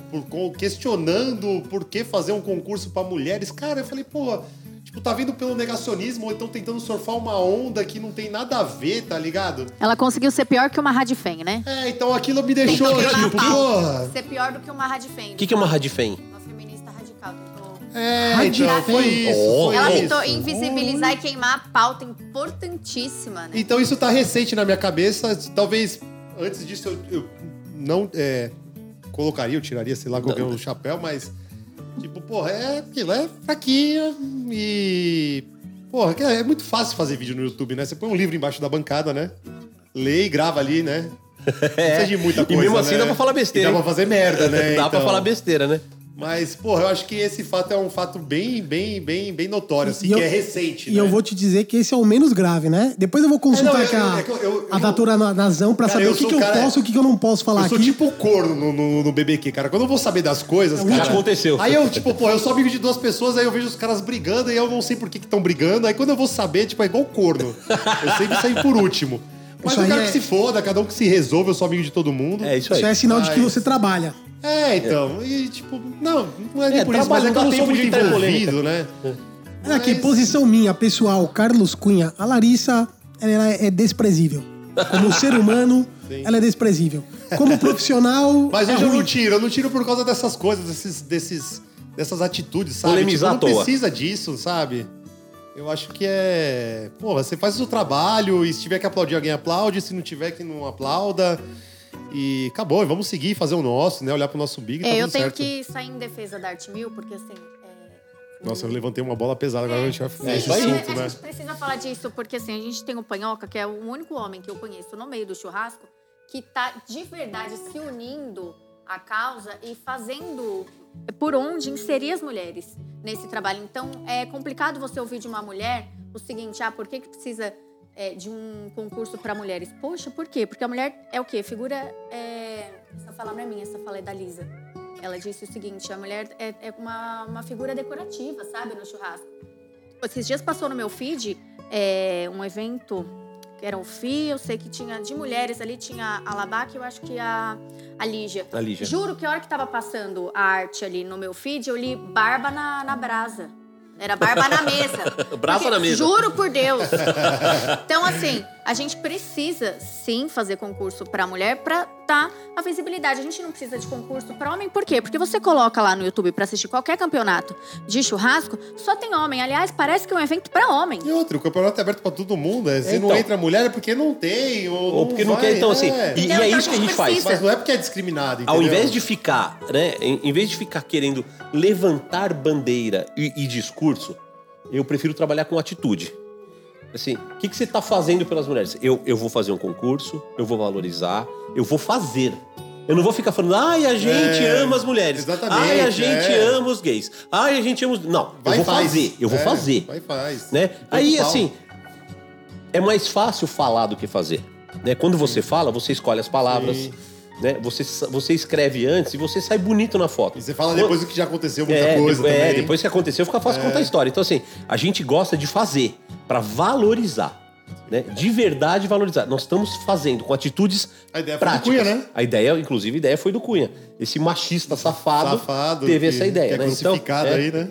questionando por que fazer um concurso pra mulheres. Cara, eu falei, porra, tipo, tá vindo pelo negacionismo, ou então tentando surfar uma onda que não tem nada a ver, tá ligado? Ela conseguiu ser pior que uma Radifem, né? Então aquilo me deixou, tipo, porra... Ser pior do que uma Radifem. O que é uma Radifem? Uma feminista radical. Tentou... então foi isso. Ela tentou invisibilizar e queimar a pauta importantíssima, né? Então isso tá recente na minha cabeça. Talvez antes disso eu não colocaria, eu tiraria, sei lá, qualquer um chapéu, mas tipo, porra, aquilo é fraquinha e... Porra, é muito fácil fazer vídeo no YouTube, né? Você põe um livro embaixo da bancada, né? Lê e grava ali, né? Não precisa de muita coisa, E mesmo assim né? dá pra falar besteira. E dá pra fazer merda, né? Dá pra falar besteira, né? Mas, porra, eu acho que esse fato é um fato bem notório, assim, que é recente, E né? eu vou te dizer que esse é o menos grave, né? Depois eu vou consultar aqui a doutora Nazão pra saber o que eu posso e o que eu não posso falar aqui. Eu sou tipo corno no BBQ, cara. Quando eu vou saber das coisas, O que cara... aconteceu? Aí eu, tipo, porra, eu sou amigo de duas pessoas, aí eu vejo os caras brigando e eu não sei por que estão brigando. Aí quando eu vou saber, tipo, é igual corno. Eu sempre saio por último. Mas Isso eu quero aí que se foda, cada um que se resolva, eu sou amigo de todo mundo. É isso aí. Isso é sinal de que você trabalha. Então. E, tipo, não é nem por isso, mas trabalho, é que eu não não dá sou tempo de muito entrar em polêmica. envolvido, né? Aqui, posição minha, pessoal, Carlos Cunha. A Larissa, ela é desprezível. Como ser humano, ela é desprezível. Como profissional, Mas é hoje ruim. eu não tiro por causa dessas coisas, dessas atitudes, sabe? Polemizar Tipo, à não toa. precisa disso, sabe? Eu acho que é... Porra, você faz o seu trabalho e se tiver que aplaudir, alguém aplaude. Se não tiver, que não aplauda. E acabou, vamos seguir, fazer o nosso, né? Olhar pro nosso big e tá eu tudo tenho certo. que sair em defesa da Arte Mil, porque assim... Nossa, eu levantei uma bola pesada, agora a gente vai Sim, fazer esse isso aí. assunto, a né? gente precisa falar disso, porque assim, a gente tem o Panhoca, que é o único homem que eu conheço no meio do churrasco, que tá de verdade se unindo à causa e fazendo por onde inserir as mulheres nesse trabalho. Então, é complicado você ouvir de uma mulher o seguinte, por que precisa de um concurso para mulheres? Poxa, por quê? Porque a mulher é o quê? Figura... Essa fala não é minha, essa fala é da Lisa. Ela disse o seguinte, a mulher é uma figura decorativa, sabe, no churrasco. Esses dias passou no meu feed um evento, que era o FI, eu sei que tinha de mulheres ali, tinha a Labac e eu acho que a Lígia. A Lígia. Juro que a hora que tava passando a arte ali no meu feed, eu li barba na brasa. Era barba na mesa. Brasa na mesa. Juro por Deus. Então, assim, a gente precisa, sim, fazer concurso pra mulher pra dar a visibilidade. A gente não precisa de concurso pra homem. Por quê? Porque você coloca lá no YouTube pra assistir qualquer campeonato de churrasco, só tem homem. Aliás, parece que é um evento pra homem. E outro, o campeonato é aberto pra todo mundo. Se Então. não entra mulher é porque não tem, ou porque não quer, então, assim, e Então, é então isso que a gente faz. precisa. Mas não é porque é discriminado, entendeu? Ao invés de ficar, né? Em vez de ficar querendo levantar bandeira e discurso, eu prefiro trabalhar com atitude. Assim, o que você tá fazendo pelas mulheres? Eu vou fazer um concurso, eu vou valorizar, eu vou fazer. Eu não vou ficar falando, a gente ama as mulheres. Exatamente. A gente ama os gays. A gente ama os... Não, Vai eu vou faz. fazer. Eu vou fazer. Vai faz. Né? Ponto Aí, pau. assim, é mais fácil falar do que fazer. Né? Quando você fala, você escolhe as palavras. Sim. Né? Você escreve antes e você sai bonito na foto. E você fala depois do que já aconteceu muita coisa também. Depois que aconteceu, fica fácil contar a história. Então, assim, a gente gosta de fazer pra valorizar. Né? De verdade valorizar. Nós estamos fazendo com atitudes A ideia foi do práticas. Cunha, né? A ideia foi do Cunha. Esse machista safado teve essa ideia. que é né? crucificado aí, né?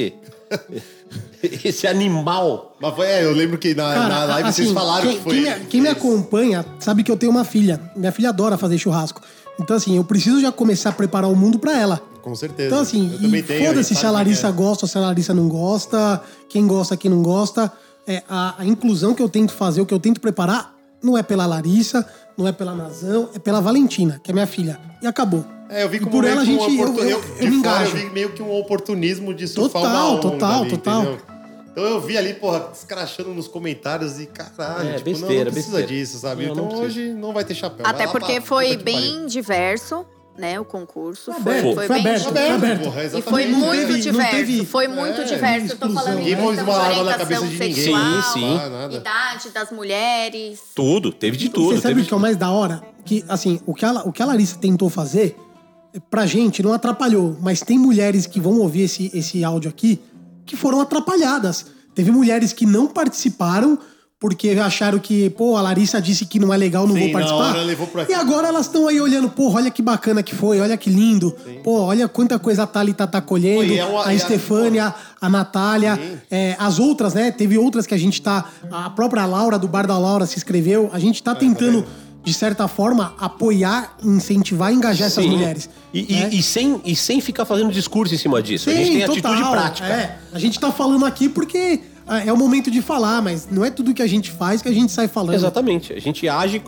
Esse animal. Mas foi, eu lembro que na live vocês falaram que foi... Quem me acompanha sabe que eu tenho uma filha. Minha filha adora fazer churrasco. Então, assim, eu preciso já começar a preparar o mundo pra ela. Com certeza. Então, assim, Eu também tenho, foda-se aí, se a sabe, Larissa gosta ou se a Larissa não gosta. Quem gosta, quem não gosta. A inclusão que eu tento fazer, o que eu tento preparar, não é pela Larissa, não é pela Nazão, é pela Valentina, que é minha filha. E acabou. Eu vi como por meio ela, que gente, de eu fora me engajo. eu vi meio que um oportunismo de surfar Total, uma onda total, ali, total. entendeu? Então eu vi ali, porra, escrachando nos comentários e caralho, tipo, besteira, não precisa besteira. disso, sabe? Não, então não precisa. hoje não vai ter chapéu. Até Vai lá porque pra foi puta que pariu. bem diverso, né? O concurso. Foi Foi aberto, bem foi aberto. Porra, E foi exatamente. muito não diverso. teve- Foi muito diverso. Eu tô falando exclusão. em Ninguém pôs questão uma de arma na orientação cabeça de ninguém. sexual, Sim. Nada. idade das mulheres. Tudo, teve de tudo. Você sabe teve o que é o mais da hora? Que, assim, o que a Larissa tentou fazer, pra gente, não atrapalhou. Mas tem mulheres que vão ouvir esse áudio aqui que foram atrapalhadas. Teve mulheres que não participaram porque acharam que, pô, a Larissa disse que não é legal, não Sim, vou na participar. hora levou pra E agora elas estão aí olhando, pô, olha que bacana que foi, olha que lindo. Pô, olha quanta coisa a Thalita tá colhendo, Pô, e é uma- a e a- Estefânia, a Natália, as outras, né? Teve outras que a gente tá... A própria Laura, do Bar da Laura, se inscreveu. A gente tá tentando, de certa forma, apoiar, incentivar e engajar essas Sim. mulheres. né? E sem ficar fazendo discurso em cima disso. a gente tem total. atitude prática. A gente tá falando aqui porque é o momento de falar, mas não é tudo que a gente faz que a gente sai falando. Exatamente. A gente age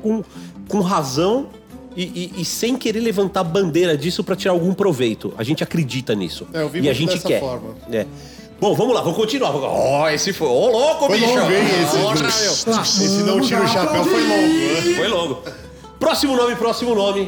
com razão e sem querer levantar bandeira disso pra tirar algum proveito. A gente acredita nisso. Eu vi e a muito gente dessa quer. forma. É. Bom, vamos lá, vamos continuar. Ó, esse foi. Ô, louco, Foi bicho! longo, hein, esse, Porra, viu? meu. Esse não tira o chapéu, foi longo. Foi longo. Próximo nome.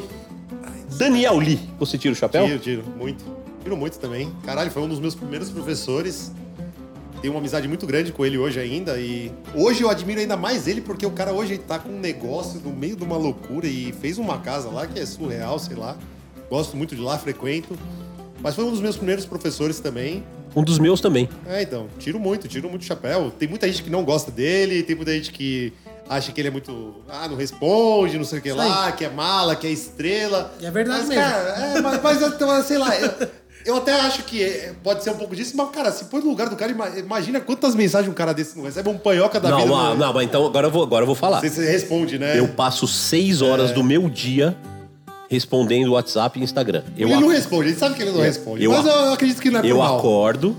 Daniel Lee. Você tira o chapéu? Tiro, muito. Tiro muito também. Caralho, foi um dos meus primeiros professores. Tenho uma amizade muito grande com ele hoje ainda. E hoje eu admiro ainda mais ele, porque o cara hoje tá com um negócio no meio de uma loucura e fez uma casa lá que é surreal, sei lá. Gosto muito de lá, frequento. Mas foi um dos meus primeiros professores também. Um dos meus também. Então, tiro muito chapéu. Tem muita gente que não gosta dele, tem muita gente que acha que ele é muito... não responde, não sei o que lá, que é mala, que é estrela. E é verdade mas, mesmo. Cara, mas então, sei lá, eu até acho que pode ser um pouco disso, mas, cara, se põe no lugar do cara, imagina quantas mensagens um cara desse não recebe, um panhoca da vida. Não, mas então agora eu vou falar. Você responde, né? Eu passo 6 horas do meu dia respondendo WhatsApp e Instagram. Ele não responde, ele sabe que ele não responde. Mas eu acredito que não é por Eu mal. acordo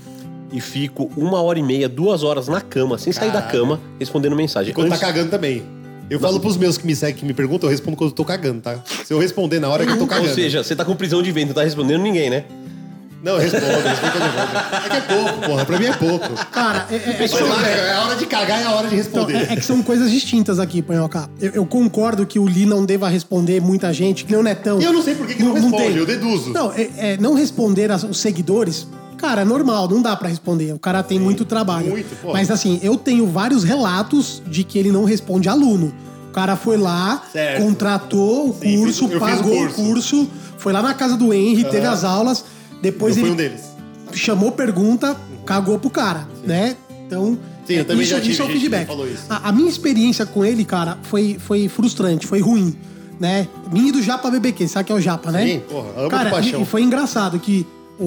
e fico 1h30, 2 horas na cama, sem sair da cama, respondendo mensagem. Quando tá cagando também. Eu falo pros meus que me seguem, que me perguntam, eu respondo quando eu tô cagando, tá? Se eu responder na hora que eu tô cagando. Ou seja, você tá com prisão de vento, não tá respondendo ninguém, né? Não, eu respondo de volta. É que é pouco, porra. Pra mim é pouco. Cara, É a hora de cagar e a hora de então, responder. é que são coisas distintas aqui, Panhoca. Eu concordo que o Lee não deva responder muita gente, que nem o Netão. E eu não sei por que não responde, tem. eu deduzo. Não, não responder os seguidores, cara, é normal, não dá pra responder. O cara tem muito trabalho. muito, pô. Mas assim, eu tenho vários relatos de que ele não responde aluno. O cara foi lá, Certo. contratou o Sim, curso, eu fiz o pagou o curso. curso, foi lá na casa do Henry, teve as aulas, depois Eu fui ele um deles. chamou pergunta, cagou pro cara, né? Então, Sim, eu também isso, já tive isso é o gente que feedback. falou isso. A minha experiência com ele, cara, foi frustrante, foi ruim, né? Minha e do Japa BBQ, sabe que é o Japa, né? Sim, porra, amo cara, de paixão. e foi engraçado que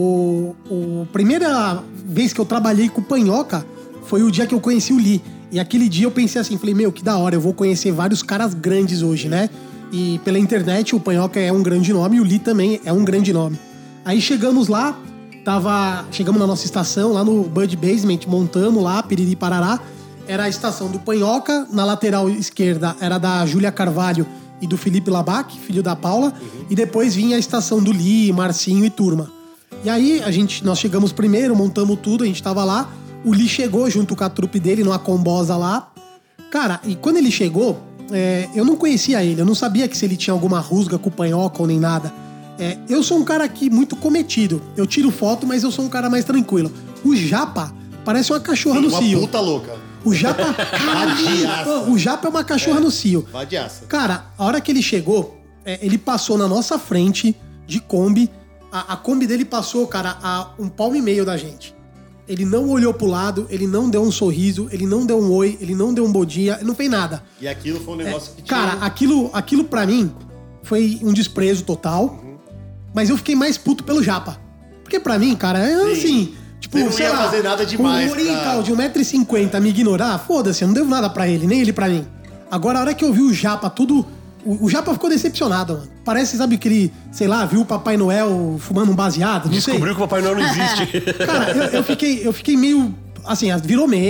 primeira vez que eu trabalhei com o Panhoca foi o dia que eu conheci o Lee. E aquele dia eu pensei assim, falei, meu, que da hora, eu vou conhecer vários caras grandes hoje, né? E pela internet o Panhoca é um grande nome e o Lee também é um grande nome. Aí chegamos lá, chegamos na nossa estação, lá no Bud Basement, montamos lá, Piriri Parará. Era a estação do Panhoca, na lateral esquerda era da Júlia Carvalho e do Felipe Labac, filho da Paula. E depois vinha a estação do Lee, Marcinho e turma. E aí nós chegamos primeiro, montamos tudo, a gente tava lá. O Lee chegou junto com a trupe dele numa combosa lá. Cara, e quando ele chegou, eu não conhecia ele, eu não sabia que se ele tinha alguma rusga com o Panhoca ou nem nada. Eu sou um cara aqui muito cometido. Eu tiro foto, mas eu sou um cara mais tranquilo. O Japa parece uma cachorra no Uma cio. puta louca. O Japa. Vadiaça. O Japa é uma cachorra no cio. Vadiaça. Cara, a hora que ele chegou, ele passou na nossa frente de Kombi. A Kombi dele passou, cara, a 1,5 palmo da gente. Ele não olhou pro lado, ele não deu um sorriso, ele não deu um oi, ele não deu um bom dia, ele não fez nada. E aquilo foi um negócio que Cara, aquilo pra mim foi um desprezo total. Mas eu fiquei mais puto pelo Japa. Porque pra mim, cara, assim... Tipo, Você não sei ia lá, fazer nada demais, um oriental cara. de 1,50 m me ignorar, foda-se, eu não devo nada pra ele, nem ele pra mim. Agora, a hora que eu vi o Japa, tudo... O Japa ficou decepcionado, mano. Parece, sabe, que ele, sei lá, viu o Papai Noel fumando um baseado, não sei. Descobriu que o Papai Noel não existe. Cara, eu fiquei meio... Assim, virou meme.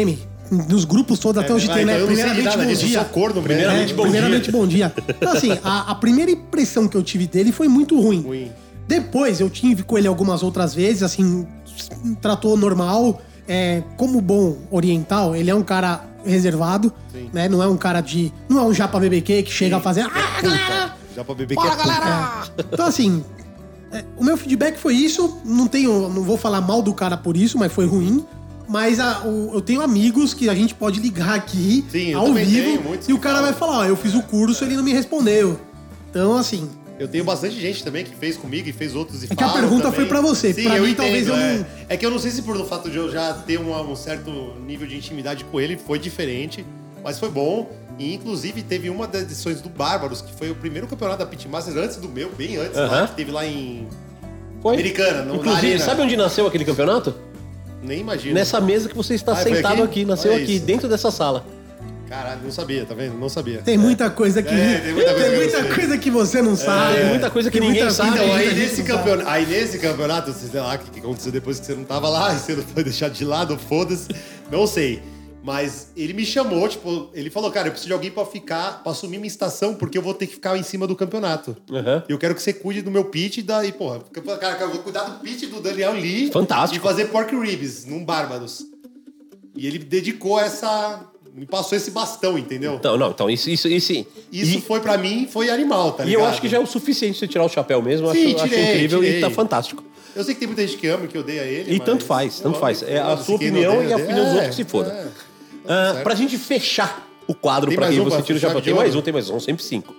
nos grupos todos, até hoje tem, né? Eu não sei de Primeiramente, nada bom disso, eu dia. sou corno, Primeiramente, bom Primeiramente, bom dia. Então, assim, a primeira impressão que eu tive dele foi muito ruim. Depois, eu tive com ele algumas outras vezes, assim, tratou normal. Como bom oriental, ele é um cara reservado, né? Não é um cara de... Não é um japa BBQ que chega a fazer... Ah, galera! Japa BBQ Fala, é puta. galera! Então, assim, o meu feedback foi isso. Não vou falar mal do cara por isso, mas foi ruim. Mas eu tenho amigos que a gente pode ligar aqui, Sim, eu ao também vivo, tenho muitos e o que cara falam. vai falar, ó, eu fiz o curso, ele não me respondeu. Então, assim... Eu tenho bastante gente também que fez comigo e fez outros e É que a falam pergunta também. foi pra você. Sim, Pra eu mim, entendo, talvez eu não... É que eu não sei se por o fato de eu já ter um certo nível de intimidade com ele foi diferente, mas foi bom. E, inclusive, teve uma das edições do Bárbaros, que foi o primeiro campeonato da Pitmasters antes do meu, bem antes, lá, que teve lá em Foi. Americana, na Inclusive, Arena. sabe onde nasceu aquele campeonato? Nem imagino. Nessa mesa que você está foi sentado aqui? aqui. Nasceu Olha aqui, isso. dentro dessa sala. Caralho, não sabia, tá vendo? Não sabia. Tem muita coisa que... tem muita coisa que eu não sei. coisa que você não sabe. Tem muita coisa que Tem ninguém muita sabe. coisa Então, que aí muita nesse, gente não sabe. campeonato, aí nesse campeonato, sei lá, o que aconteceu depois que você não tava lá e você não foi deixado de lado, foda-se, não sei. Mas ele me chamou, tipo, ele falou, cara, eu preciso de alguém pra assumir minha estação, porque eu vou ter que ficar em cima do campeonato. Uhum. Eu quero que você cuide do meu pitch e porra, cara, eu vou cuidar do pitch do Daniel Lee. Fantástico. E fazer pork ribs num Bárbaros. E ele dedicou me passou esse bastão, entendeu? Então isso Isso foi pra mim, foi animal, tá E ligado? eu acho que já é o suficiente você tirar o chapéu mesmo. Eu Sim, acho tirei, incrível tirei. e tá fantástico. Eu sei que tem muita gente que ama, que odeia ele. E mas tanto faz, eu tanto amo, faz. É a foda-se, sua quem não opinião odeia, e a opinião dos odeia. outros que se foda. Certo. Pra gente fechar o quadro Tem pra mais quem um você pra tira o fechar chapéu. de Tem ouro? mais um, sempre 5.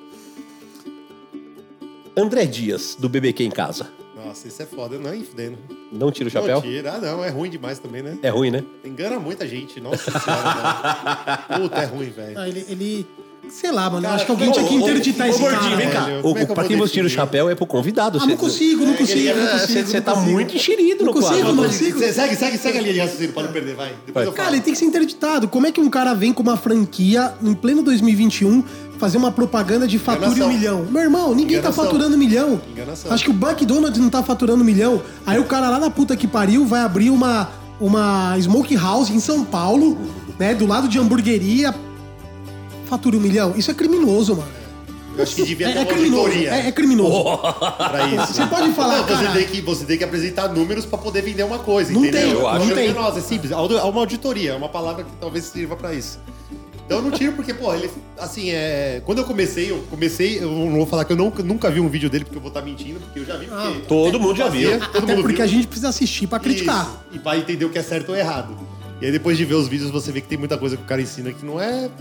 André Dias, do BBQ em casa. Nossa, isso é foda, não é fudendo. Não tira o chapéu? Não tira. Não, é ruim demais também, né? É ruim, né? Engana muita gente, nossa senhora. Mano. Puta, é ruim, velho. Ah, ele... Sei lá, mano. Cara, acho que alguém tinha que interditar esse cara. Gordinho, vem cá. velho. Como é que eu Pra vou quem você tira o definir? chapéu é pro convidado. Não consigo. Você tá muito enxerido no quadro. Não consigo. Segue a linha de raciocínio pra não perder, vai. Depois eu Cara, falo. ele tem que ser interditado. Como é que um cara vem com uma franquia em pleno 2021 fazer uma propaganda de fature Enganação. 1 milhão? Meu irmão, ninguém Enganação. tá faturando 1 milhão. Enganação. Acho que o McDonald's não tá faturando 1 milhão. Aí o cara lá na puta que pariu vai abrir uma smoke house em São Paulo, né? Do lado de hamburgueria. Fatura 1 milhão. Isso é criminoso, mano. Eu acho que devia ter uma criminoso. auditoria É criminoso. pra isso. Você pode falar, Não, cara. você tem que apresentar números pra poder vender uma coisa, Não entendeu? tem, Eu não acho tem. que, nossa, é simples. Uma auditoria, é uma palavra que talvez sirva pra isso. Então eu não tiro porque, pô, ele, assim, quando eu comecei, eu não vou falar que eu nunca vi um vídeo dele porque eu vou estar mentindo, porque eu já vi. Porque Todo mundo já viu. Todo Até mundo porque viu. a gente precisa assistir pra criticar. Isso, e pra entender o que é certo ou errado. E aí depois de ver os vídeos você vê que tem muita coisa que o cara ensina que não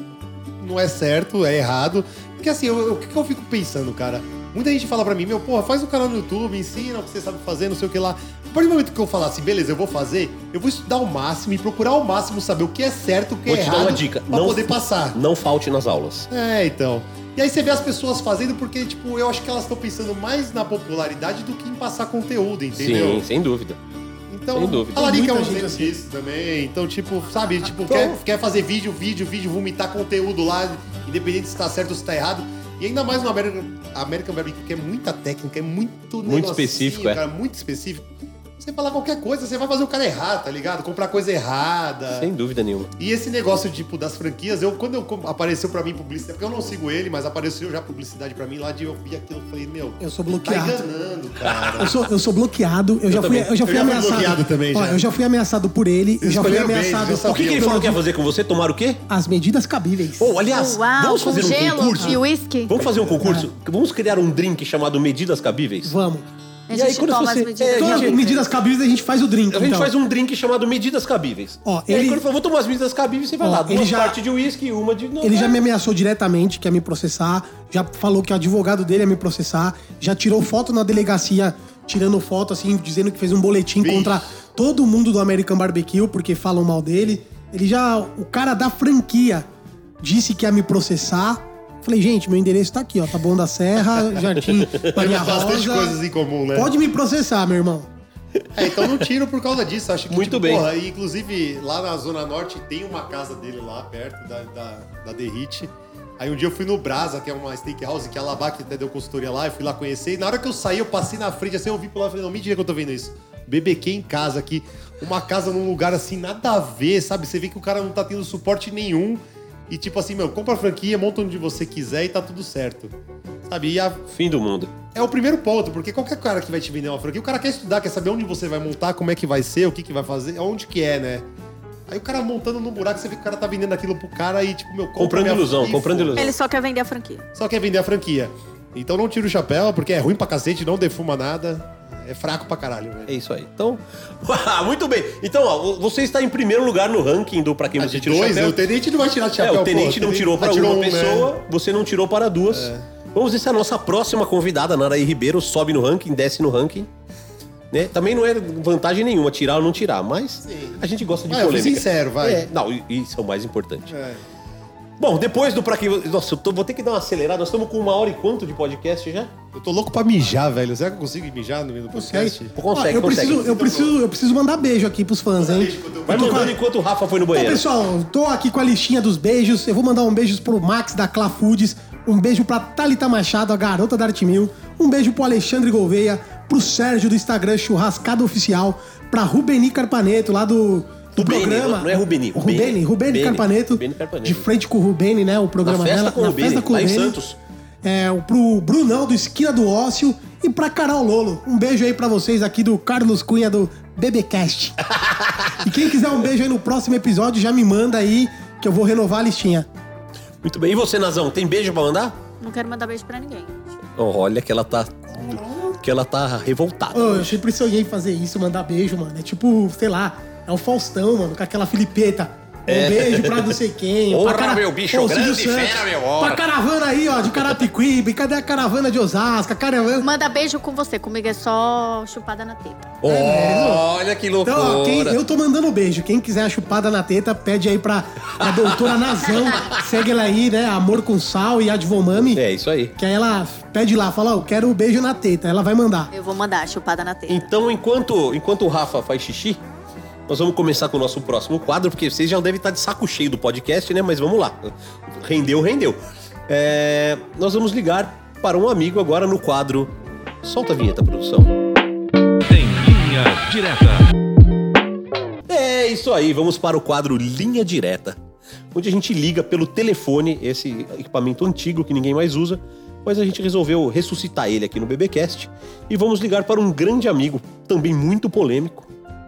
é certo, é errado. Porque assim, o que eu fico pensando, cara? Muita gente fala pra mim, porra, faz um canal no YouTube, ensina o que você sabe fazer, não sei o que lá. A partir do momento que eu falar assim, beleza, eu vou fazer, eu vou estudar ao máximo e procurar ao máximo saber o que é certo, o que Vou é te errado. dar uma dica. Pra poder passar. Não falte nas aulas. Então. E aí você vê as pessoas fazendo porque, tipo, eu acho que elas estão pensando mais na popularidade do que em passar conteúdo, entendeu? Sim, sem dúvida. Então, Sem dúvida. a Larica é um Tem muita exemplo gente disso também. Então, tipo, sabe, tipo, Então- quer fazer vídeo, vomitar conteúdo lá, independente se tá certo ou se tá errado. E ainda mais no American Barbecue, que é muita técnica, é muito negocinho, específico, cara, muito específico. Você falar qualquer coisa, você vai fazer o cara errado, tá ligado? Comprar coisa errada. Sem dúvida nenhuma. E esse negócio, tipo, das franquias, quando apareceu pra mim publicidade, porque eu não sigo ele, mas apareceu já publicidade pra mim lá, de eu vi aquilo e falei, meu, Eu sou tá bloqueado. enganando, cara. Eu sou bloqueado. Eu já fui fui ameaçado. bloqueado também, Ó, já. eu já fui ameaçado por ele. Eu já fui escolheram bem, ameaçado. já sabia. O que ele falou que ia fazer com você? Tomar o quê? As medidas cabíveis. Ou, aliás, Uau, vamos com fazer um gelo concurso? e whisky. Vamos fazer um concurso? Vamos criar um drink chamado Medidas Cabíveis? Vamos. A E aí, gente quando toma você- as medidas. Todas as medidas cabíveis a gente faz o drink. A gente então. faz um drink chamado Medidas Cabíveis. Ó, E aí, ele- quando for, vou tomar as medidas cabíveis, você vai Ó, lá. ele Duas já- partes de uísque e uma de... Não, Ele já vai. me ameaçou diretamente, quer me processar. Já falou que o advogado dele ia me processar. Já tirou foto na delegacia, tirando foto, assim, dizendo que fez um boletim Vixe. contra todo mundo do American Barbecue, porque falam mal dele. O cara da franquia disse que ia me processar. Falei, gente, meu endereço tá aqui, ó. Tá bom da Serra, Jardim Maria Temos bastante Rosa. coisas em comum, né? Pode me processar, meu irmão. Então não tiro por causa disso. Acho que, Muito bem. Porra, e, inclusive, lá na Zona Norte tem uma casa dele lá, perto da The Hit. Aí um dia eu fui no Brasa, que é uma steakhouse, que a Labac até deu consultoria lá, eu fui lá conhecer. E na hora que eu saí, eu passei na frente, assim, eu vi por lá e falei, não, mentira que eu tô vendo isso. BBQ em casa aqui. Uma casa num lugar assim, nada a ver, sabe? Você vê que o cara não tá tendo suporte nenhum. E tipo assim, compra a franquia, monta onde você quiser e tá tudo certo. Sabe? Fim do mundo. É o primeiro ponto, porque qualquer cara que vai te vender uma franquia, o cara quer estudar, quer saber onde você vai montar, como é que vai ser, o que vai fazer, onde que é, né? Aí o cara montando no buraco, você vê que o cara tá vendendo aquilo pro cara e tipo, comprando ilusão. Ele só quer vender a franquia. Só quer vender a franquia. Então não tira o chapéu, porque é ruim pra cacete, não defuma nada. É fraco pra caralho, velho. É isso aí. Então, muito bem. Então, ó, você está em primeiro lugar no ranking do Pra Quem Você Tira o Chapéu. O Tenente não vai tirar o chapéu. O Tenente não tirou para uma pessoa, né? Você não tirou para duas. Vamos ver se a nossa próxima convidada, Naraí Ribeiro, sobe no ranking, desce no ranking. Né? Também não é vantagem nenhuma tirar ou não tirar, mas a gente gosta de polêmica. Eu fui sincero, vai. Não, isso é o mais importante. Bom, depois do Pra Quem... Nossa, vou ter que dar uma acelerada. Nós estamos com 1h e quanto de podcast já? Eu tô louco pra mijar, velho. Será que eu consigo mijar no meio do podcast? Consegue. Eu preciso mandar beijo aqui pros fãs, hein? Vai mandando enquanto o Rafa foi no banheiro. Então, pessoal, tô aqui com a listinha dos beijos. Eu vou mandar um beijo pro Max da Cla Foods. Um beijo pra Thalita Machado, a garota da Arte Mil. Um beijo pro Alexandre Gouveia. Pro Sérgio do Instagram Churrascada Oficial. Pra Rubeni Carpaneto, lá do programa. Não é Rubeni. Rubeni Carpaneto. De frente com o Rubeni, né? O programa dela. Na festa com o Rubeni, lá em Santos. Pro Brunão do Esquina do Ócio. E pra Carol Lolo. Um beijo aí pra vocês aqui do Carlos Cunha do BBcast. E quem quiser um beijo aí no próximo episódio, já me manda aí que eu vou renovar a listinha. Muito bem. E você, Nazão, tem beijo pra mandar? Não quero mandar beijo pra ninguém. Olha que ela tá revoltada. Eu sempre sonhei fazer isso, mandar beijo, mano. É tipo, sei lá, é o Faustão, mano, com aquela filipeta. Um beijo pra não sei quem. Ora, meu bicho grande, fera, meu ó. Pra caravana aí, ó, de Carapicuíba. Cadê a caravana de Osasco? Caravana... Manda beijo com você. Comigo é só chupada na teta. Olha que loucura. Então, ó, eu tô mandando beijo. Quem quiser a chupada na teta, pede aí pra a doutora Nazão. Segue ela aí, né? Amor com Sal e Advomami. É isso aí. Que aí ela pede lá, fala, eu quero o beijo na teta. Ela vai mandar. Eu vou mandar a chupada na teta. Então, enquanto o Rafa faz xixi, nós vamos começar com o nosso próximo quadro, porque vocês já devem estar de saco cheio do podcast, né? Mas vamos lá. Rendeu. Nós vamos ligar para um amigo agora no quadro. Solta a vinheta, produção. Em linha direta. É isso aí, vamos para o quadro Linha Direta, onde a gente liga pelo telefone, esse equipamento antigo que ninguém mais usa, mas a gente resolveu ressuscitar ele aqui no BBcast e vamos ligar para um grande amigo, também muito polêmico.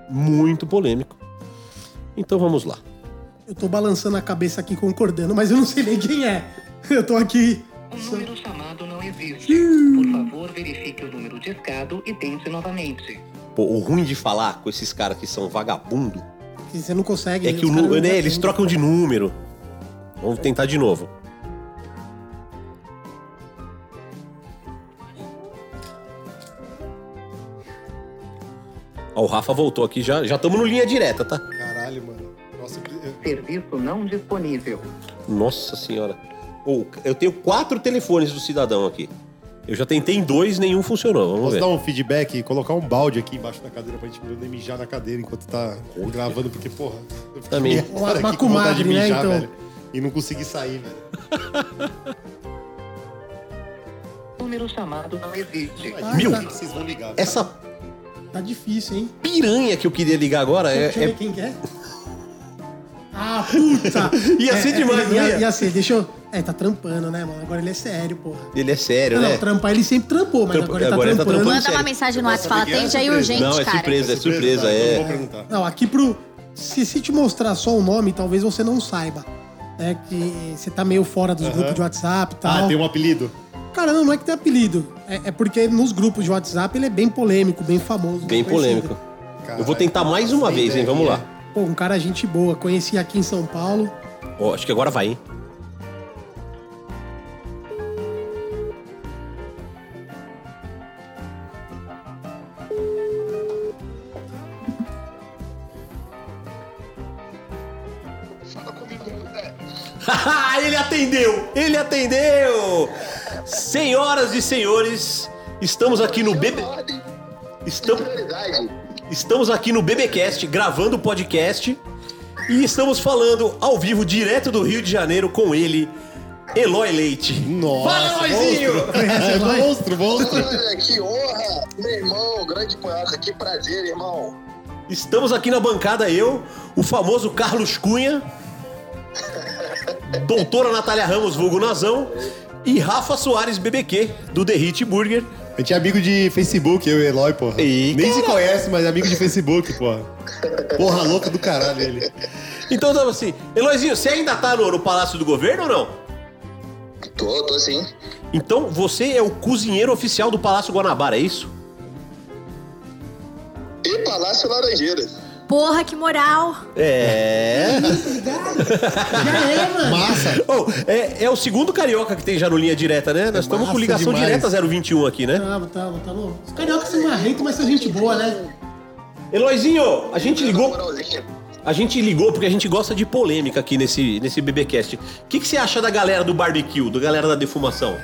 Então vamos lá. Eu tô balançando a cabeça aqui concordando, mas eu não sei nem quem é. Eu tô aqui. O número chamado não existe. Por favor, verifique o número discado e tente novamente. Pô, o ruim de falar com esses caras que são vagabundo Que você não consegue. é que eles trocam de número. Vamos tentar de novo. Ó, o Rafa voltou aqui, já estamos no Linha Direta, tá? Caralho, mano. Nossa, Serviço não disponível. Nossa senhora. Eu tenho 4 telefones do cidadão aqui. Eu já tentei em 2, nenhum funcionou. Vamos posso ver. dar um feedback e colocar um balde aqui embaixo da cadeira pra gente poder mijar na cadeira enquanto tá gravando, porque, porra, eu fiquei Também. meia hora Uma aqui com vontade de comadre, né, mijar, então? velho. E não consegui sair, velho. O número chamado não existe. Mil. Tá, vocês vão ligar. Essa Tá difícil, hein? piranha que eu queria ligar agora Deixa eu ver quem que é. Ah, puta! Ia ser demais, não ia? Ia ser, deixa eu... tá trampando, né, mano? Agora ele é sério, porra. Ele é sério, Não, né? trampar ele sempre trampou, mas agora ele tá trampando. Manda sério. uma mensagem no WhatsApp, fala, atende aí urgente, Não, é cara. surpresa, Então eu vou perguntar. Não, aqui pro... Se te mostrar só o nome, talvez você não saiba. É que você tá meio fora dos grupos de WhatsApp e tal. Ah, tem um apelido? Cara, não é que tem apelido. É porque nos grupos de WhatsApp ele é bem polêmico, bem famoso. Bem polêmico. Eu vou tentar mais uma vez, hein? Vamos lá. Pô, um cara gente boa. Conheci aqui em São Paulo. Ó, acho que agora vai, hein? Ele atendeu! Ele atendeu! Senhoras e senhores, estamos aqui no Estamos aqui no BBcast, gravando o podcast. E estamos falando ao vivo, direto do Rio de Janeiro, com ele, Eloy Leite. Nossa, Fala, Eloyzinho! Monstro. Olha, que honra, meu irmão, grande poeta, que prazer, irmão. Estamos aqui na bancada, eu, o famoso Carlos Cunha, doutora Natália Ramos, vulgo Nazão, e Rafa Soares BBQ, do The Hit Burger. A gente é amigo de Facebook, eu e o Eloy, porra. Ih, nem se conhece, mas é amigo de Facebook, porra. Porra louca do caralho ele. Então, tava assim, Eloyzinho, você ainda tá no Palácio do Governo ou não? Tô sim. Então, você é o cozinheiro oficial do Palácio Guanabara, é isso? E Palácio Laranjeira. Porra, que moral! É. Já é, mano. Massa. Oh, é o segundo carioca que tem já no linha direta, né? Nós estamos com ligação demais. direta 021 aqui, né? Tá louco. Os cariocas são marrentos, mas são gente boa, né? Eloyzinho, a gente ligou. Moralzinha. A gente ligou porque a gente gosta de polêmica aqui nesse BBcast. O que você acha da galera do barbecue, da galera da defumação?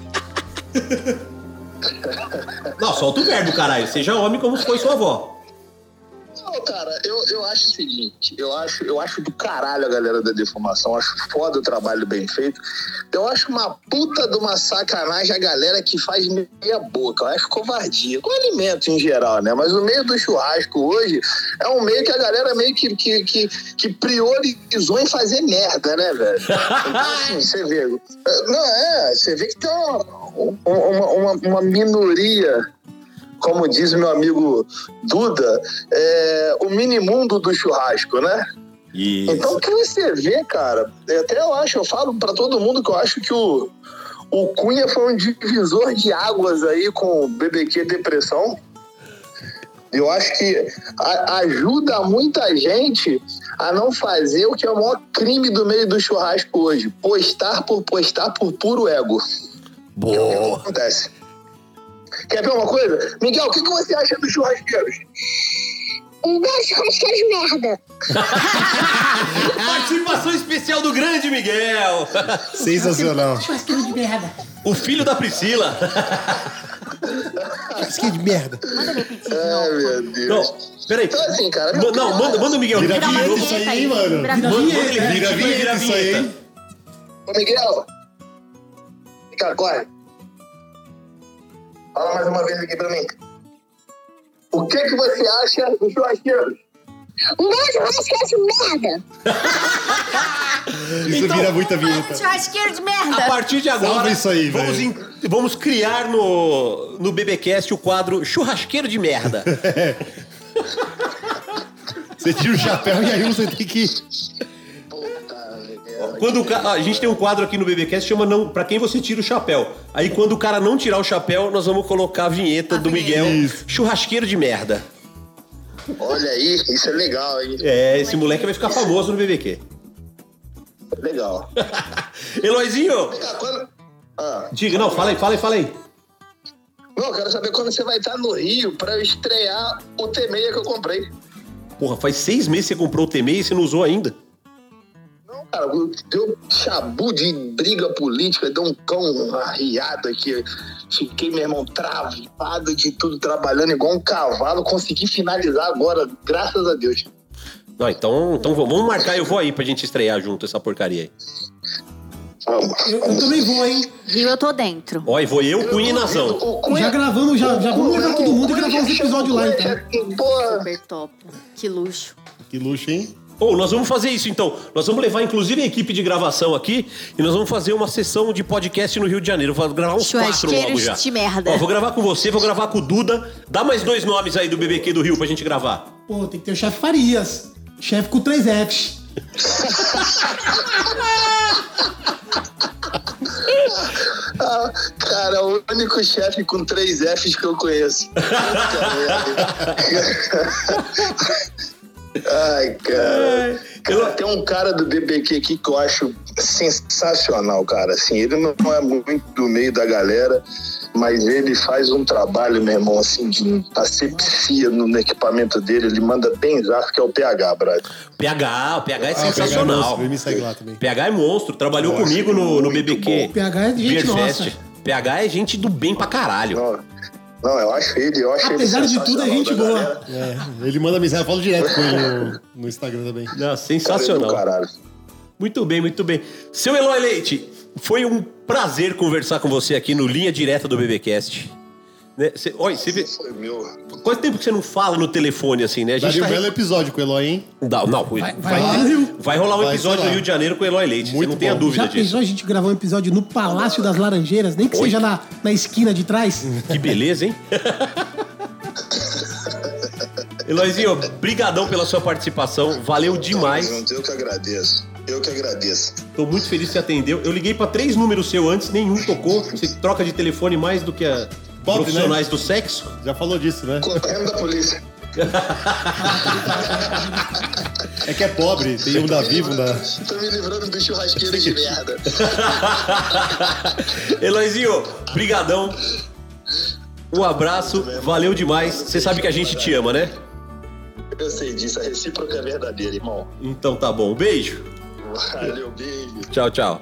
Não, solta o verbo, caralho. Seja homem como foi sua avó. Não, cara, eu acho o seguinte, eu acho do caralho a galera da defumação, acho foda o trabalho bem feito. Eu acho uma puta de uma sacanagem a galera que faz meia boca, eu acho covardia, com alimento em geral, né? Mas o meio do churrasco hoje é um meio que a galera meio que priorizou em fazer merda, né, velho? Então, assim, você vê... Você vê que tem uma minoria... Como diz meu amigo Duda, o minimundo do churrasco, né? Isso. Então o que você vê, cara, eu falo pra todo mundo que eu acho que o Cunha foi um divisor de águas aí com o BBQ Depressão. Eu acho que ajuda muita gente a não fazer o que é o maior crime do meio do churrasco hoje. Postar por puro ego. Boa. É o que acontece. Quer ver uma coisa? Miguel, o que você acha dos churrasqueiros? Churrasqueiros merda. Participação especial do grande Miguel. Sensacional. Churrasqueiro de merda. O filho da Priscila. Churrasqueiro de merda. Manda repetir de Ai, novo. meu Deus. Não, peraí. Então, assim, cara... Manda o Miguel. Vira Vira uma vinheta isso vinheta aí, aí, mano. vira Vira vinheta. vinheta. Vira vinheta isso aí, hein? Ô, Miguel. Miguel, corre. Fala mais uma vez aqui pra mim. O que você acha dos churrasqueiros? Churrasqueiro de merda. Isso vira muita vinheta. Churrasqueiro de merda! A partir de agora, Salve isso aí, vamos criar no BBcast o quadro Churrasqueiro de Merda. Você tira o chapéu e aí você tem que... Quando a gente tem um quadro aqui no BBcast que chama não, pra quem você tira o chapéu. Aí quando o cara não tirar o chapéu, nós vamos colocar a vinheta do Miguel. Isso. Churrasqueiro de Merda. Olha aí, isso é legal, hein? Esse moleque vai ficar famoso no BBQ. Legal. Eloyzinho, Quando... diga, não, fala aí. Não, eu quero saber quando você vai estar no Rio pra eu estrear o T6 que eu comprei. Porra, faz 6 meses que você comprou o T6 e você não usou ainda? Não, cara, deu chabu de briga política, deu um cão arriado aqui. Fiquei, meu irmão, travado de tudo, trabalhando igual um cavalo. Consegui finalizar agora, graças a Deus. Não, então vamos marcar, eu vou aí pra gente estrear junto essa porcaria aí. Eu também vou, hein? Viu? Eu tô dentro. Ó, e vou eu, Cunha e Nação. Já gravamos, já vamos levar todo mundo e gravar uns episódios lá, então. Porra. Super top. Que luxo. Que luxo, hein? Nós vamos fazer isso então. Nós vamos levar inclusive a equipe de gravação aqui e nós vamos fazer uma sessão de podcast no Rio de Janeiro. Vou gravar uns 4 logo já. De merda. Ó, vou gravar com você, vou gravar com o Duda. Dá mais 2 nomes aí do BBQ do Rio pra gente gravar. Pô, tem que ter o chefe Farias. Chefe com 3 Fs. Cara, o único chefe com 3 Fs que eu conheço. Ai, cara. Tem um cara do BBQ aqui que eu acho sensacional, cara. Assim, ele não é muito do meio da galera, mas ele faz um trabalho, meu irmão, assim, de asepsia no equipamento dele. Ele manda bem exato, que é o PH, brother. O PH é sensacional. PH me segue lá também. PH é monstro, trabalhou comigo no BBQ. O PH é de gente Beer nossa. Fest. PH é gente do bem pra caralho. Não, eu acho ele Apesar de tudo, é gente boa. Ele manda mensagem, eu falo direto com ele no Instagram também. Não, sensacional. Caralho. Muito bem, muito bem. Seu Eloy Leite, Foi um prazer conversar com você aqui no Linha Direta do BBcast. Né? Olha, você vê... Foi meu. Quanto tempo que você não fala no telefone, assim, né? A gente Daria um belo episódio com o Eloy, hein? Vai rolar um episódio no Rio de Janeiro com o Eloy Leite. Você não tenha dúvida Já disso. pensou a gente gravar um episódio no Palácio das Laranjeiras? Nem que seja na esquina de trás? Que beleza, hein? Eloyzinho, brigadão pela sua participação. Valeu demais. Eu que agradeço. Tô muito feliz que você atendeu. Eu liguei pra 3 números seu antes, nenhum tocou. Você troca de telefone mais do que a profissionais, né, do sexo. Já falou disso, né? Correndo da polícia. É que é pobre, tem um da Vivo, da... Tô me livrando do churrasqueiro de merda. Eloyzinho, brigadão. Um abraço, valeu demais. Você sabe que a gente te ama, né? Eu sei disso, a recíproca é verdadeira, irmão. Então tá bom, beijo. Valeu, beijo. Tchau, tchau.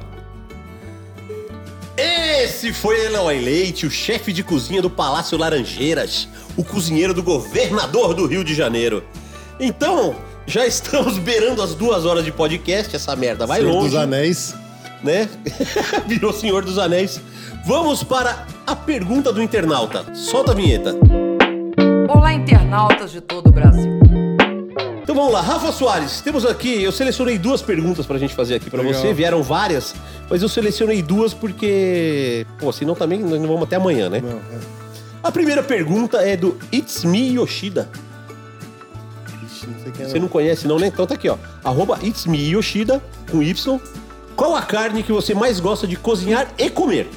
Esse foi Eloy Leite, o chefe de cozinha do Palácio Laranjeiras, o cozinheiro do governador do Rio de Janeiro. Então, já estamos beirando as 2 horas de podcast, essa merda vai longe. Senhor dos Anéis. Né? Virou Senhor dos Anéis. Vamos para a pergunta do internauta. Solta a vinheta. Olá, internautas de todo o Brasil. Então vamos lá, Rafa Soares, temos aqui, eu selecionei 2 perguntas pra gente fazer aqui pra você, vieram várias, mas eu selecionei 2 porque, senão também nós não vamos até amanhã, né? Não, A primeira pergunta é do It's Me Yoshida. Ixi, não sei quem é. Você não conhece não, né? Então tá aqui, ó, @It's Me Yoshida, com Y. Qual a carne que você mais gosta de cozinhar e comer?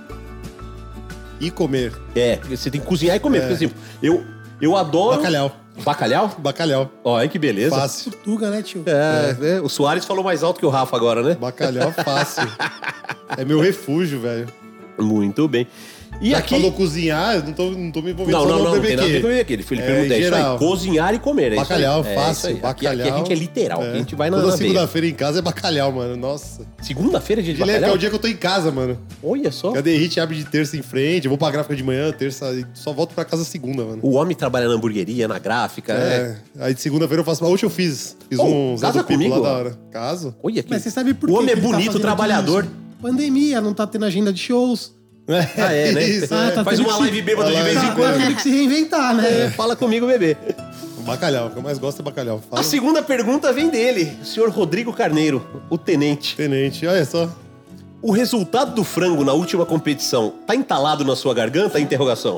E comer. É, você tem que cozinhar e comer, por exemplo, eu adoro... Bacalhau. Bacalhau? Bacalhau. Olha que beleza. Fácil. Portuga, né, tio? É. O Soares falou mais alto que o Rafa agora, né? Bacalhau fácil. É meu refúgio, velho. Muito bem. E Já aqui... que falou cozinhar, eu não tô me envolvendo Não, só no não tem nada a ver com BBQ. aquele. Ele pergunta, é isso aí, cozinhar e comer. É Bacalhau, isso aí. fácil, É isso aí. bacalhau. Aqui a gente é literal, aqui a gente vai na Toda veia. segunda-feira em casa é bacalhau, mano, nossa. Segunda-feira de Que é bacalhau? o dia que eu tô em casa, mano. Olha só. Que a Derrite abre de terça em frente, eu vou pra gráfica de manhã, terça, e só volto pra casa segunda, mano. O homem trabalha na hamburgueria, na gráfica, Aí de segunda-feira eu faço... Hoje eu fiz um Zé casa do Pipo comigo, lá da ó. hora. Caso? Olha aqui. Mas você sabe por O que homem é que ele tá bonito, fazendo trabalhador. tudo isso? Pandemia, não tá tendo agenda de shows. Ah, é, né? Isso, tá Faz tendo uma que live bêbada de vez em Tá quando. tendo que se reinventar, né? Fala comigo, bebê. Bacalhau, o que eu mais gosto é bacalhau. Fala. A segunda pergunta vem dele, o senhor Rodrigo Carneiro, o tenente. Tenente, olha só. O resultado do frango na última competição tá entalado na sua garganta? Interrogação.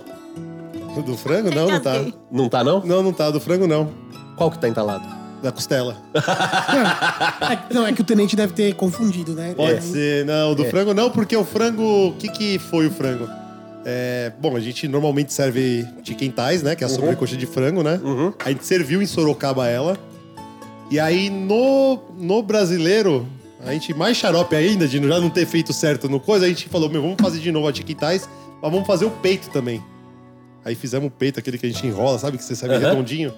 Do frango? Não, não tá. Não tá, não? Não tá. Do frango, não. Qual que tá entalado? Da costela. Não, é que o tenente deve ter confundido, né? Pode ser. Não, do frango não, porque o frango... O que foi o frango? Bom, a gente normalmente serve chicken thighs, né? Que é a sobrecoxa de frango, né? A gente serviu em Sorocaba ela. E aí, no brasileiro, a gente mais xarope ainda, de já não ter feito certo no coisa, a gente falou, vamos fazer de novo a chicken thighs, mas vamos fazer o peito também. Aí fizemos o peito, aquele que a gente enrola, sabe? Que você serve redondinho.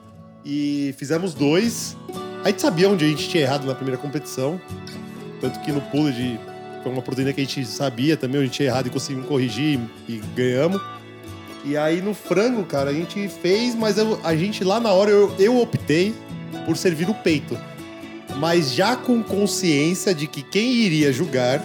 E fizemos 2. A gente sabia onde a gente tinha errado na primeira competição. Tanto que no pulled foi uma proteína que a gente sabia também onde tinha errado e conseguimos corrigir e ganhamos. E aí no frango, cara, a gente fez, mas a gente lá na hora eu optei por servir o peito. Mas já com consciência de que quem iria julgar,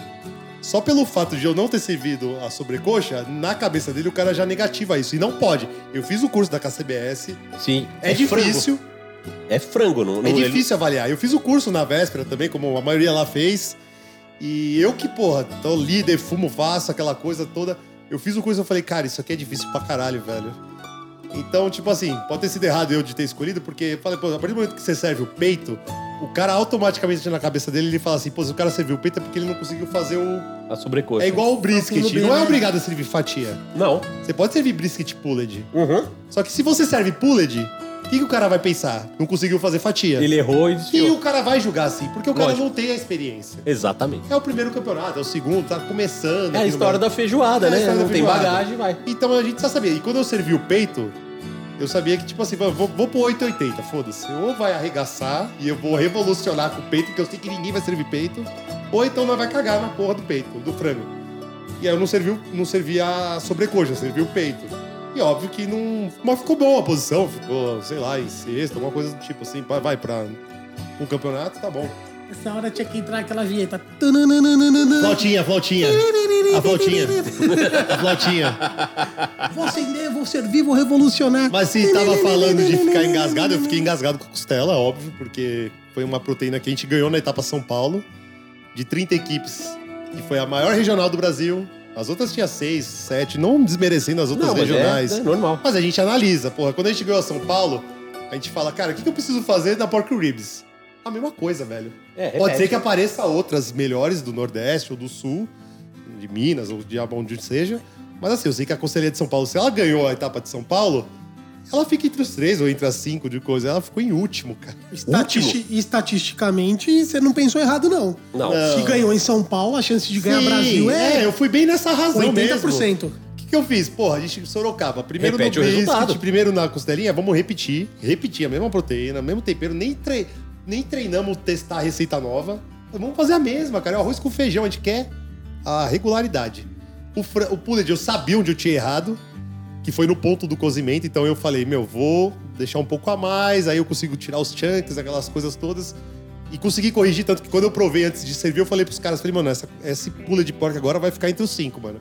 só pelo fato de eu não ter servido a sobrecoxa, na cabeça dele o cara já negativa isso. E não pode. Eu fiz o curso da KCBS. Sim. É difícil. Frango. É frango, não É difícil avaliar. Eu fiz o curso na véspera também, como a maioria lá fez. E eu que, tô líder, fumo, faço aquela coisa toda. Eu fiz o curso e falei, cara, isso aqui é difícil pra caralho, velho. Então, tipo assim, pode ter sido errado eu de ter escolhido, porque falei, a partir do momento que você serve o peito, o cara automaticamente na cabeça dele, ele fala assim, se o cara serviu o peito é porque ele não conseguiu fazer a sobrecoxa. É igual o brisket, não é obrigado a servir fatia. Não. Você pode servir brisket pulled. Só que se você serve pulled, o que o cara vai pensar? Não conseguiu fazer fatia. Ele errou e desviou. E o cara vai julgar assim, porque o cara não tem a experiência. Exatamente. É o primeiro campeonato, é o segundo, tá começando. É a história da feijoada, né? Não tem bagagem, vai. Então a gente já sabia. E quando eu servi o peito, eu sabia que, tipo assim, vou pro 880, foda-se. Ou vai arregaçar e eu vou revolucionar com o peito, porque eu sei que ninguém vai servir peito, ou então nós vai cagar na porra do peito, do frango. E aí eu não servi a sobrecoxa, servi o peito. E óbvio que não... Mas ficou bom a posição, ficou, sei lá, em sexta, alguma coisa do tipo assim, vai pra um campeonato, tá bom. Essa hora tinha que entrar aquela vinheta. Flautinha. A flautinha. A flautinha. Vou acender, vou servir, vou revolucionar. Mas se tava falando de ficar engasgado, eu fiquei engasgado com costela, óbvio, porque foi uma proteína que a gente ganhou na etapa São Paulo, de 30 equipes, que foi a maior regional do Brasil. As outras tinha 6, 7, não desmerecendo as outras regionais. É normal. Mas a gente analisa, porra, quando a gente ganhou a São Paulo, a gente fala, cara, o que eu preciso fazer na Pork Ribs? A mesma coisa, velho. Pode ser que apareça outras melhores do Nordeste ou do Sul, de Minas ou de onde seja. Mas assim, eu sei que a Conselheira de São Paulo, se ela ganhou a etapa de São Paulo, ela fica entre os 3 ou entre as 5 de coisa. Ela ficou em último, cara. Estatisticamente, você não pensou errado, não. Se ganhou em São Paulo, a chance de ganhar Brasil eu fui bem nessa razão 80%. mesmo. O que eu fiz? Porra, a gente Sorocaba. Primeiro Repete no o resultado. primeiro na costelinha, vamos repetir a mesma proteína, o mesmo tempero, nem treinamos testar a receita nova. Vamos fazer a mesma, cara. É o arroz com feijão, a gente quer a regularidade. O pulled, eu sabia onde eu tinha errado, que foi no ponto do cozimento, então eu falei, vou deixar um pouco a mais, aí eu consigo tirar os chunks, aquelas coisas todas, e consegui corrigir, tanto que quando eu provei antes de servir, eu falei pros caras, mano, esse pulled de porco agora vai ficar entre os 5, mano.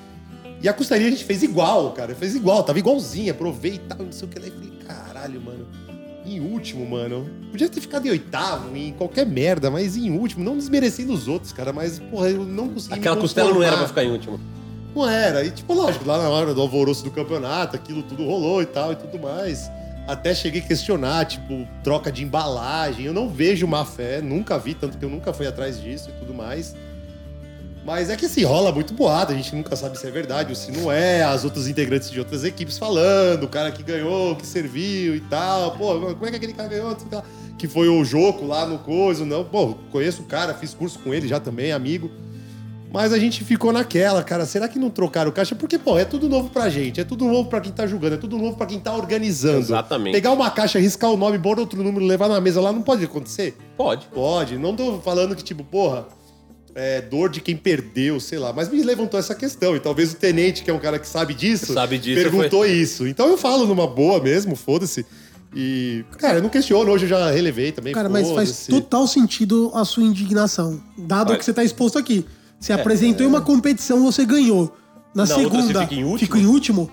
E a costelinha a gente fez igual, cara, tava igualzinha, provei e tal, não sei o que lá, e falei, caralho, mano, em último, mano, podia ter ficado em 8º, em qualquer merda, mas em último, não desmerecendo os outros, cara, mas, porra, eu não consegui. Aquela costela não era pra ficar em último. Não era. E, tipo, lógico, lá na hora do alvoroço do campeonato, aquilo tudo rolou e tal e tudo mais. Até cheguei a questionar, tipo, troca de embalagem. Eu não vejo má fé, nunca vi, tanto que eu nunca fui atrás disso e tudo mais. Mas é que, assim, rola muito boato, a gente nunca sabe se é verdade ou se não é. As outras integrantes de outras equipes falando, o cara que ganhou, que serviu e tal. Pô, como é que aquele cara ganhou? Que foi o Joco lá no coisa, não. Pô, conheço o cara, fiz curso com ele já também, amigo. Mas a gente ficou naquela, cara, será que não trocaram o caixa? Porque, pô, é tudo novo pra gente, é tudo novo pra quem tá julgando, é tudo novo pra quem tá organizando. Exatamente. Pegar uma caixa, riscar o nome, pôr outro número, levar na mesa lá, não pode acontecer? Pode. Pode. Não tô falando que, tipo, porra, é dor de quem perdeu, sei lá. Mas me levantou essa questão. E talvez o tenente, que é um cara que sabe disso perguntou isso. Então eu falo numa boa mesmo, foda-se. E, cara, eu não questiono, hoje eu já relevei também. Cara, mas faz total sentido a sua indignação, dado que você tá exposto aqui. Você apresentou em uma competição, você ganhou. Na segunda, fica em último.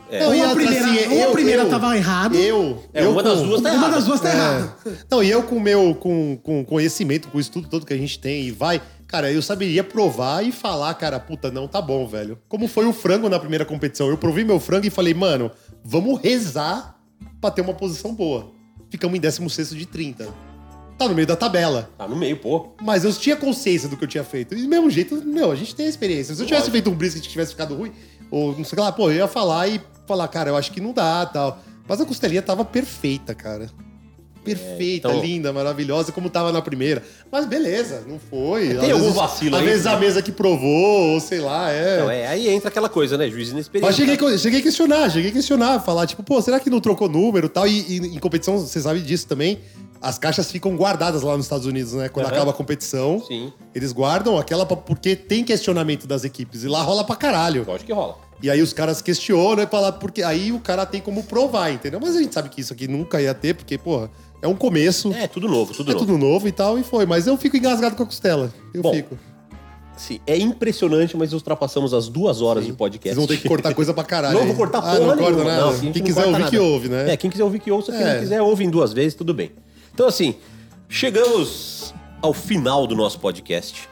Ou a primeira tava errado. Uma das duas tá errada. Uma das duas tá errada. Não, e eu com conhecimento, com o estudo todo que a gente tem e vai... Cara, eu saberia provar e falar, cara, puta, não, tá bom, velho. Como foi o frango na primeira competição. Eu provei meu frango e falei, mano, vamos rezar pra ter uma posição boa. Ficamos em 16º de 30. Tá no meio da tabela. Tá no meio, pô. Mas eu tinha consciência do que eu tinha feito. E do mesmo jeito, a gente tem a experiência. Se eu tivesse feito um brisket que tivesse ficado ruim, ou não sei lá, pô, eu ia falar, cara, eu acho que não dá, tal. Mas a costelinha tava perfeita, cara. Perfeita, linda, maravilhosa, como tava na primeira. Mas beleza, não foi. Tem algum vacilo aí? Às vezes a mesa que provou, ou sei lá, Não, aí entra aquela coisa, né? Juiz inexperiente. Mas cheguei a questionar, falar, tipo, pô, será que não trocou número e tal? E em competição, você sabe disso também, as caixas ficam guardadas lá nos Estados Unidos, né? Quando acaba a competição, eles guardam aquela porque tem questionamento das equipes. E lá rola pra caralho. Lógico que rola. E aí os caras questionam e falam, porque aí o cara tem como provar, entendeu? Mas a gente sabe que isso aqui nunca ia ter, porque, porra, é um começo. É, tudo novo, tudo novo. Tudo novo e tal, e foi. Mas eu fico engasgado com a costela. Fico. Sim, é impressionante, mas ultrapassamos as 2 horas de podcast. Vocês vão ter que cortar coisa pra caralho. Não vou cortar porra nenhuma. Não, quem quiser ouvir que ouve, né? Quem quiser ouvir que ouça, quem não quiser ouve em 2 vezes, tudo bem. Então, assim, chegamos ao final do nosso podcast.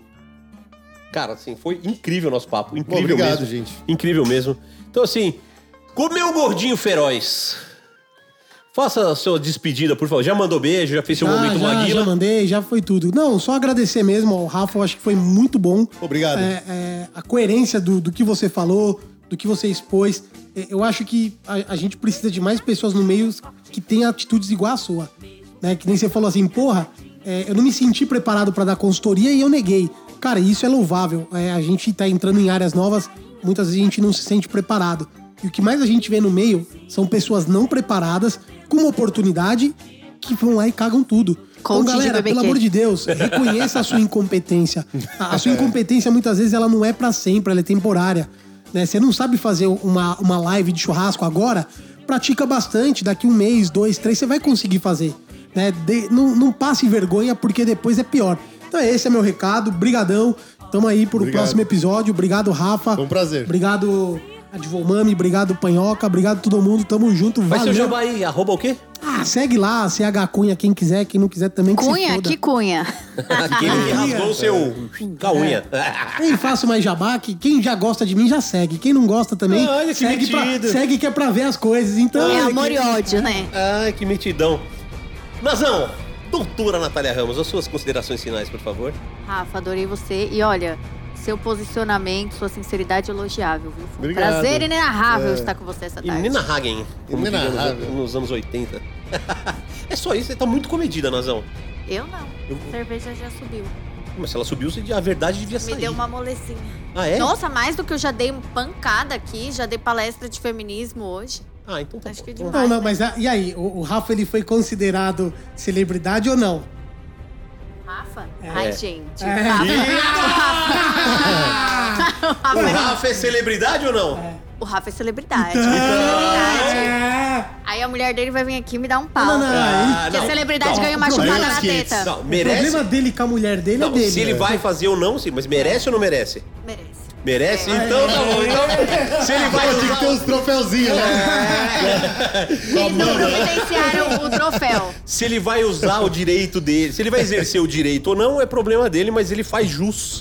Cara, assim, foi incrível o nosso papo. Incrível obrigado, mesmo. gente. Incrível mesmo. Então, assim, comeu gordinho feroz. Faça a sua despedida, por favor. Já mandou beijo, já fez seu momento Maguila? Já mandei, já foi tudo. Não, só agradecer mesmo ao Rafa, eu acho que foi muito bom. Obrigado. A coerência do que você falou, do que você expôs. Eu acho que a gente precisa de mais pessoas no meio que tenham atitudes igual a sua. Né? Que nem você falou assim, porra, eu não me senti preparado para dar consultoria e eu neguei. Cara, isso é louvável. A gente tá entrando em áreas novas, muitas vezes a gente não se sente preparado. E o que mais a gente vê no meio são pessoas não preparadas, com uma oportunidade, que vão lá e cagam tudo. Então, galera, pelo amor de Deus, reconheça a sua incompetência. A sua incompetência, muitas vezes, ela não é pra sempre, ela é temporária. Né? Você não sabe fazer uma live de churrasco agora, pratica bastante, daqui 1 mês, 2, 3, você vai conseguir fazer. né? Não passe vergonha, porque depois é pior. Então esse é meu recado. Brigadão. Tamo aí pro próximo episódio. Obrigado, Rafa. Foi um prazer. Obrigado, Advomami. Obrigado, Panhoca. Obrigado todo mundo. Tamo junto. Vai Valeu. seu jabá aí, @o quê? Segue lá, CH Cunha, quem quiser, quem não quiser também que se Cunha? foda. Que cunha? Aquele que rasgou o seu caunha. Nem faço mais jabá, que quem já gosta de mim já segue. Quem não gosta também, Olha que metido. segue que é pra ver as coisas. Então, É amor e ódio, né? Ai, que metidão. Nazão, doutora Natália Ramos, as suas considerações finais, por favor. Rafa, adorei você. E olha, seu posicionamento, sua sinceridade é elogiável, viu? Foi um Obrigado. prazer inenarrável estar com você essa E tarde. Nina Hagen, como diria Inenarrável. nos anos 80. É só isso, você tá muito comedida, Nazão. Eu não. Cerveja já subiu. Mas se ela subiu, a verdade devia sair. Me deu uma molezinha. Ah, é? Nossa, mais do que eu já dei pancada aqui, já dei palestra de feminismo hoje. Ah, então tá Acho bom. que Então- demais. não, mas e aí? O Rafa, ele foi considerado celebridade ou não? Rafa? Ai, gente. É. O Rafa é celebridade ou não? O Rafa é celebridade. Então. Celebridade. Aí a mulher dele vai vir aqui me dar um pau. Não, Porque a não. celebridade Não, ganha uma o chupada problema na é que- teta. Não, O merece. problema dele com a mulher dele Não, é dele. se ele vai fazer ou não, sim, mas merece ou não merece? Merece. Merece? Então tá bom. Então, se ele vai Tem que ter usar. uns troféuzinhos, né? Eles não providenciaram o troféu. Se ele vai usar o direito dele, se ele vai exercer o direito ou não, é problema dele, mas ele faz jus.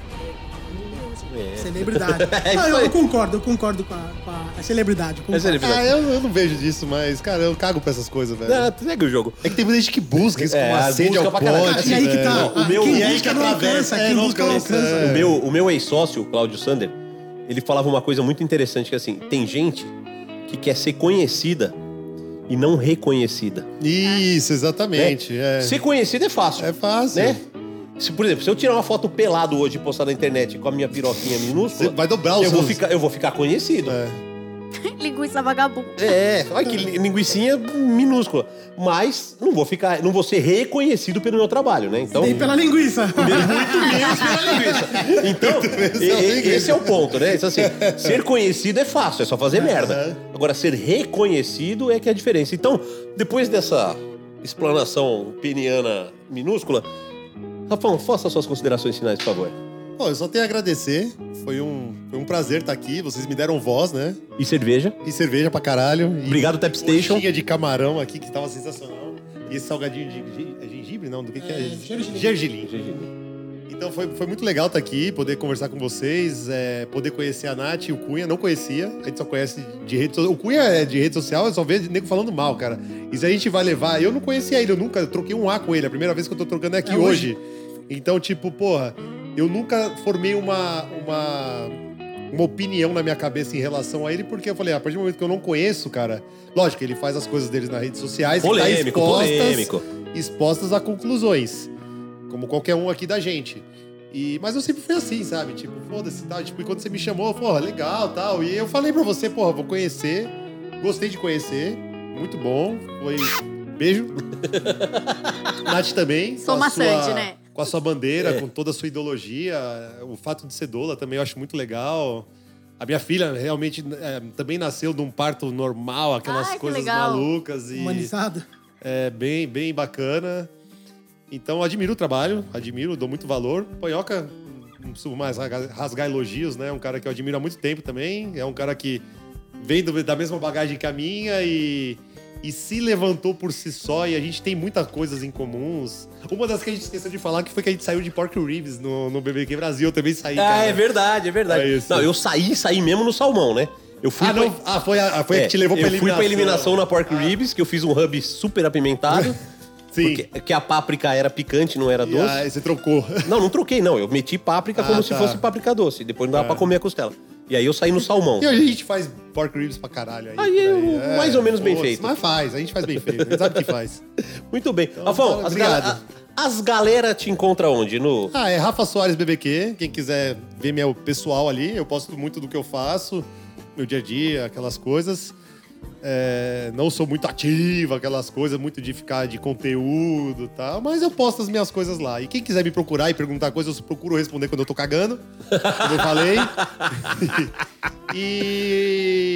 Celebridade. É Não, isso aí. eu concordo com a celebridade. É Concordo. celebridade. Eu não vejo disso, mas, cara, eu cago pra essas coisas, velho. Não, segue o jogo. É que tem muita gente que busca isso com uma sede busca ao pra caralho. pote. E aí que tá. velho. O meu- quem e aí busca que não atravessa, alcança. Quem não busca não alcança. alcança. O meu ex-sócio, o Cláudio Sander, ele falava uma coisa muito interessante, que assim, tem gente que quer ser conhecida e não reconhecida. Isso, exatamente. Né? É. Ser conhecido é fácil. É fácil. Né? Por exemplo, se eu tirar uma foto pelado hoje e postar na internet com a minha piroquinha minúscula, Você vai dobrar os eu vou ficar conhecido. Linguiça vagabunda. Olha que linguicinha minúscula. Mas não vou ser reconhecido pelo meu trabalho, né? Então, Nem pela linguiça. muito menos pela linguiça. Então, esse é o ponto, né? Então, assim, ser conhecido é fácil, é só fazer merda. Agora, ser reconhecido é que é a diferença. Então, depois dessa explanação peniana minúscula, Rafão, faça suas considerações finais, por favor. Pô, eu só tenho a agradecer. Foi um prazer estar aqui. Vocês me deram voz, né? E cerveja. E cerveja pra caralho. E Obrigado, Tap Station. coxinha de camarão aqui, que tava sensacional. E esse salgadinho de gengibre, não? Do que é? Gergelim. Então foi muito legal estar aqui, poder conversar com vocês, poder conhecer a Nath e o Cunha. Não conhecia, a gente só conhece de rede social. O Cunha é de rede social, eu só vejo nego falando mal, cara. E se a gente vai levar... Eu não conhecia ele, eu troquei um A com ele. A primeira vez que eu tô trocando é aqui hoje. Então, tipo, porra, eu nunca formei uma opinião na minha cabeça em relação a ele, porque eu falei, a partir do momento que eu não conheço, cara... Lógico, ele faz as coisas deles nas redes sociais. Polêmico, e tá polêmico. expostas a conclusões. Como qualquer um aqui da gente. Mas eu sempre fui assim, sabe? Tipo, foda-se, tal. Tipo, e quando você me chamou, porra, legal, tal. E eu falei pra você, porra, vou conhecer. Gostei de conhecer. Muito bom. Foi... Beijo. Nath também. Sou maçante, né? Com a sua bandeira, com toda a sua ideologia. O fato de ser doula também eu acho muito legal. A minha filha realmente também nasceu de um parto normal, aquelas Ai, que coisas legal. malucas. Humanizado. É bem, bem bacana. Então, admiro o trabalho, dou muito valor. Panhoca, não preciso mais rasgar elogios, né? É um cara que eu admiro há muito tempo também. É um cara que vem da mesma bagagem que a minha e se levantou por si só. E a gente tem muitas coisas em comuns. Uma das que a gente esqueceu de falar que foi que a gente saiu de Pork Ribs no BBQ Brasil. Eu também saí, cara. É verdade, é verdade. É isso. Não, eu saí mesmo no salmão, né? Eu fui foi a que te levou pra eliminação. Eu fui pra eliminação na Pork Ribs, que eu fiz um hub super apimentado. Sim. Porque a páprica era picante, não era doce. Aí você trocou. Não troquei, não. Eu meti páprica como se fosse páprica doce. Depois não dava pra comer a costela. E aí eu saí no salmão. E hoje a gente faz pork ribs pra caralho aí. Aí mais ou menos bem feito. Mas a gente faz bem feito. A gente sabe que faz. Muito bem. Então, Rafão, obrigado. as galera te encontram onde? É Rafa Soares BBQ. Quem quiser ver meu pessoal ali, eu posto muito do que eu faço, meu dia a dia, aquelas coisas. Não sou muito ativo, aquelas coisas, muito de ficar de conteúdo e tal, mas eu posto as minhas coisas lá. E quem quiser me procurar e perguntar coisas, eu procuro responder quando eu tô cagando, como eu falei. E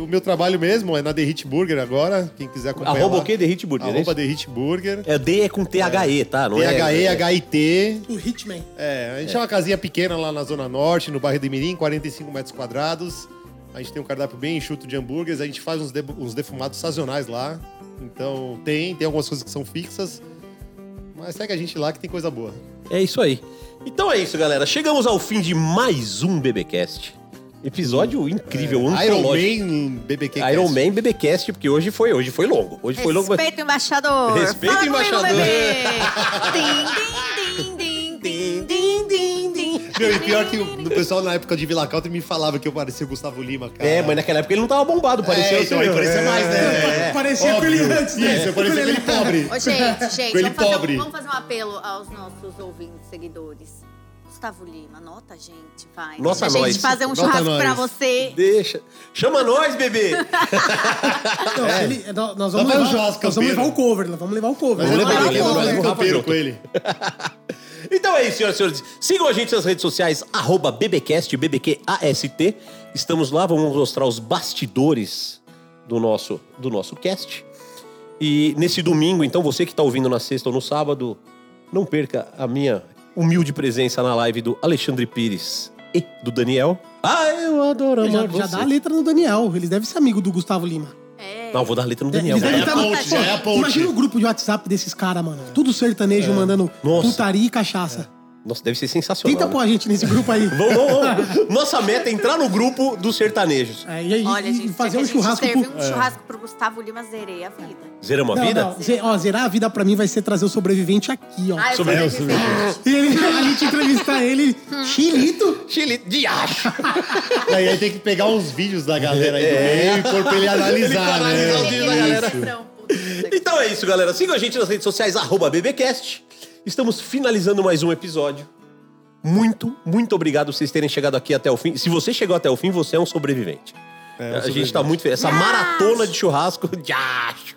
o meu trabalho mesmo é na The Hit Burger agora. Quem quiser acompanhar. Arroba o quê? The Hit Burger? Arroba The Hit Burger. É, D é com THE, tá? Não THE, HIT. O Hitman. A gente é uma casinha pequena lá na Zona Norte, no bairro de Mirim, 45 metros quadrados. A gente tem um cardápio bem enxuto de hambúrgueres. A gente faz uns defumados sazonais lá. Então tem algumas coisas que são fixas. Mas segue a gente lá que tem coisa boa. É isso aí. Então é isso, galera. Chegamos ao fim de mais um BBcast. Episódio incrível, antológico. Iron Man BBcast. Iron Man BBcast, porque hoje foi longo. Hoje foi longo. Respeita o embaixador. Respeita o Fala embaixador. comigo, bebê. Din, din, din, din, din, din. Meu, e pior que o pessoal na época de Vila Country me falava que eu parecia o Gustavo Lima, cara. É, mas naquela época ele não tava bombado, parecia então aí parecia mais, né? Parecia com ele antes, né? Isso, parecia aquele pobre. Ô, gente, Com ele pobre. vamos fazer um apelo aos nossos ouvintes, seguidores. Gustavo Lima, nota a gente, vai. Nota Deixa a nós. gente fazer um Nota churrasco nós. pra você. Deixa. Chama nós, bebê. Nós vamos Vai o levar, churrasco nós vamos campeiro. levar o cover. Nós vamos levar o cover. Mas Vamos levar, eu vamos levo levar. o campeiro com ele. Então é isso, senhoras e senhores. Sigam a gente nas redes sociais, @BBcast, BBQAST. Estamos lá, vamos mostrar os bastidores do nosso cast. E nesse domingo, então, você que está ouvindo na sexta ou no sábado, não perca a minha humilde presença na live do Alexandre Pires e do Daniel. Eu adoro amar Já você. dá a letra no Daniel. Eles devem ser amigos do Gustavo Lima. Não, vou dar a letra no Daniel. Eles devem Já é a ponte, já é a ponte. Imagina o grupo de WhatsApp desses caras, mano. Tudo sertanejo mandando Nossa. putaria e cachaça. Nossa, deve ser sensacional. Tenta pôr a gente nesse grupo aí. Vamos. Nossa meta é entrar no grupo dos sertanejos. E aí, Olha, gente, fazer se um a gente churrasco servir pro... um churrasco pro Gustavo Lima, zerei a vida. Zeramos a vida? Zerar a vida pra mim vai ser trazer o sobrevivente aqui, ó. Ah, eu Sobrevivente. E a gente entrevistar ele, Chilito. Chile de acho. Aí tem que pegar uns vídeos da galera aí do meio e pôr pra ele analisar, né? analisar os vídeos da galera. Então é isso, galera. Sigam a gente nas redes sociais, @BBcast. Estamos finalizando mais um episódio. Muito obrigado por vocês terem chegado aqui até o fim. Se você chegou até o fim, você é um sobrevivente. A gente tá muito feliz. Essa maratona de churrasco de acho.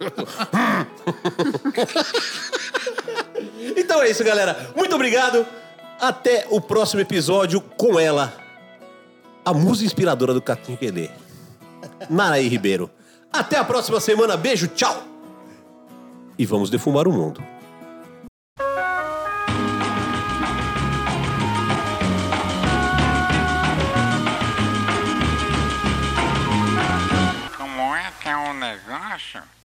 Então é isso, galera. Muito obrigado. Até o próximo episódio com ela, a musa inspiradora do Catinho Quelê, Naraí Ribeiro. Até a próxima semana. Beijo, tchau. E vamos defumar o mundo. Como é que é o negócio?